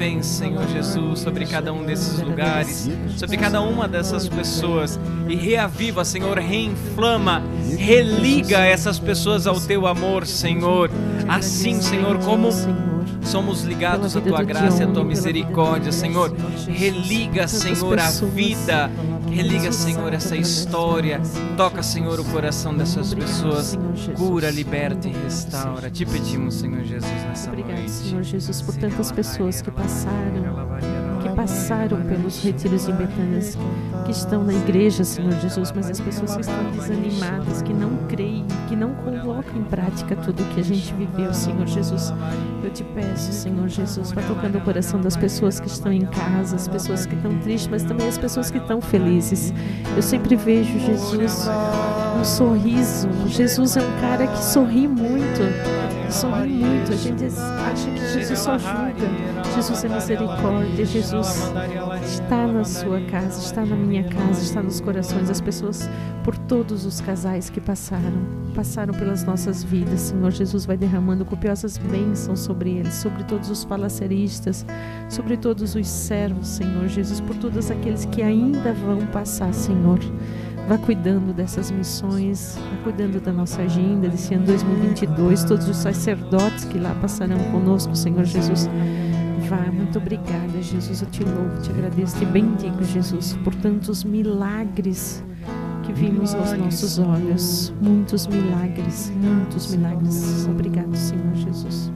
vem, Senhor Jesus, sobre cada um desses lugares, sobre cada uma dessas pessoas e reaviva, Senhor, reinflama, religa essas pessoas ao teu amor, Senhor. Assim, Senhor, como somos ligados à tua graça e à tua misericórdia, Senhor, religa, Senhor, a vida, religa, Senhor, essa história, toca, Senhor, o coração dessas pessoas, cura, liberta e restaura. Te pedimos, Senhor Jesus, nessa noite. Obrigado, Senhor Jesus, por tantas pessoas que passaram, que passaram pelos retiros em Betânia, que estão na igreja, Senhor Jesus, mas as pessoas que estão desanimadas, que não creem, que não colocam em prática tudo o que a gente viveu, Senhor Jesus. Eu te peço, Senhor Jesus, vá tocando o coração das pessoas que estão em casa, as pessoas que estão tristes, mas também as pessoas que estão felizes. Eu sempre vejo, Jesus, um sorriso. Jesus é um cara que sorri muito, sorri muito. A gente acha que Jesus só julga. Jesus é misericórdia. Jesus está na sua casa, está na minha casa, está nos corações das pessoas, por todos os casais que passaram, passaram pelas nossas vidas. Senhor Jesus vai derramando copiosas bênçãos sobre eles, sobre todos os falaceristas, sobre todos os servos, Senhor Jesus, por todos aqueles que ainda vão passar, Senhor. Vá cuidando dessas missões, vá cuidando da nossa agenda desse ano dois mil e vinte e dois, todos os sacerdotes que lá passarão conosco, Senhor Jesus. Vá, muito obrigada, Jesus, eu te louvo, te agradeço, te bendigo, Jesus, por tantos milagres que vimos aos nossos olhos, muitos milagres, muitos milagres. Obrigado, Senhor Jesus.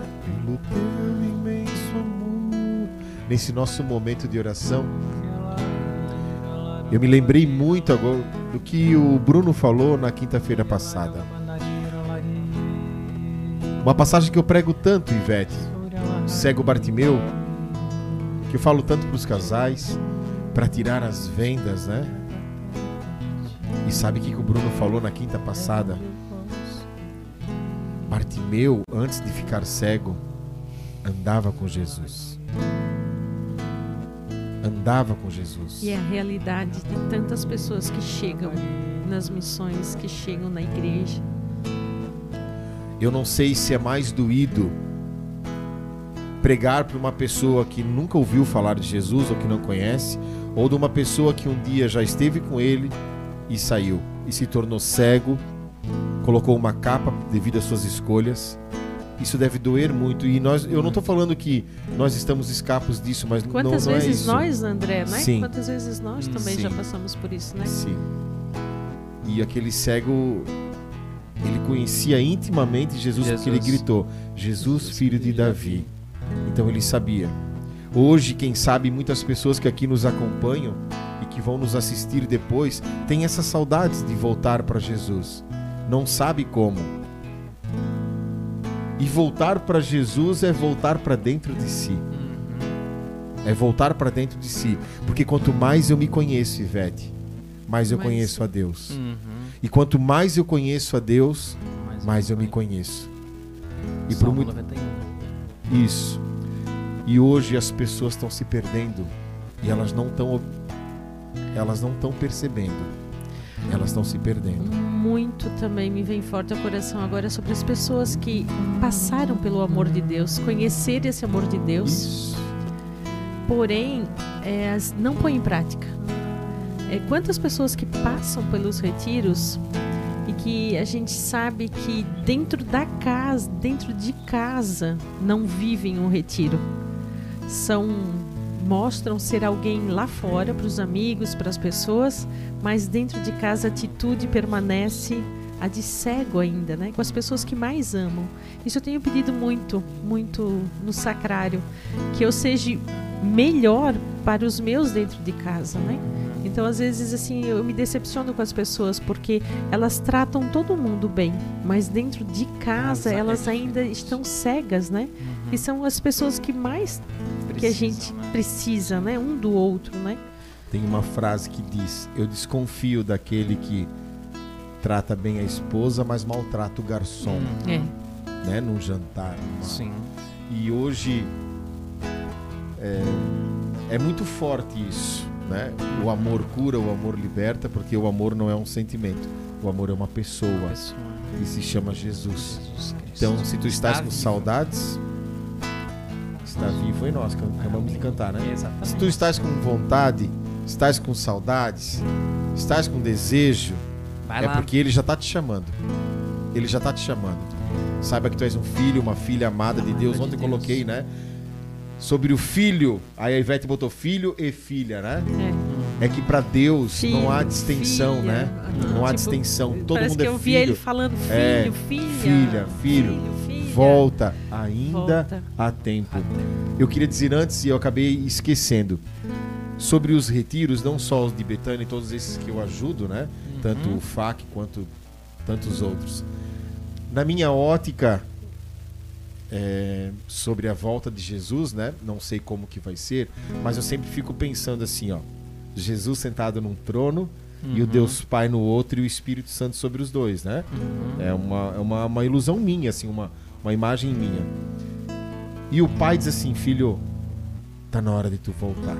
Nesse nosso momento de oração, eu me lembrei muito agora do que o Bruno falou na quinta-feira passada. Uma passagem que eu prego tanto, Ivete, cego Bartimeu, que eu falo tanto para os casais, para tirar as vendas, né? E sabe o que o Bruno falou na quinta passada? Bartimeu, antes de ficar cego, andava com Jesus. Andava com Jesus. E é a realidade de tantas pessoas que chegam nas missões, que chegam na igreja. Eu não sei se é mais doído pregar para uma pessoa que nunca ouviu falar de Jesus ou que não conhece, ou de uma pessoa que um dia já esteve com ele e saiu, e se tornou cego, colocou uma capa devido às suas escolhas. Isso deve doer muito. E nós, eu não estou falando que nós estamos escapos disso, mas Quantas não, não vezes é isso. nós, André, né? Sim. Quantas vezes nós também Sim. já passamos por isso, né? Sim. E aquele cego, ele conhecia intimamente Jesus, Jesus. porque ele gritou: Jesus, filho de Davi. Então ele sabia. Hoje, quem sabe, muitas pessoas que aqui nos acompanham e que vão nos assistir depois têm essas saudades de voltar para Jesus. Não sabe como. E voltar para Jesus é voltar para dentro de si. É voltar para dentro de si. Porque quanto mais eu me conheço, Ivete, mais eu Mas... conheço a Deus. Uhum. E quanto mais eu conheço a Deus, Mais mais eu me conheço. conheço. E por Salmo muito... noventa e um. Isso. E hoje as pessoas estão se perdendo e elas não estão elas não estão percebendo. Elas estão se perdendo. Muito também me vem forte ao coração agora sobre as pessoas que passaram pelo amor de Deus, conhecer esse amor de Deus, Isso. porém é, as- não põem em prática. É, quantas pessoas que passam pelos retiros e que a gente sabe que dentro da casa, dentro de casa, não vivem um retiro. São, mostram ser alguém lá fora para os amigos, para as pessoas, mas dentro de casa a atitude permanece a de cego ainda, né? Com as pessoas que mais amam. Isso eu tenho pedido muito, muito no sacrário, que eu seja melhor para os meus dentro de casa, né? Então, às vezes, assim, eu me decepciono com as pessoas porque elas tratam todo mundo bem, mas dentro de casa elas ainda estão cegas, né? E são as pessoas que mais que a gente precisa, né? Um do outro, né? Tem uma frase que diz: eu desconfio daquele que trata bem a esposa, mas maltrata o garçom, É. né? Num jantar. numa- Sim. E hoje é, é muito forte isso, né? O amor cura, o amor liberta, porque o amor não é um sentimento, o amor é uma pessoa e se chama Jesus. Jesus Cristo. Então, se tu estás Está com vivo. saudades, está vivo em nós, que acabamos de cantar, né? Exatamente. Se tu estás com vontade, estás com saudades, estás com desejo, Vai é lá. porque ele já está te chamando. Ele já está te chamando. Saiba que tu és um filho, uma filha amada de Deus. de Ontem eu Deus. coloquei, né? Sobre o filho. Aí a Ivete botou filho e filha, né? É. É que pra Deus Filho, não há distinção, filha. né? Aham. Não há Tipo, distinção. Todo Parece mundo que é eu filho. vi ele falando filho, É, filha, filha, filho. filha. Volta, ainda Volta. há tempo. Eu queria dizer antes, e eu acabei esquecendo, sobre os retiros, não só os de Betânia e todos esses que eu ajudo, né? Tanto o F A C quanto tantos outros. Na minha ótica, é, sobre a volta de Jesus, né? Não sei como que vai ser, mas eu sempre fico pensando assim, ó. Jesus sentado num trono e o Deus Pai no outro e o Espírito Santo sobre os dois, né? É uma, é uma, uma ilusão minha, assim, uma, uma imagem minha. E o pai diz assim, filho, tá na hora de tu voltar.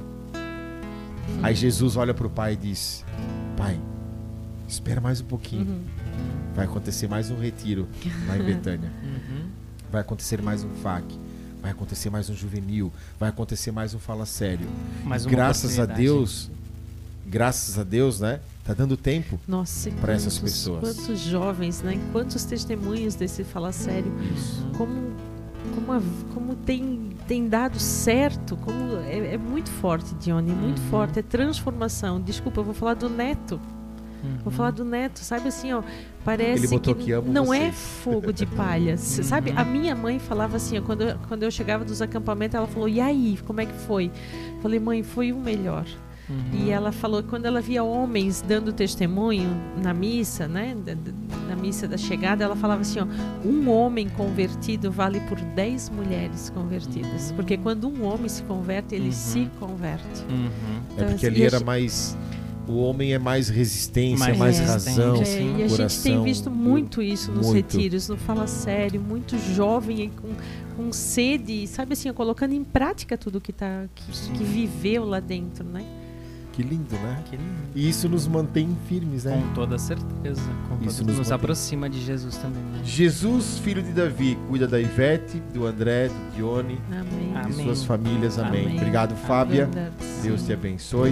Aí Jesus olha pro pai e diz, pai, espera mais um pouquinho. Uhum. Vai acontecer mais um retiro lá em Betânia. Uhum. Vai acontecer mais um F A C. Vai acontecer mais um juvenil. Vai acontecer mais um Fala Sério. Mais uma Graças a oportunidade. Deus, graças a Deus, né? Tá dando tempo. Nossa, e Pra essas quantos- pessoas. Quantos jovens, né? Quantos testemunhos desse Falar Sério. Isso. Como, como, a- como tem, tem dado certo. Como é, é muito forte, Johnny. Muito Uhum. forte. É transformação. Desculpa, eu vou falar do Neto. Uhum. Vou falar do Neto, sabe assim, ó, parece Ele botou que que amo não é vocês. fogo de palha, c- sabe? A minha mãe falava assim, ó, quando eu, quando eu chegava dos acampamentos, ela falou, e aí, como é que foi? Falei, mãe, foi o melhor. Uhum. E ela falou que quando ela via homens dando testemunho na missa, né, da- da- na missa da chegada, ela falava assim, ó, um homem convertido vale por dez mulheres convertidas, porque quando um homem se converte, ele Uhum. se converte. Uhum. É Então, porque assim, ali e a era gente- mais... O homem é mais resistência, Mais mais, resistente, razão, É, sim. e a gente coração. tem visto muito isso nos muito. retiros, no Fala Sério, muito jovem e com, com sede, sabe assim, colocando em prática tudo que, tá, que, que viveu lá dentro, né? Que lindo, né? Que lindo. E isso nos mantém firmes, né? Com toda certeza. Com toda- Isso nos nos mantém. aproxima de Jesus também, né? Jesus, filho de Davi, cuida da Ivete, do André, do Dione Amém. Amém. e suas famílias. Amém. Amém. Obrigado, Fábia. Verdade. Deus te abençoe.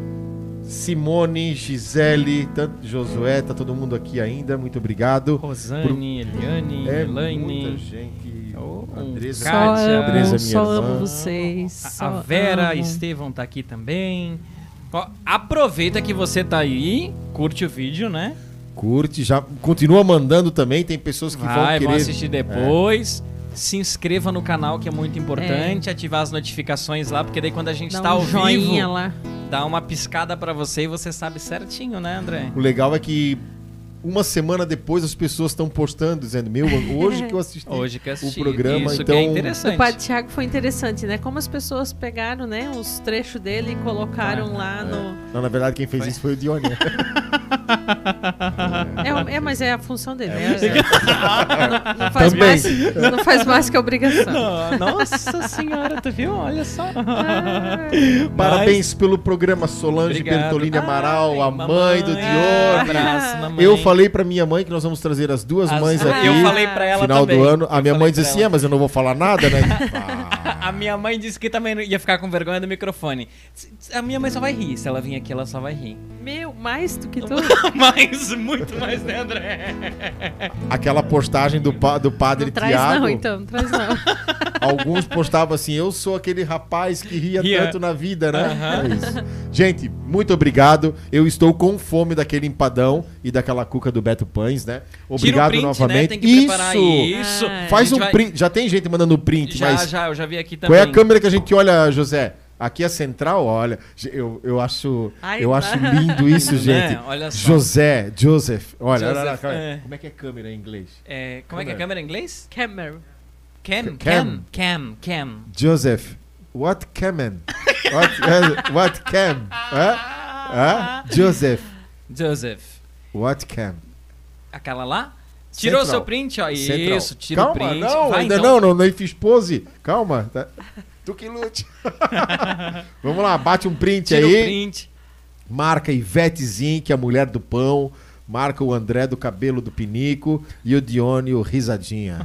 Simone, Gisele, tanto Josué, tá todo mundo aqui ainda. Muito obrigado. Rosane, Eliane, É Elaine. muita gente. Oh, Andresa, Só Kátia, amo, Andresa, minha só irmã. amo vocês. A, só a Vera amo. Estevão tá aqui também. Ó, aproveita que você tá aí, curte o vídeo, né? Curte, já continua mandando também. Tem pessoas que vão Vai, querer. vão assistir depois. Se inscreva no canal, que é muito importante. É. Ativar as notificações lá, porque daí quando a gente Dá está um ao joinha vivo, lá. dá uma piscada pra você e você sabe certinho, né, André? O legal é que uma semana depois as pessoas estão postando, dizendo: Meu, hoje que eu assisti Hoje que eu assisti. o programa, Isso então. que é O interessante. Padre Tiago foi interessante, né? Como as pessoas pegaram, né, os trechos dele e colocaram Ah, lá no... Não, na verdade, quem fez Foi. isso foi o Dione. né? É, o- é, mas é a função dele. É, né? Não, não faz Também. mais, não faz mais que obrigação. Ah, Nossa senhora, tu viu? Olha só. Parabéns pelo programa, Solange Obrigado. Bertolini Amaral, Ai, a mãe do mamãe. Dione. Abraço, mamãe. Eu falei pra minha mãe que nós vamos trazer as duas As- mães Ah, aqui. eu falei pra ela Final também. do ano. A Eu minha falei mãe disse pra assim: ela. é, mas eu não vou falar nada, né? Ah, A minha mãe disse que também ia ficar com vergonha do microfone. A minha mãe só vai rir. Se ela vir aqui, ela só vai rir. Meu, mais do que tu. Mas, muito mais, né, André? aquela postagem do, pa- do padre Não traz Tiago. não, então. Não traz não. Alguns postavam assim: eu sou aquele rapaz que ria Ria. tanto na vida, né? Aham. É isso. Gente, muito obrigado. Eu estou com fome daquele empadão e daquela cuca do Beto Pães, né? Obrigado Tira o print, novamente. né? Tem que preparar isso! isso. Ah, Faz A um gente vai- print. Já tem gente mandando print, Já, mas já, eu já vi aqui qual também. é a câmera que a gente olha, José? Aqui é a central, olha. Eu, eu acho, Ai, eu tá. acho lindo isso, Né? gente. Olha só. José, Joseph. Olha, olha, Joseph, olha, é. como é que é câmera em inglês? É, como é que é a câmera em inglês? Camera. Cam? Cam. Cam. Cam. Cam. Joseph, what cam? What, uh, what cam? Hã? Hã? Joseph, Joseph. what cam? Aquela lá? Tirou o Central. seu print, ó. Central. Isso, tira Calma, o print. não, Vai, ainda então. não, não, nem fiz pose. Calma, tá? Tu que lute. Vamos lá, bate um print Tira aí. o print. Marca Ivetezinho, que é a mulher do pão. marca o André do cabelo do pinico e o Dione o risadinha.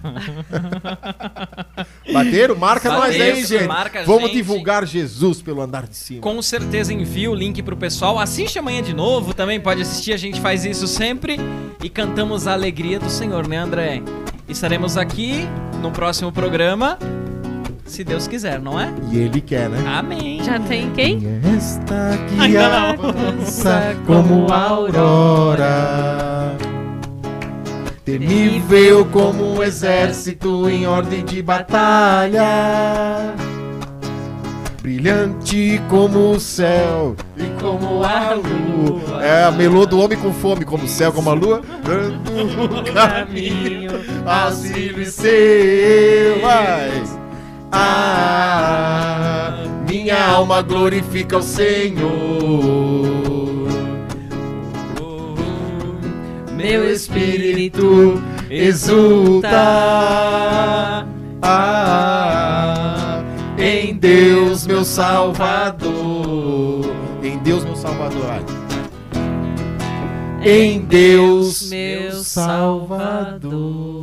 Bateram? Marca Bateu, nós aí, gente. marca a Vamos gente. divulgar Jesus pelo andar de cima. Com certeza envia o link pro pessoal. Assiste amanhã de novo, também pode assistir. A gente faz isso sempre. E cantamos a alegria do Senhor, né, André? Estaremos aqui no próximo programa, se Deus quiser, não é? E ele quer, né? Amém. Já tem quem? Esta que Ainda não. avança como a aurora, temível como um exército em ordem de batalha, brilhante como o céu e como a lua. É a melô do homem com fome, como o céu, como a lua, dando o caminho aos filhos seus. Vai. Ah, minha alma glorifica o Senhor, meu espírito exulta, ah, em Deus meu Salvador, em Deus meu Salvador, ai. Em Deus meu Salvador.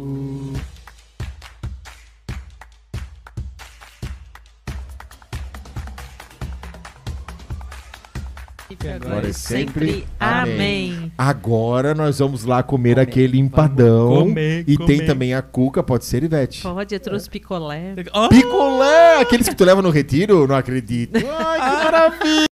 Agora é sempre amém. Agora nós vamos lá comer, comer aquele empadão. Comer, e comer. Tem também a cuca, pode ser, Ivete? Pode, eu trouxe picolé. Oh! Picolé! Aqueles que tu leva no retiro? Não acredito. Ai, que maravilha!